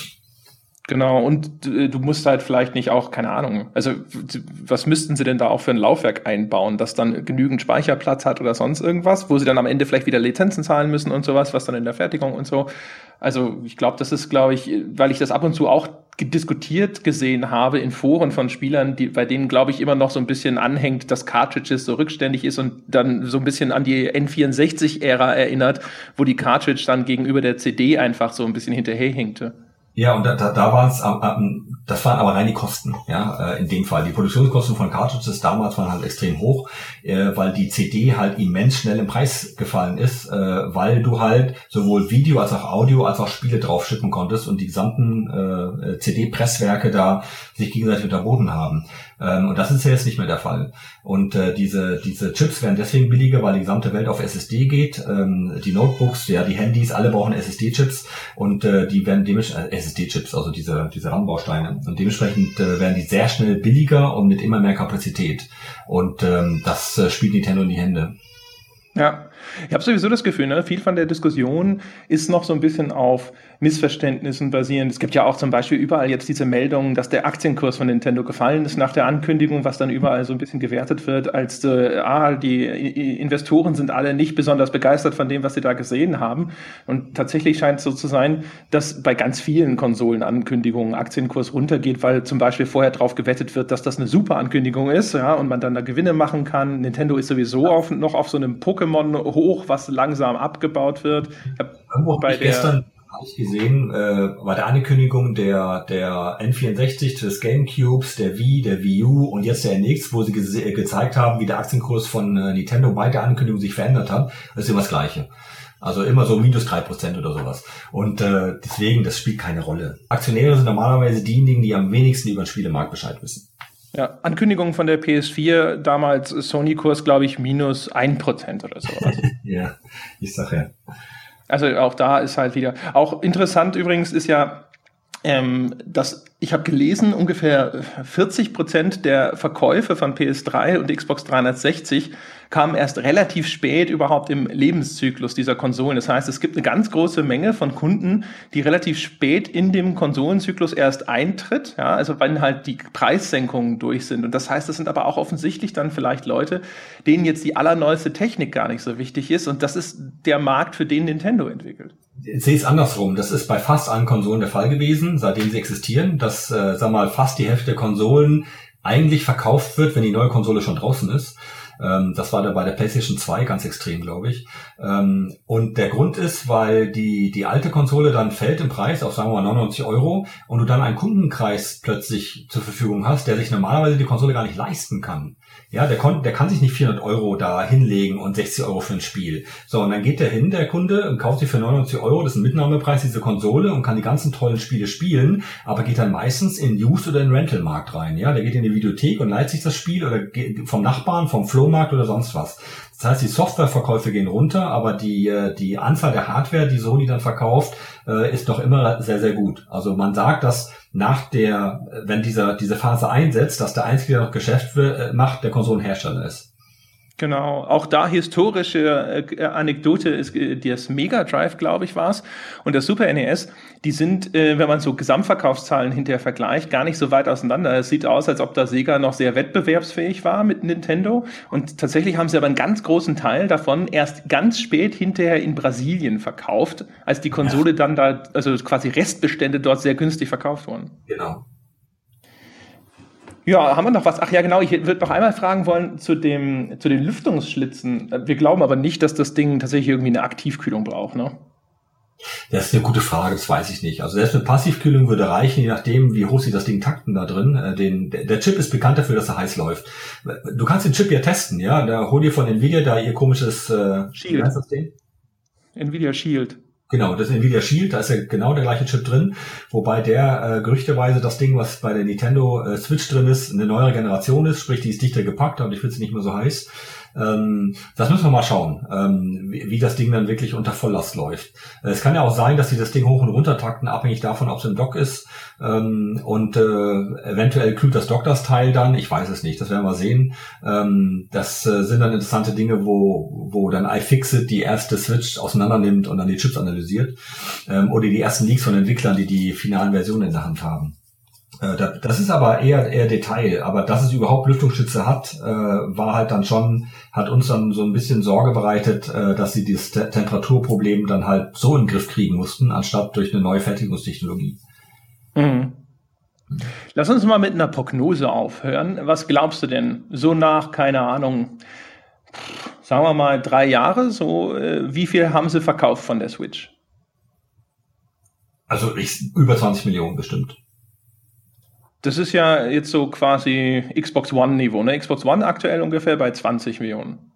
Speaker 1: Genau, und äh, du musst halt vielleicht nicht auch, keine Ahnung, also was müssten sie denn da auch für ein Laufwerk einbauen, das dann genügend Speicherplatz hat oder sonst irgendwas, wo sie dann am Ende vielleicht wieder Lizenzen zahlen müssen und sowas, was dann in der Fertigung und so. Also ich glaube, das ist, glaube ich, weil ich das ab und zu auch diskutiert gesehen habe in Foren von Spielern, die, bei denen, glaube ich, immer noch so ein bisschen anhängt, dass Cartridges so rückständig ist und dann so ein bisschen an die N vierundsechzig-Ära erinnert, wo die Cartridge dann gegenüber der C D einfach so ein bisschen hinterherhinkte.
Speaker 2: Ja, und da, da, da waren es, ähm, das waren aber rein die Kosten, ja, äh, in dem Fall. Die Produktionskosten von Cartridges damals waren halt extrem hoch, äh, weil die C D halt immens schnell im Preis gefallen ist, äh, weil du halt sowohl Video als auch Audio als auch Spiele drauf schippen konntest und die gesamten äh, C D-Presswerke da sich gegenseitig unterboten haben. Ähm, und das ist ja jetzt nicht mehr der Fall. Und äh, diese diese Chips werden deswegen billiger, weil die gesamte Welt auf S S D geht. Ähm, die Notebooks, ja, die Handys, alle brauchen S S D-Chips und äh, die werden dementsprechend äh, S S D-Chips, also diese diese RAM-Bausteine. Und dementsprechend äh, werden die sehr schnell billiger und mit immer mehr Kapazität. Und ähm, das äh, spielt Nintendo in die Hände.
Speaker 1: Ja, ich habe sowieso das Gefühl, ne, viel von der Diskussion ist noch so ein bisschen auf Missverständnissen basierend. Es gibt ja auch zum Beispiel überall jetzt diese Meldungen, dass der Aktienkurs von Nintendo gefallen ist nach der Ankündigung, was dann überall so ein bisschen gewertet wird, als äh, ah, die Investoren sind alle nicht besonders begeistert von dem, was sie da gesehen haben. Und tatsächlich scheint es so zu sein, dass bei ganz vielen Konsolenankündigungen Aktienkurs runtergeht, weil zum Beispiel vorher drauf gewettet wird, dass das eine super Ankündigung ist, ja, und man dann da Gewinne machen kann. Nintendo ist sowieso auf, noch auf so einem Pokémon hoch, was langsam abgebaut wird. Ich hab
Speaker 2: Irgendwo
Speaker 1: bei
Speaker 2: hab ich
Speaker 1: der
Speaker 2: gestern habe ich gesehen, äh, bei der Ankündigung der der N vierundsechzig, des Gamecubes, der Wii, der Wii U und jetzt der N X, wo sie ge- gezeigt haben, wie der Aktienkurs von äh, Nintendo bei der Ankündigung sich verändert hat, das ist immer das Gleiche. Also immer so minus drei Prozent oder sowas. Und äh, deswegen, das spielt keine Rolle. Aktionäre sind normalerweise diejenigen, die am wenigsten über den Spielemarkt Bescheid wissen.
Speaker 1: Ja, Ankündigung von der P S vier, damals Sony-Kurs, glaube ich, minus ein Prozent oder sowas.
Speaker 2: Ja, ich sag ja.
Speaker 1: Also auch da ist halt wieder, auch interessant übrigens ist ja, ähm, dass ich habe gelesen, ungefähr vierzig Prozent der Verkäufe von P S drei und Xbox dreihundertsechzig kamen erst relativ spät überhaupt im Lebenszyklus dieser Konsolen. Das heißt, es gibt eine ganz große Menge von Kunden, die relativ spät in dem Konsolenzyklus erst eintritt, ja, also wenn halt die Preissenkungen durch sind. Und das heißt, das sind aber auch offensichtlich dann vielleicht Leute, denen jetzt die allerneueste Technik gar nicht so wichtig ist. Und das ist der Markt, für den Nintendo entwickelt.
Speaker 2: Ich sehe es andersrum. Das ist bei fast allen Konsolen der Fall gewesen, seitdem sie existieren, dass, äh, sag mal, fast die Hälfte der Konsolen eigentlich verkauft wird, wenn die neue Konsole schon draußen ist. Ähm, das war da bei der PlayStation zwei ganz extrem, glaube ich. Ähm, und der Grund ist, weil die die alte Konsole dann fällt im Preis auf, sagen wir mal, neunundneunzig Euro und du dann einen Kundenkreis plötzlich zur Verfügung hast, der sich normalerweise die Konsole gar nicht leisten kann. Ja, der, kon- der kann sich nicht vierhundert Euro da hinlegen und sechzig Euro für ein Spiel. So, und dann geht der hin, der Kunde, und kauft sich für neunundneunzig Euro, das ist ein Mitnahmepreis, diese Konsole, und kann die ganzen tollen Spiele spielen, aber geht dann meistens in Used- oder in den Rental-Markt rein. Ja, der geht in die Videothek und leiht sich das Spiel oder geht vom Nachbarn, vom Flohmarkt oder sonst was. Das heißt, die Softwareverkäufe gehen runter, aber die die Anzahl der Hardware, die Sony dann verkauft, ist doch immer sehr, sehr gut. Also man sagt, dass nach der, wenn dieser diese Phase einsetzt, dass der Einzige, der noch Geschäft macht, der Konsolenhersteller ist.
Speaker 1: Genau, auch da historische äh, Anekdote ist äh, das Mega Drive, glaube ich, war es, und das Super N E S, die sind, äh, wenn man so Gesamtverkaufszahlen hinterher vergleicht, gar nicht so weit auseinander. Es sieht aus, als ob da Sega noch sehr wettbewerbsfähig war mit Nintendo, und tatsächlich haben sie aber einen ganz großen Teil davon erst ganz spät hinterher in Brasilien verkauft, als die Konsole ja. dann da, also quasi Restbestände dort sehr günstig verkauft wurden.
Speaker 2: Genau.
Speaker 1: Ja, haben wir noch was? Ach ja, genau, ich würde noch einmal fragen wollen zu dem, zu den Lüftungsschlitzen. Wir glauben aber nicht, dass das Ding tatsächlich irgendwie eine Aktivkühlung braucht, ne?
Speaker 2: Das ist eine gute Frage, das weiß ich nicht. Also selbst eine Passivkühlung würde reichen, je nachdem, wie hoch sie das Ding takten da drin. Äh, den, der Chip ist bekannt dafür, dass er heiß läuft. Du kannst den Chip ja testen, ja. Da hol dir von Nvidia da ihr komisches äh,
Speaker 1: Shield.
Speaker 2: Wie heißt das Ding?
Speaker 1: Nvidia Shield.
Speaker 2: Genau, das ist Nvidia Shield, da ist ja genau der gleiche Chip drin, wobei der äh, gerüchteweise das Ding, was bei der Nintendo äh, Switch drin ist, eine neuere Generation ist, sprich, die ist dichter gepackt und ich finde sie nicht mehr so heiß. Ähm, das müssen wir mal schauen, ähm, wie, wie das Ding dann wirklich unter Volllast läuft. Äh, es kann ja auch sein, dass sie das Ding hoch und runter takten, abhängig davon, ob es im Dock ist, ähm, und äh, eventuell kühlt das Dock das Teil dann, ich weiß es nicht, das werden wir sehen. Ähm, das äh, sind dann interessante Dinge, wo wo dann iFixit die erste Switch auseinander nimmt und dann die Chips analysiert, ähm, oder die ersten Leaks von Entwicklern, die die finalen Versionen in der Hand haben. Das ist aber eher eher Detail, aber dass es überhaupt Lüftungsschütze hat, äh, war halt dann schon, hat uns dann so ein bisschen Sorge bereitet, äh, dass sie dieses Te- Temperaturproblem dann halt so in den Griff kriegen mussten, anstatt durch eine neue Fertigungstechnologie.
Speaker 1: Mhm. Lass uns mal mit einer Prognose aufhören. Was glaubst du denn? So nach, keine Ahnung, sagen wir mal drei Jahre, so äh, wie viel haben sie verkauft von der Switch?
Speaker 2: Also ich, über zwanzig Millionen bestimmt.
Speaker 1: Das ist ja jetzt so quasi Xbox One-Niveau, ne? Xbox One aktuell ungefähr bei zwanzig Millionen.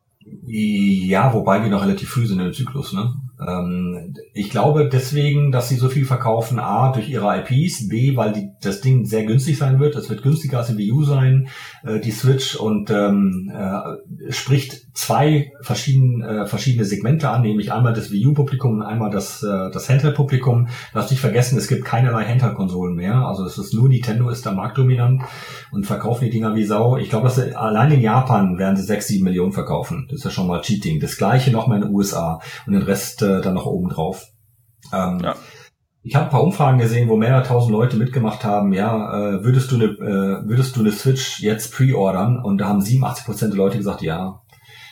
Speaker 2: Ja, wobei wir noch relativ früh sind im Zyklus, ne? Ähm, ich glaube deswegen, dass sie so viel verkaufen, A, durch ihre I Ps, B, weil die, das Ding sehr günstig sein wird. Es wird günstiger als die Wii U sein, äh, die Switch, und ähm, äh, spricht zwei verschiedene, äh, verschiedene Segmente an, nämlich einmal das Wii U-Publikum und einmal das, äh, das Handheld-Publikum. Darfst nicht vergessen, es gibt keinerlei Handheld-Konsolen mehr. Also es ist nur Nintendo, ist da marktdominant und verkaufen die Dinger wie Sau. Ich glaube, dass sie, allein in Japan werden sie sechs, sieben Millionen verkaufen. Das ist ja schon mal Cheating. Das gleiche nochmal in den U S A und den Rest äh, dann noch oben drauf. Ähm, ja. Ich habe ein paar Umfragen gesehen, wo mehrere tausend Leute mitgemacht haben. Ja, äh, würdest du eine äh, würdest du eine Switch jetzt pre-ordern? Und da haben siebenundachtzig Prozent der Leute gesagt, ja.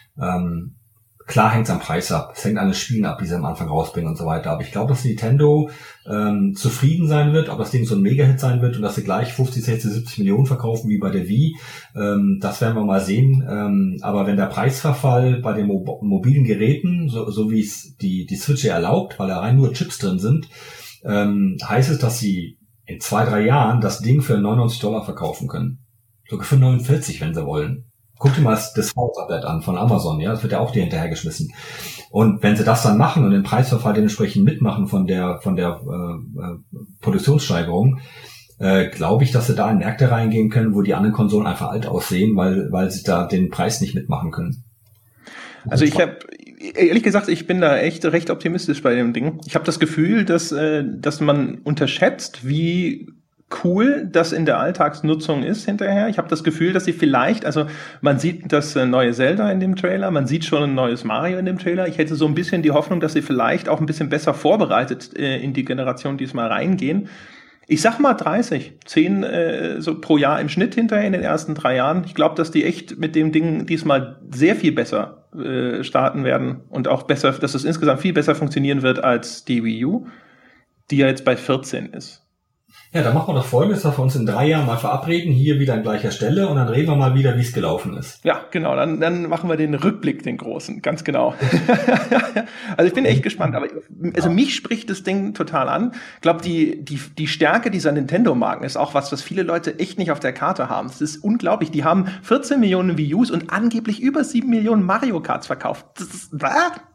Speaker 2: Ähm, klar hängt es am Preis ab. Es hängt an den Spielen ab, die sie am Anfang rausbringen und so weiter. Aber ich glaube, dass Nintendo ähm, zufrieden sein wird, ob das Ding so ein Mega-Hit sein wird und dass sie gleich fünfzig, sechzig, siebzig Millionen verkaufen wie bei der Wii. Ähm, das werden wir mal sehen. Ähm, aber wenn der Preisverfall bei den Mo- mobilen Geräten, so, so wie es die, die Switch ja erlaubt, weil da rein nur Chips drin sind, ähm, heißt es, dass sie in zwei, drei Jahren das Ding für neunundneunzig Dollar verkaufen können. Sogar für neunundvierzig, wenn sie wollen. Guck dir mal das, das V-Tablet an von Amazon, ja, das wird ja auch dir hinterhergeschmissen. Und wenn sie das dann machen und den Preisverfall dementsprechend mitmachen von der von der äh, Produktionssteigerung, äh, glaube ich, dass sie da in Märkte reingehen können, wo die anderen Konsolen einfach alt aussehen, weil weil sie da den Preis nicht mitmachen können.
Speaker 1: Also ich habe, ehrlich gesagt, ich bin da echt recht optimistisch bei dem Ding. Ich habe das Gefühl, dass äh, dass man unterschätzt, wie cool das in der Alltagsnutzung ist hinterher. Ich habe das Gefühl, dass sie vielleicht, also man sieht das neue Zelda in dem Trailer, man sieht schon ein neues Mario in dem Trailer. Ich hätte so ein bisschen die Hoffnung, dass sie vielleicht auch ein bisschen besser vorbereitet äh, in die Generation diesmal reingehen. Ich sag mal dreißig, zehn äh, so pro Jahr im Schnitt hinterher in den ersten drei Jahren. Ich glaube, dass die echt mit dem Ding diesmal sehr viel besser äh, starten werden und auch besser, dass es insgesamt viel besser funktionieren wird als die Wii U, die ja jetzt bei vierzehn ist.
Speaker 2: Ja, dann machen wir doch Folgendes, dass wir uns in drei Jahren mal verabreden, hier wieder an gleicher Stelle, und dann reden wir mal wieder, wie es gelaufen ist.
Speaker 1: Ja, genau, dann, dann machen wir den Rückblick, den großen, ganz genau. Also ich bin echt gespannt, aber also mich spricht das Ding total an. Ich glaube, die, die, die Stärke dieser Nintendo-Marken ist auch was, was viele Leute echt nicht auf der Karte haben. Es ist unglaublich, die haben vierzehn Millionen Wii Us und angeblich über sieben Millionen Mario Karts verkauft. Das ist, was?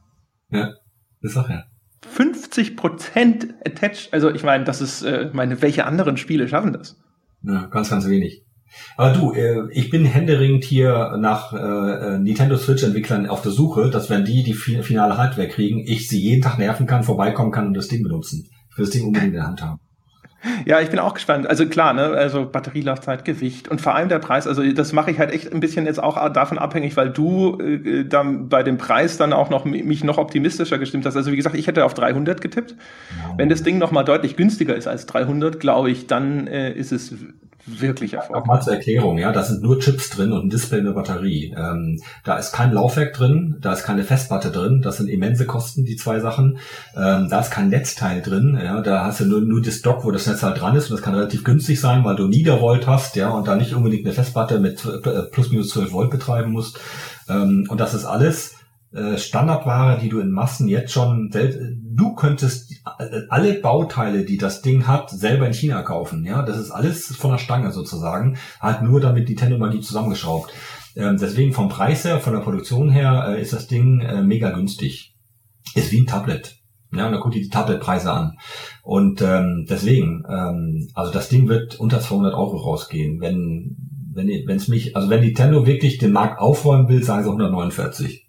Speaker 2: Ja, das ist auch ja.
Speaker 1: fünfzig Prozent attached, also ich meine, das ist, äh, meine, welche anderen Spiele schaffen das?
Speaker 2: Ja, ganz, ganz wenig. Aber du, äh, ich bin händeringend hier nach äh, Nintendo Switch-Entwicklern auf der Suche, dass wenn die die finale Hardware kriegen, ich sie jeden Tag nerven kann, vorbeikommen kann und das Ding benutzen. Ich will das Ding unbedingt in der Hand haben.
Speaker 1: Ja, ich bin auch gespannt. Also klar, ne, also Batterielaufzeit, Gewicht und vor allem der Preis. Also das mache ich halt echt ein bisschen jetzt auch davon abhängig, weil du äh, dann bei dem Preis dann auch noch mich noch optimistischer gestimmt hast. Also wie gesagt, ich hätte auf dreihundert getippt. Ja. Wenn das Ding noch mal deutlich günstiger ist als dreihundert, glaube ich, dann äh, ist es wirklich erfolgreich.
Speaker 2: Nochmal zur Erklärung, ja, da sind nur Chips drin und ein Display und eine Batterie. Ähm, da ist kein Laufwerk drin, da ist keine Festplatte drin, das sind immense Kosten, die zwei Sachen. Ähm, da ist kein Netzteil drin, ja, da hast du nur, nur das Dock, wo das Anschlussnetz halt dran ist und das kann relativ günstig sein, weil du Niedervolt hast, ja, und da nicht unbedingt eine Festplatte mit plus minus zwölf Volt betreiben musst. Ähm, und das ist alles äh, Standardware, die du in Massen jetzt schon selbst, du könntest alle Bauteile, die das Ding hat, selber in China kaufen, ja. Das ist alles von der Stange sozusagen, halt nur damit Nintendo mal die zusammengeschraubt. Ähm, deswegen vom Preis her, von der Produktion her, äh, ist das Ding äh, mega günstig. Ist wie ein Tablet. Ja, und da guckt ihr die Tabletpreise an. Und ähm, deswegen, ähm, also das Ding wird unter zweihundert Euro rausgehen. Wenn wenn wenn es mich, also wenn Nintendo wirklich den Markt aufräumen will, sagen sie hundertneunundvierzig.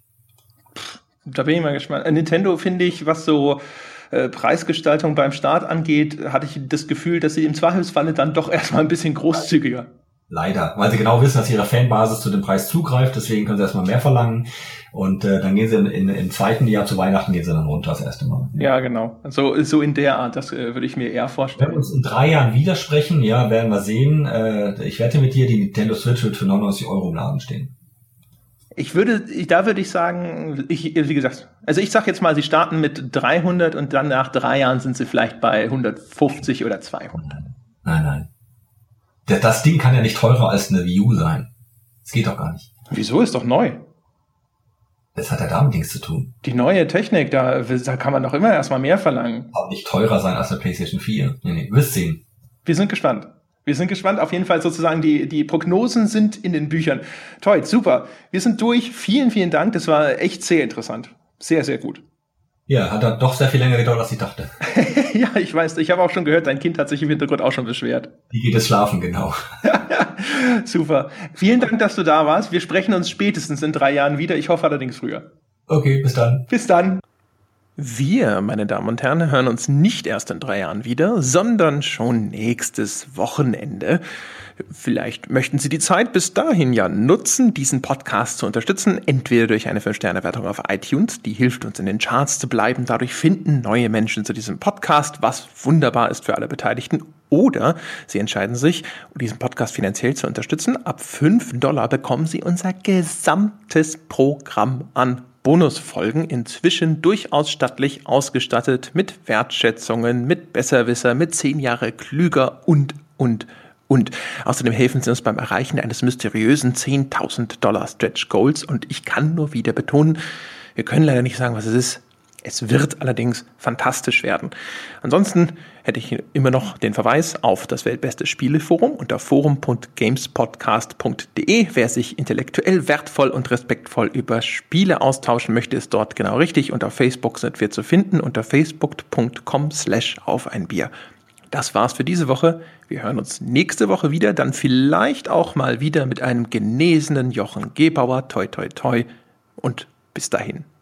Speaker 1: Da bin ich mal gespannt. Nintendo finde ich, was so äh, Preisgestaltung beim Start angeht, hatte ich das Gefühl, dass sie im Zweifelsfalle dann doch erstmal ein bisschen großzügiger.
Speaker 2: Leider, weil sie genau wissen, dass ihre Fanbasis zu dem Preis zugreift, deswegen können sie erstmal mehr verlangen und äh, dann gehen sie in, in, im zweiten Jahr zu Weihnachten gehen sie dann runter das erste Mal.
Speaker 1: Ja, genau. So, so in der Art, das äh, würde ich mir eher vorstellen.
Speaker 2: Wenn wir uns in drei Jahren widersprechen, ja, werden wir sehen. Äh, ich wette mit dir, die Nintendo Switch wird für neunundneunzig Euro im Laden stehen.
Speaker 1: Ich würde, da würde ich sagen, ich, wie gesagt, also ich sag jetzt mal, sie starten mit dreihundert und dann nach drei Jahren sind sie vielleicht bei hundertfünfzig oder zweihundert.
Speaker 2: Nein, nein. Das Ding kann ja nicht teurer als eine Wii U sein. Das geht doch gar nicht.
Speaker 1: Wieso? Ist doch neu.
Speaker 2: Das hat ja damit nichts zu tun.
Speaker 1: Die neue Technik, da, da kann man doch immer erstmal mehr verlangen.
Speaker 2: Aber nicht teurer sein als eine PlayStation vier. Nee, nee, wirst sehen.
Speaker 1: Wir sind gespannt. Wir sind gespannt. Auf jeden Fall sozusagen, die, die Prognosen sind in den Büchern. Toll, super. Wir sind durch. Vielen, vielen Dank. Das war echt sehr interessant. Sehr, sehr gut.
Speaker 2: Ja, hat dann doch sehr viel länger gedauert, als ich dachte.
Speaker 1: Ja, ich weiß. Ich habe auch schon gehört, dein Kind hat sich im Hintergrund auch schon beschwert.
Speaker 2: Wie geht es schlafen, genau.
Speaker 1: Super. Vielen Dank, dass du da warst. Wir sprechen uns spätestens in drei Jahren wieder. Ich hoffe allerdings früher.
Speaker 2: Okay, bis dann.
Speaker 1: Bis dann. Wir, meine Damen und Herren, hören uns nicht erst in drei Jahren wieder, sondern schon nächstes Wochenende. Vielleicht möchten Sie die Zeit bis dahin ja nutzen, diesen Podcast zu unterstützen, entweder durch eine fünf Sterne Wertung auf iTunes, die hilft uns in den Charts zu bleiben, dadurch finden neue Menschen zu diesem Podcast, was wunderbar ist für alle Beteiligten, oder Sie entscheiden sich, diesen Podcast finanziell zu unterstützen. Ab fünf Dollar bekommen Sie unser gesamtes Programm an Bonusfolgen, inzwischen durchaus stattlich ausgestattet mit Wertschätzungen, mit Besserwisser, mit zehn Jahre klüger und, und, und. Außerdem helfen Sie uns beim Erreichen eines mysteriösen zehntausend Dollar Stretch Goals und ich kann nur wieder betonen, wir können leider nicht sagen, was es ist. Es wird allerdings fantastisch werden. Ansonsten hätte ich immer noch den Verweis auf das Weltbeste Spieleforum unter forum punkt gamespodcast punkt de. Wer sich intellektuell wertvoll und respektvoll über Spiele austauschen möchte, ist dort genau richtig. Und auf Facebook sind wir zu finden unter facebook punkt com slash auf ein Bier. Das war's für diese Woche. Wir hören uns nächste Woche wieder, dann vielleicht auch mal wieder mit einem genesenen Jochen Gebauer. Toi, toi, toi. Und bis dahin.